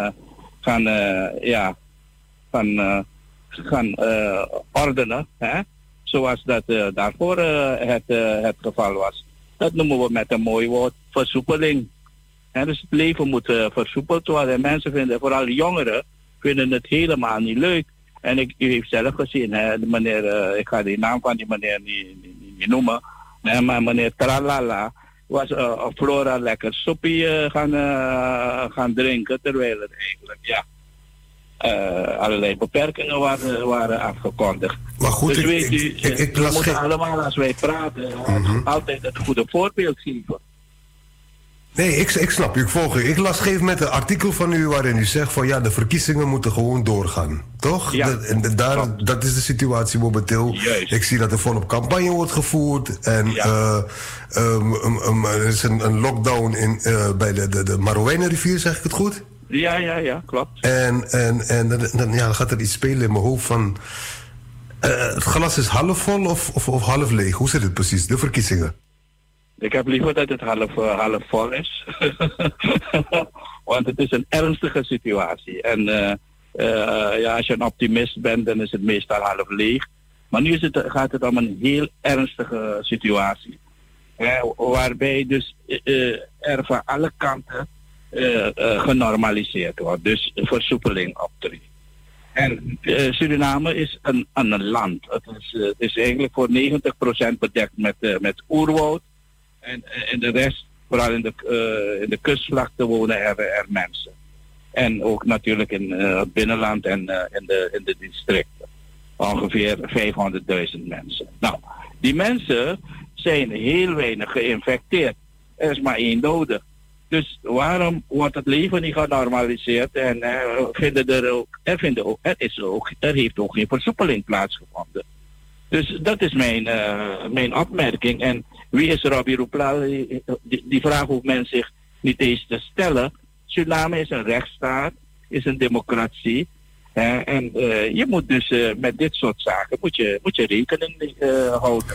gaan ordenen, hè? Zoals dat daarvoor het geval was. Dat noemen we met een mooi woord versoepeling. Dus het leven moet versoepeld worden. En mensen vinden, vooral jongeren, vinden het helemaal niet leuk. En u heeft zelf gezien, de meneer, ik ga de naam van die meneer niet noemen, maar meneer Tralala was Flora lekker soepie gaan drinken, terwijl het eigenlijk, allerlei beperkingen waren afgekondigd. Maar goed, dus weet u, we moeten allemaal als wij praten, altijd het goede voorbeeld geven. Nee, ik snap u, ik volg u. Ik las gegeven met een artikel van u waarin u zegt van ja, de verkiezingen moeten gewoon doorgaan. Toch? Ja, dat is de situatie momenteel. Juist. Ik zie dat er volop campagne wordt gevoerd. En er is een lockdown bij de Marowijnenrivier, zeg ik het goed? Ja, klopt. En dan gaat er iets spelen in mijn hoofd van... het glas is half vol of half leeg? Hoe zit het precies, de verkiezingen? Ik heb liever dat het half vol is. Want het is een ernstige situatie. En als je een optimist bent, dan is het meestal half leeg. Maar nu gaat het om een heel ernstige situatie. Waarbij dus er van alle kanten genormaliseerd wordt. Dus versoepeling optreedt. En Suriname is een land. Het is eigenlijk voor 90% bedekt met oerwoud. En de rest, vooral in de kustvlakte, wonen er mensen. En ook natuurlijk in het binnenland en in de districten. Ongeveer 500.000 mensen. Nou, die mensen zijn heel weinig geïnfecteerd. Er is maar 1 dode. Dus waarom wordt het leven niet genormaliseerd? En er heeft ook geen versoepeling plaatsgevonden. Dus dat is mijn opmerking. En wie is Robbie Roeplau? Die vraag hoeft men zich niet eens te stellen. Suriname is een rechtsstaat, is een democratie. En je moet dus met dit soort zaken moet je rekening houden.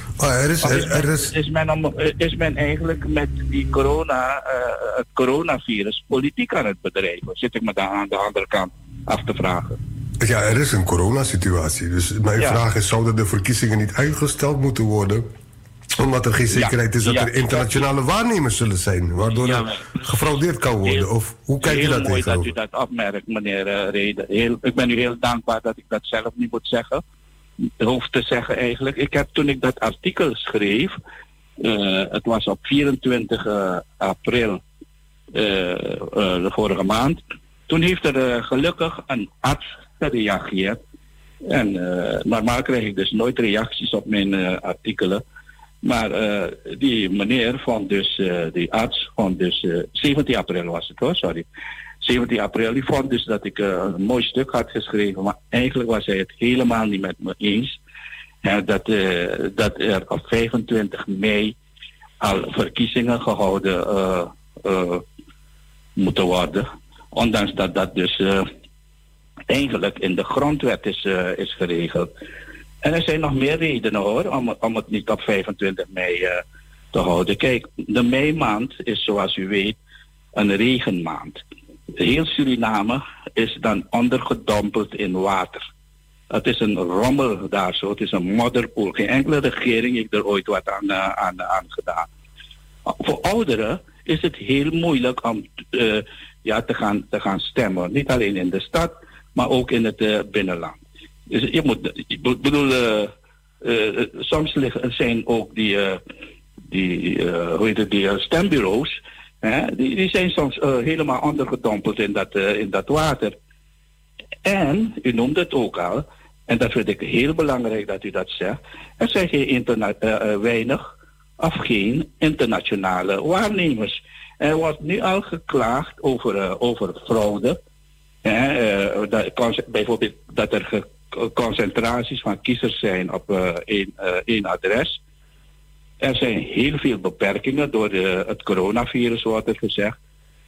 Is men eigenlijk met die het coronavirus politiek aan het bedrijven? Zit ik me daar aan de andere kant af te vragen. Ja, er is een coronasituatie. Dus mijn vraag is, zouden de verkiezingen niet uitgesteld moeten worden? Omdat er geen zekerheid is dat er internationale waarnemers zullen zijn, waardoor er gefraudeerd kan worden. Of hoe kijk je dat Heel mooi dat tegenover? u dat opmerkt, meneer Reden. Ik ben u heel dankbaar dat ik dat zelf niet moet zeggen. Hoef te zeggen eigenlijk. Ik heb toen ik dat artikel schreef, het was op 24 april de vorige maand. Toen heeft er gelukkig een arts gereageerd. En normaal krijg ik dus nooit reacties op mijn artikelen. Maar die meneer vond dus, die arts vond dus, 17 april was het hoor, sorry. 17 april, die vond dus dat ik een mooi stuk had geschreven, maar eigenlijk was hij het helemaal niet met me eens. Dat er op 25 mei al verkiezingen gehouden moeten worden. Ondanks dat dat dus eigenlijk in de grondwet is geregeld. En er zijn nog meer redenen hoor, om het niet op 25 mei te houden. Kijk, de meimaand is zoals u weet een regenmaand. Heel Suriname is dan ondergedompeld in water. Het is een rommel daar zo, het is een modderpoel. Geen enkele regering heeft er ooit wat aan gedaan. Voor ouderen is het heel moeilijk om te gaan stemmen. Niet alleen in de stad, maar ook in het binnenland. Dus je moet, ik bedoel, soms zijn ook die stembureaus, die zijn soms helemaal ondergedompeld in dat water. En, u noemde het ook al, en dat vind ik heel belangrijk dat u dat zegt, er zijn weinig of geen internationale waarnemers. Er wordt nu al geklaagd over fraude. Bijvoorbeeld dat er concentraties van kiezers zijn op één adres. Er zijn heel veel beperkingen door het coronavirus, wordt er gezegd.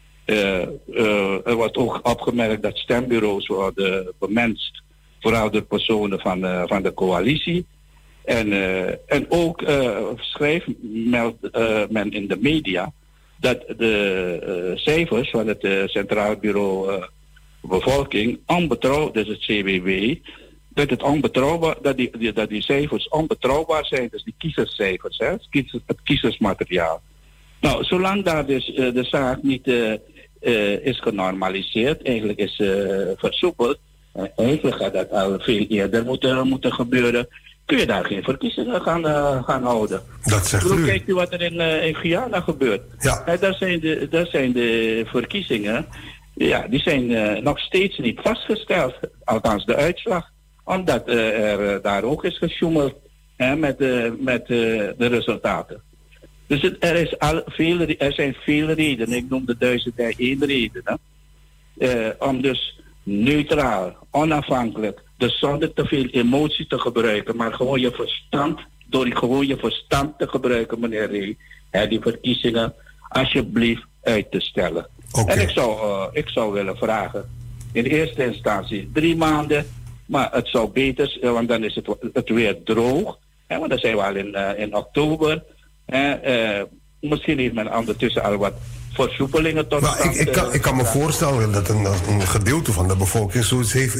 Er wordt ook opgemerkt dat stembureaus worden bemenst, vooral door personen van de coalitie. En ook meldt men in de media dat de cijfers van het Centraal Bureau Bevolking onbetrouwbaar, dus het CBB, dat het onbetrouwbaar, dat die cijfers onbetrouwbaar zijn, dus die kiezerscijfers, het kiezersmateriaal. Nou, zolang daar dus de zaak niet is genormaliseerd, eigenlijk is versoepeld, eigenlijk gaat dat al veel eerder moeten gebeuren, kun je daar geen verkiezingen gaan houden. Dat zegt u. Kijkt u wat er in Guyana gebeurt. Ja. Daar zijn de verkiezingen, ja, die zijn nog steeds niet vastgesteld, althans de uitslag, omdat er daar ook is gesjoemeld met de resultaten. Dus er zijn veel redenen, ik noemde 1001 redenen, om dus neutraal, onafhankelijk, dus zonder te veel emotie te gebruiken, maar gewoon je verstand, door je verstand te gebruiken, meneer Rey, die verkiezingen alsjeblieft uit te stellen. Okay. En ik zou willen vragen, in eerste instantie 3 maanden, maar het zou beter, want dan is het weer droog, want dan zijn we al in oktober. Misschien heeft men ondertussen al wat versoepelingen tot stand. Ik kan me voorstellen dat een gedeelte van de bevolking zoiets heeft.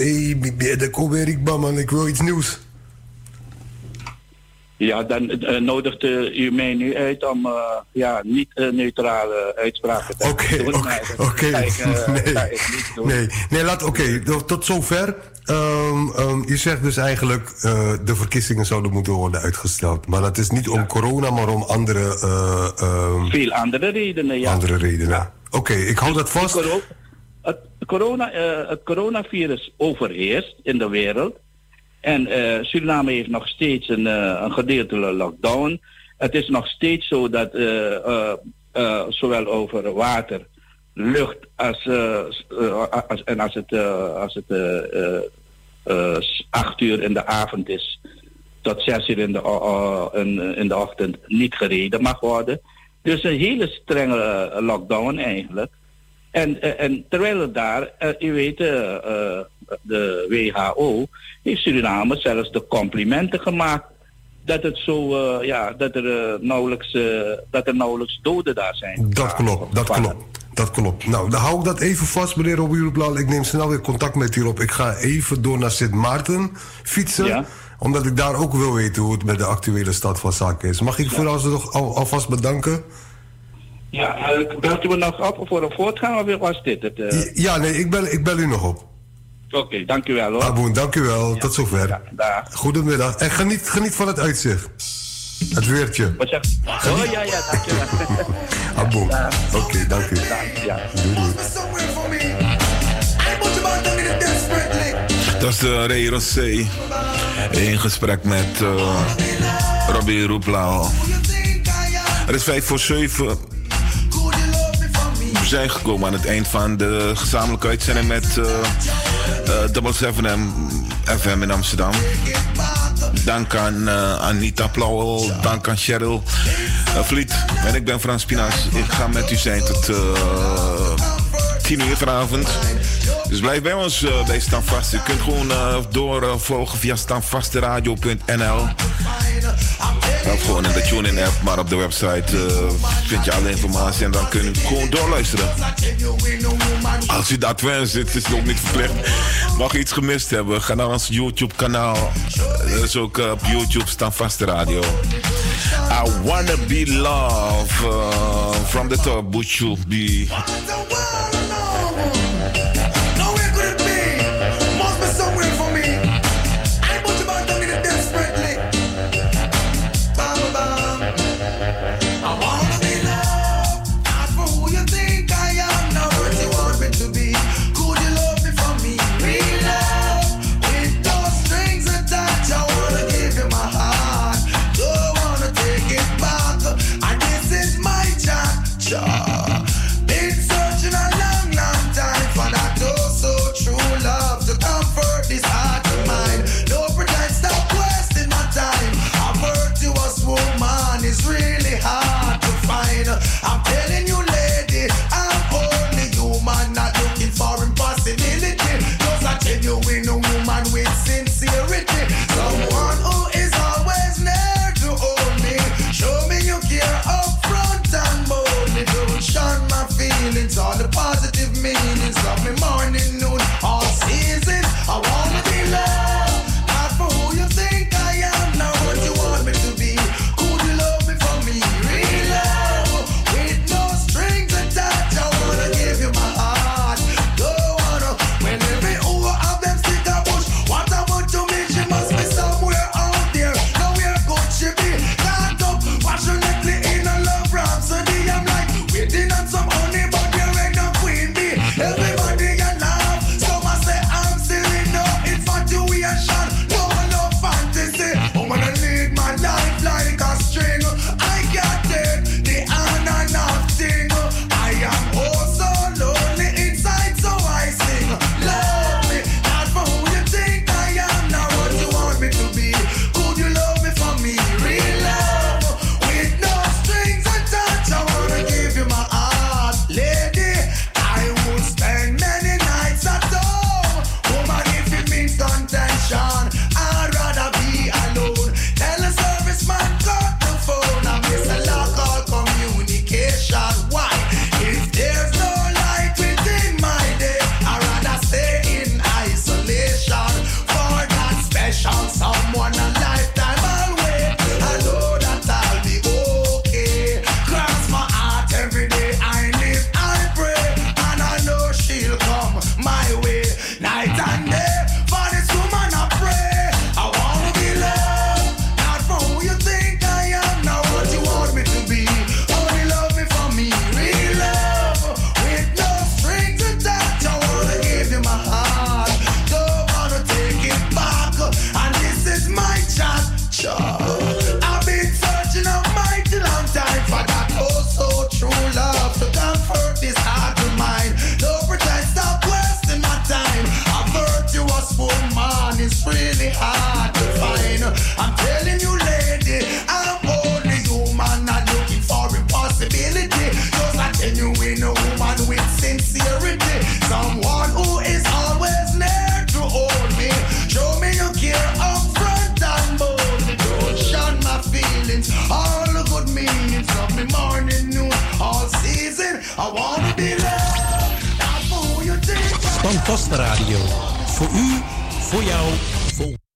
Ik wil iets nieuws. Ja, dan nodigt u mij nu uit om niet neutrale uitspraken te doen. Oké, tot zover. Je zegt dus eigenlijk de verkiezingen zouden moeten worden uitgesteld. Maar dat is niet om corona, maar om andere... veel andere redenen, ja. Andere redenen. Ja. Oké, ik hou dat vast. Het coronavirus overheerst in de wereld. En Suriname heeft nog steeds een gedeeltelijke lockdown. Het is nog steeds zo dat zowel over water, lucht als het 8 uur in de avond is, tot 6 uur in de ochtend niet gereden mag worden. Dus een hele strenge lockdown eigenlijk. En terwijl het daar, u weet, de WHO heeft Suriname zelfs de complimenten gemaakt dat het zo, dat er nauwelijks doden daar zijn. Dat klopt. Nou, dan hou ik dat even vast, meneer Robbie Roeplal. Ik neem snel weer contact met u op. Ik ga even door naar Sint Maarten fietsen. Ja. Omdat ik daar ook wil weten hoe het met de actuele stand van zaken is. Mag ik vooralsnog alvast bedanken? Ja, belt u me nog op voor een voortgang of was dit het? Ja, nee, ik bel u nog op. Oké, dank u wel hoor. Aboen, dank u wel. Tot zover. Ja, dag. Goedemiddag. En geniet van het uitzicht. Het weertje. Wat zeg je? Oh ja, dank je wel. Aboen. Oké, dank u. Ja. Doei. Dat is de Ray Rosé in gesprek met Robbie Roeplau. Het is 6:55. We zijn gekomen aan het eind van de gezamenlijke uitzending met Double 7 FM in Amsterdam. Dank aan Anita Plauwel, dank aan Cheryl Vliet. En ik ben Frans Pinaas. Ik ga met u zijn tot 10 uur vanavond. Dus blijf bij ons bij Standvast. U kunt gewoon doorvolgen via standvasteradio.nl. Of gewoon in de TuneIn app, maar op de website vind je alle informatie en dan kun je gewoon doorluisteren. Als u dat wenst, het is ook niet verplicht. Mag je iets gemist hebben, ga naar ons YouTube kanaal. Dat is ook op YouTube Standvast Radio. I wanna be loved from the top, would you be? Been searching a long, long time for that oh so true love to comfort this heart of mine. No pretend, stop wasting my time. A virtuous woman is really hard to find. I'm telling you, lady, I'm only human, not looking for impossibility. Just a genuine woman with sincerity. Someone who is always there to hold me. Show me you care up front and boldly. Don't shun my feelings, all the positive meanings of me morning, noon, all seasons. I wanna be loved, not for who you think I am, not what you want me to be. Could you love me for me? Real love, with no strings attached. I wanna give you my heart. Don't wanna, when every over of them stick a bush. What I want to make, she must be somewhere out there. Nowhere could she be? Can't up, passionately in a love rhapsody. I'm like waiting on some honey, but there ain't no queen bee. Everybody you love, some I say I'm silly, no infatuation, no fantasy. Woman, I need my life like a string. I can't take the on and off thing. I am oh so lonely inside, so I sing. Love me, not for who you think I am, not what you want me to be. Could you love me for me? Real love, with no strings attached. I wanna give you my heart, lady. I would spend many nights at home. Woman, if it means contention, I'd rather be alone. Tell the serviceman cut the phone. I miss a lock all communication. Why? If there's no light within my day, I'd rather stay in isolation. For that special someone a lifetime I'll wait. I know that I'll be okay. Cross my heart every day. I live, I pray, and I know she'll come my way. Night and day, for this woman I pray. I wanna be loved, not for who you think I am, not what you want me to be. Only love me for me, real love, with no strings attached. I wanna give you my heart, don't wanna take it back, and this is my chance. I've been searching a mighty long time for that oh so true love to comfort this heart of mine. No pretend, stop wasting my time. A virtuous woman is really hard to find. I'm telling you, lady, I'm only human, not looking for impossibility. Just a genuine woman with sincerity. Someone who is always there to hold me. Show me you care up front and boldly. Don't shun my feelings, all the good meanings of me morning, noon, all season. I wanna be loved, not for who you think. Standvast Radio. Voor u, voor jou, voor